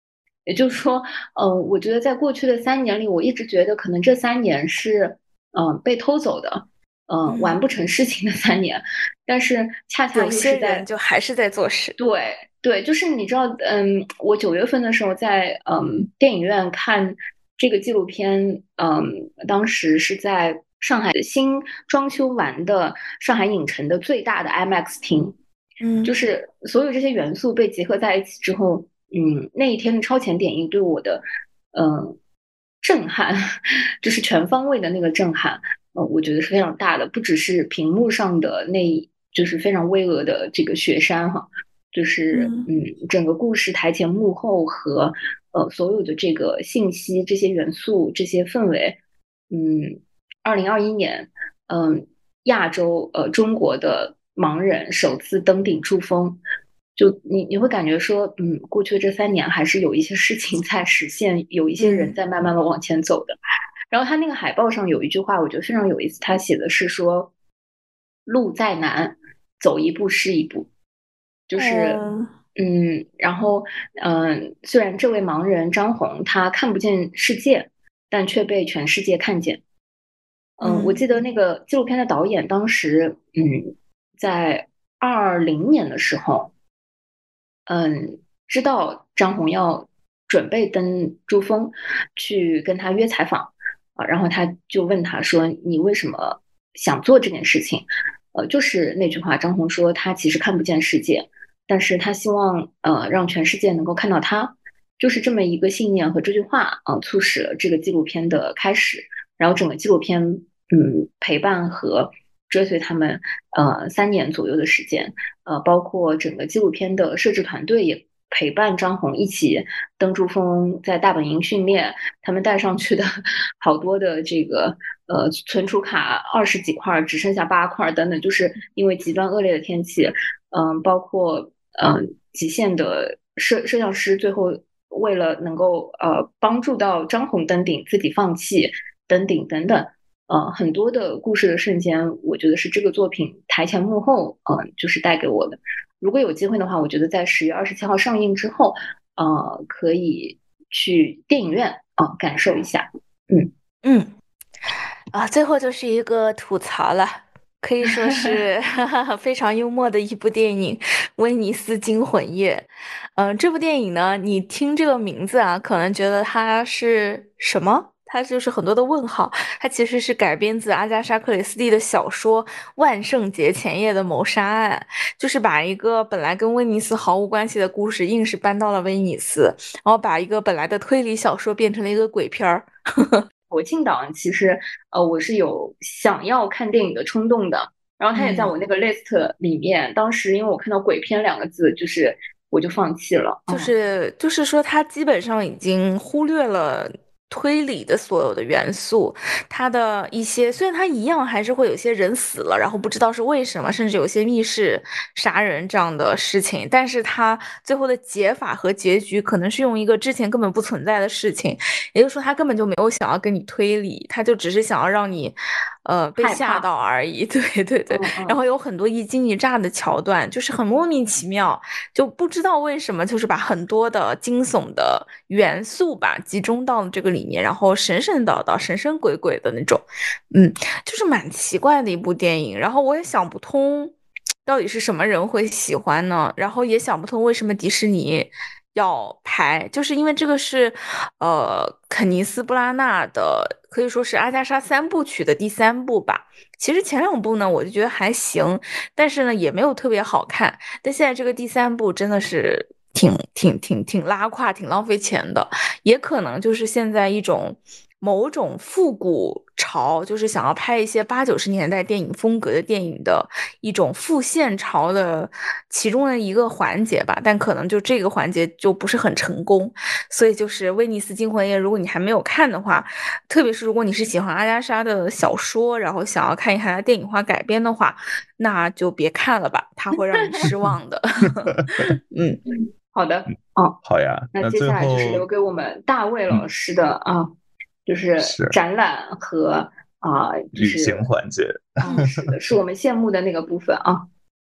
也就是说，嗯、呃，我觉得在过去的三年里，我一直觉得可能这三年是嗯、呃、被偷走的，嗯、呃，完不成事情的三年，但是恰恰有些又是在人就还是在做事。 对对，就是你知道，嗯，我九月份的时候在嗯电影院看这个纪录片，嗯，当时是在上海新装修完的上海影城的最大的 IMAX 厅， 嗯就是所有这些元素被结合在一起之后，嗯，那一天的超前点映对我的，嗯，震撼，就是全方位的那个震撼，呃，我觉得是非常大的，不只是屏幕上的那，就是非常巍峨的这个雪山哈。就是嗯嗯，整个故事台前幕后和呃所有的这个信息、这些元素、这些氛围，嗯，二零二一年，嗯，亚洲呃中国的盲人首次登顶珠峰，就你你会感觉说，嗯，过去这三年还是有一些事情在实现，有一些人嗯在慢慢的往前走的。然后他那个海报上有一句话，我觉得非常有意思，他写的是说，路再难，走一步是一步。就是嗯嗯，然后嗯，虽然这位盲人张红他看不见世界，但却被全世界看见。嗯，我嗯记得那个纪录片的导演当时嗯，在二零年的时候，嗯，知道张红要准备登珠峰，去跟他约采访啊，然后他就问他说：“你为什么想做这件事情？”呃，就是那句话，张红说他其实看不见世界，但是他希望呃让全世界能够看到他，就是这么一个信念和这句话啊，呃促使了这个纪录片的开始，然后整个纪录片嗯陪伴和追随他们呃三年左右的时间。呃，包括整个纪录片的摄制团队也陪伴张红一起登珠峰，在大本营训练。他们带上去的好多的这个呃存储卡二十几块，只剩下八块等等，就是因为极端恶劣的天气，嗯、包括嗯、呃极限的摄摄像师最后为了能够呃帮助到张红登顶，自己放弃登顶等等。呃，很多的故事的瞬间，我觉得是这个作品台前幕后，呃，就是带给我的。如果有机会的话，我觉得在十月二十七号上映之后，呃，可以去电影院啊、呃感受一下。嗯， 嗯。啊，最后就是一个吐槽了，可以说是非常幽默的一部电影《威尼斯惊魂夜》。嗯、这部电影呢，你听这个名字啊，可能觉得它是什么？它就是很多的问号。它其实是改编自阿加莎·克里斯蒂的小说《万圣节前夜的谋杀案》，就是把一个本来跟威尼斯毫无关系的故事，硬是搬到了威尼斯，然后把一个本来的推理小说变成了一个鬼片儿。 国庆档其实呃我是有想要看电影的冲动的，然后它也在嗯。 我那个 list 里面。当时因为我看到鬼片两个字，就是我就放弃了。 就嗯， 是就是说，他基本上已经忽略了推理的所有的元素，他的一些虽然他一样还是会有些人死了，然后不知道是为什么，甚至有些密室杀人这样的事情，但是他最后的解法和结局可能是用一个之前根本不存在的事情，也就是说，他根本就没有想要跟你推理，他就只是想要让你。呃，被害怕。 吓到而已，对对对， 嗯嗯然后有很多一惊一乍的桥段，就是很莫名其妙，就不知道为什么，就是把很多的惊悚的元素吧集中到了这个里面，然后神神叨叨、神神鬼鬼的那种，嗯，就是蛮奇怪的一部电影。然后我也想不通，到底是什么人会喜欢呢？然后也想不通为什么迪士尼要拍，就是因为这个是，呃，肯尼斯·布拉纳的，可以说是阿加莎三部曲的第三部吧。其实前两部呢，我就觉得还行，但是呢，也没有特别好看。但现在这个第三部真的是挺挺挺挺拉胯、挺浪费钱的，也可能就是现在一种某种复古潮，就是想要拍一些八九十年代电影风格的电影的一种复现潮的其中的一个环节吧。但可能就这个环节就不是很成功，所以就是《威尼斯惊魂夜》，如果你还没有看的话，特别是如果你是喜欢阿加莎的小说，然后想要看一看它电影化改编的话，那就别看了吧，它会让你失望的。嗯好的。哦， 好呀， 那那最接下来就是后， 留给我们大卫老嗯， 师的啊，就是是展览和啊，就旅行是环节。 啊，是的，是我们羡慕的那个部分啊。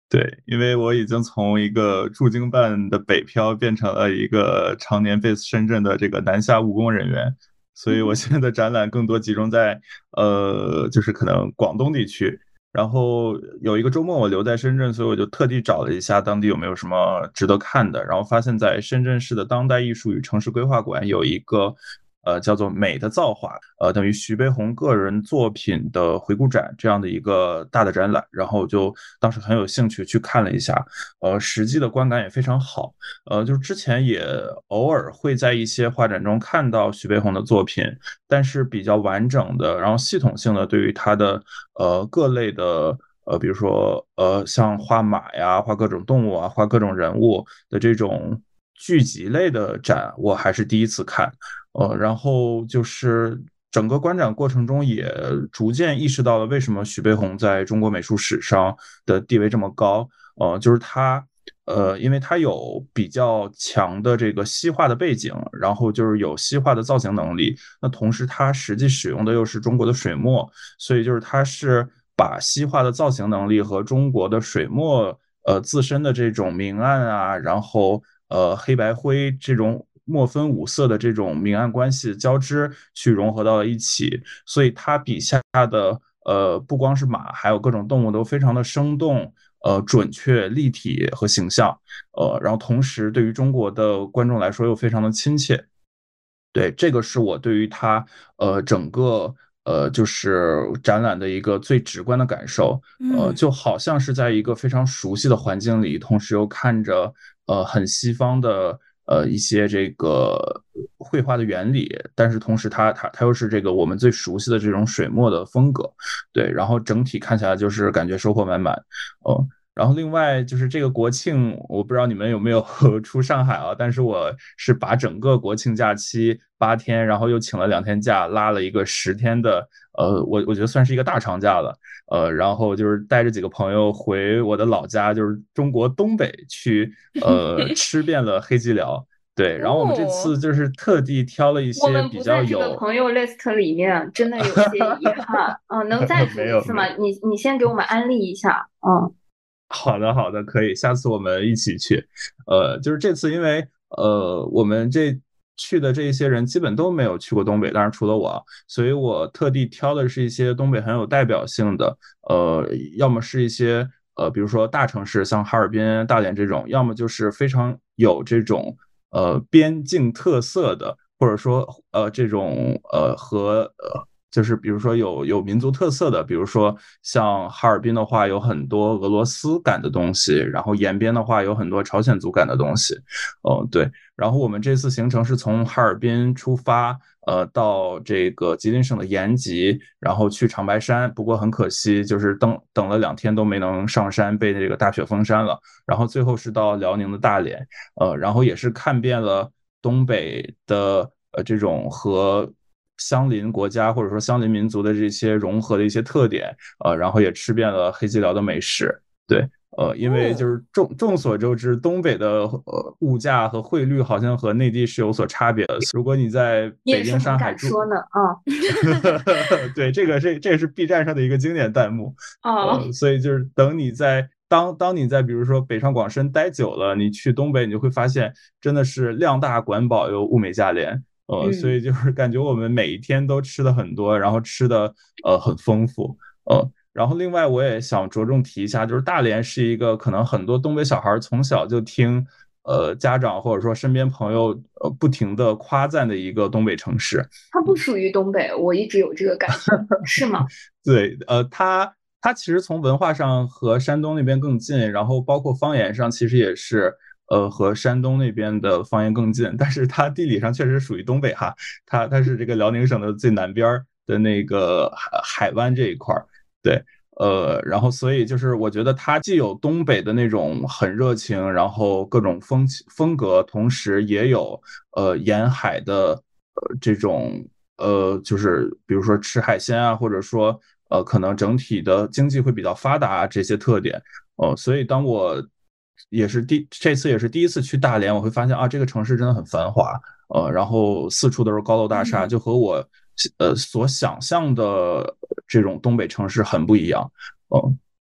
对，因为我已经从一个驻京办的北漂变成了一个常年 base 深圳的这个南下务工人员，所以我现在的展览更多集中在呃，就是可能广东地区。然后有一个周末我留在深圳，所以我就特地找了一下当地有没有什么值得看的，然后发现在深圳市的当代艺术与城市规划馆有一个呃叫做美的造化，呃等于徐悲鸿个人作品的回顾展这样的一个大的展览，然后就当时很有兴趣去看了一下，呃实际的观感也非常好，呃就是之前也偶尔会在一些画展中看到徐悲鸿的作品，但是比较完整的，然后系统性的对于他的呃各类的。呃，比如说，呃，像画马呀、画各种动物啊、画各种人物的这种剧集类的展，我还是第一次看。呃，然后就是整个观展过程中也逐渐意识到了为什么徐悲鸿在中国美术史上的地位这么高。呃，就是他。呃，因为他有比较强的这个西化的背景，然后就是有西化的造型能力。那同时，他实际使用的又是中国的水墨，所以就是他是把西化的造型能力和中国的水墨呃自身的这种明暗啊，然后呃黑白灰这种墨分五色的这种明暗关系交织去融合到了一起，所以他笔下的呃不光是马，还有各种动物都非常的生动。呃，准确、立体和形象，呃，然后同时对于中国的观众来说又非常的亲切，对，这个是我对于它呃整个呃就是展览的一个最直观的感受，呃，就好像是在一个非常熟悉的环境里，同时又看着呃很西方的呃一些这个绘画的原理，但是同时它它它又是这个我们最熟悉的这种水墨的风格，对，然后整体看起来就是感觉收获满满，哦、然后另外就是这个国庆，我不知道你们有没有出上海啊？但是我是把整个国庆假期八天，然后又请了两天假，拉了一个十天的，呃，我我觉得算是一个大长假了，呃，然后就是带着几个朋友回我的老家，就是中国东北去，呃，吃遍了黑吉辽。对，然后我们这次就是特地挑了一些比较有， 我们不在这个朋友 list 里面，真的有些遗憾。嗯，能再数一次吗？你你先给我们安利一下。嗯。 好的，好的，可以，下次我们一起去。呃，就是这次，因为呃，我们这去的这一些人基本都没有去过东北，当然除了我，所以我特地挑的是一些东北很有代表性的，呃，要么是一些呃，比如说大城市，像哈尔滨、大连这种，要么就是非常有这种呃边境特色的，或者说呃这种呃和呃。就是比如说有有民族特色的，比如说像哈尔滨的话，有很多俄罗斯感的东西，然后延边的话有很多朝鲜族感的东西，哦，对。然后我们这次行程是从哈尔滨出发，呃，到这个吉林省的延吉，然后去长白山。不过很可惜，就是等等了两天都没能上山，被这个大雪封山了。然后最后是到辽宁的大连，呃，然后也是看遍了东北的呃这种和相邻国家或者说相邻民族的这些融合的一些特点，呃，然后也吃遍了黑吉辽的美食，对。呃，因为就是众众所周知，东北的呃物价和汇率好像和内地是有所差别的。如果你在北京、上海住， 说呢啊， 对，这个是这个是 B 站上的一个经典弹幕。 哦、 呃，所以就是等你在当当你在比如说北上广深待久了，你去东北，你就会发现真的是量大管饱又物美价廉。呃，所以就是感觉我们每一天都吃的很多，然后吃的呃很丰富。呃，然后另外我也想着重提一下，就是大连是一个可能很多东北小孩从小就听呃家长或者说身边朋友呃不停的夸赞的一个东北城市。 它不属于东北，我一直有这个感觉，是吗？ 对，呃，它它其实从文化上和山东那边更近，然后包括方言上其实也是。呃，和山东那边的方言更近，但是它地理上确实属于东北哈，它它是这个辽宁省的最南边的那个海海湾这一块儿，对，呃，然后所以就是我觉得它既有东北的那种很热情，然后各种风风格，同时也有呃沿海的呃这种呃就是比如说吃海鲜啊，或者说呃可能整体的经济会比较发达这些特点，呃，所以当我也是第这次也是第一次去大连，我会发现啊，这个城市真的很繁华，呃，然后四处都是高楼大厦，就和我呃所想象的这种东北城市很不一样，嗯、呃，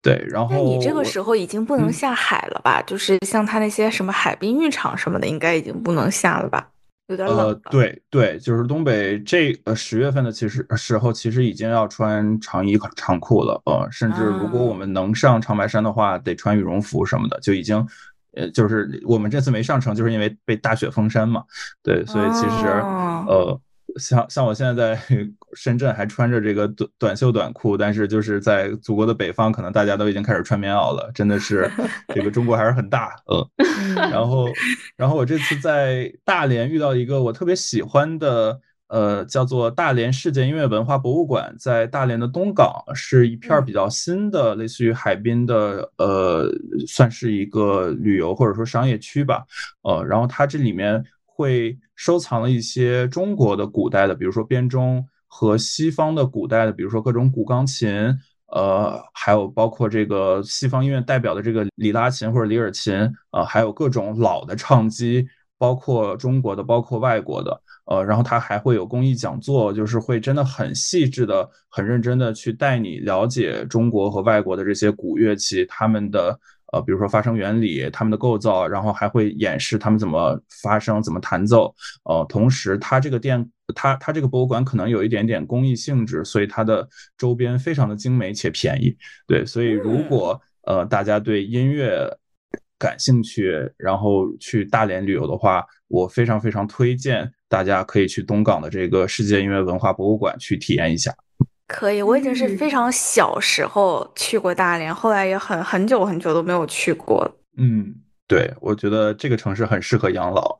对，然后那你这个时候已经不能下海了吧？ 嗯、 就是像他那些什么海滨浴场什么的，应该已经不能下了吧？有点冷了。 呃，对对，就是东北这呃十月份的其实时候，其实已经要穿长衣长裤了，呃，甚至如果我们能上长白山的话，得穿羽绒服什么的，就已经，呃，就是我们这次没上成，就是因为被大雪封山嘛，对，所以其实、哦、呃。像像我现在在深圳还穿着这个短短袖短裤，但是就是在祖国的北方，可能大家都已经开始穿棉袄了，真的是这个中国还是很大，嗯，然后然后我这次在大连遇到一个我特别喜欢的，呃，叫做大连世界音乐文化博物馆，在大连的东港，是一片比较新的，类似于海滨的，呃，算是一个旅游或者说商业区吧，呃，然后它这里面会收藏了一些中国的古代的，比如说编钟和西方的古代的，比如说各种古钢琴，呃，还有包括这个西方音乐代表的这个里拉琴或者里尔琴，呃，还有各种老的唱机，包括中国的，包括外国的，呃，然后它还会有公益讲座，就是会真的很细致的、很认真的去带你了解中国和外国的这些古乐器，他们的。呃，比如说发声原理，他们的构造，然后还会演示他们怎么发声、怎么弹奏。呃，同时，它这个店，它它这个博物馆可能有一点点公益性质，所以它的周边非常的精美且便宜。对，所以如果呃大家对音乐感兴趣，然后去大连旅游的话，我非常非常推荐大家可以去东港的这个世界音乐文化博物馆去体验一下。 可以，我已经是非常小时候去过大连，后来也很很久很久都没有去过。 嗯，对，我觉得这个城市很适合养老。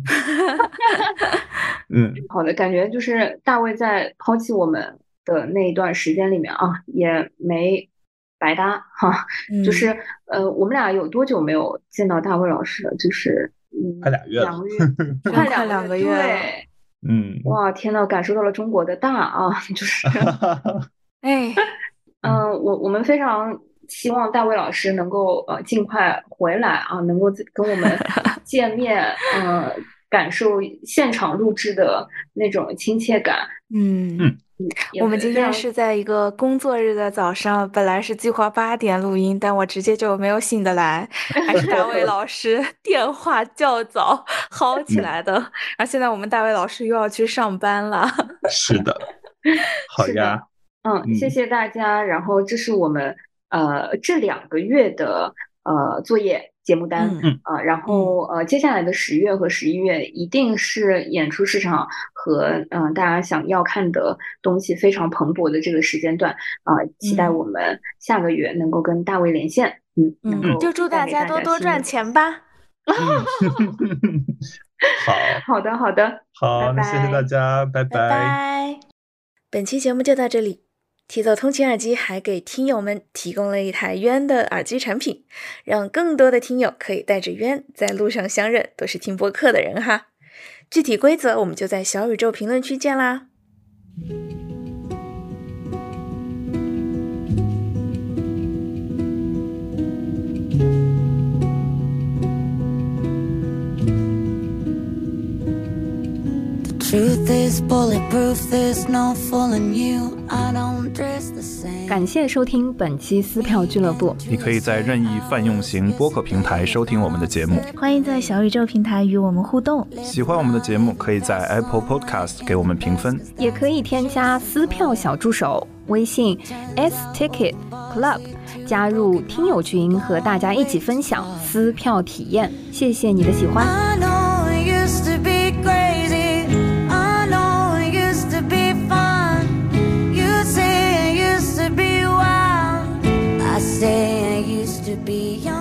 嗯， 好的，感觉就是大卫在抛弃我们的那一段时间里面啊，也没白搭哈。嗯、就是呃，我们俩有多久没有见到大卫老师了？就是嗯，快俩月了， 两个月，快两两个月， 对。 嗯， 哇，天呐，感受到了中国的大啊，就是，哎，嗯，我我们非常希望大卫老师能够呃尽快回来啊，能够跟我们见面，呃，感受现场录制的那种亲切感。 嗯嗯，我们今天是在一个工作日的早上，本来是计划八点录音，但我直接就没有醒得来，还是大卫老师电话较早薅起来的。嗯、然后现在我们大卫老师又要去上班了。 是的，好呀， 嗯，嗯，谢谢大家。然后这是我们呃这两个月的呃作业节目单， 嗯啊、呃，然后呃接下来的十月和十一月一定是演出市场和嗯、呃、大家想要看的东西非常蓬勃的这个时间段啊、呃，期待我们下个月能够跟大卫连线，嗯， 嗯， 能够就祝大家多多赚钱吧。 好， 好的，好的， 好， 拜拜， 那谢谢大家，拜拜拜。本期节目就到这里。提走通勤耳机还给听友们提供了一台渊的耳机产品，让更多的听友可以带着渊在路上相认，都是听播客的人哈。具体规则我们就在小宇宙评论区见啦。 感谢收听本期撕票俱乐部。 你可以在任意泛用型播客平台收听我们的节目， 欢迎在小宇宙平台与我们互动。 喜欢我们的节目，可以在 Apple Podcast 给我们评分， 也可以添加撕票小助手微信 S Ticket Club， 加入听友群和大家一起分享撕票体验。谢谢你的喜欢。 Say I used to be young.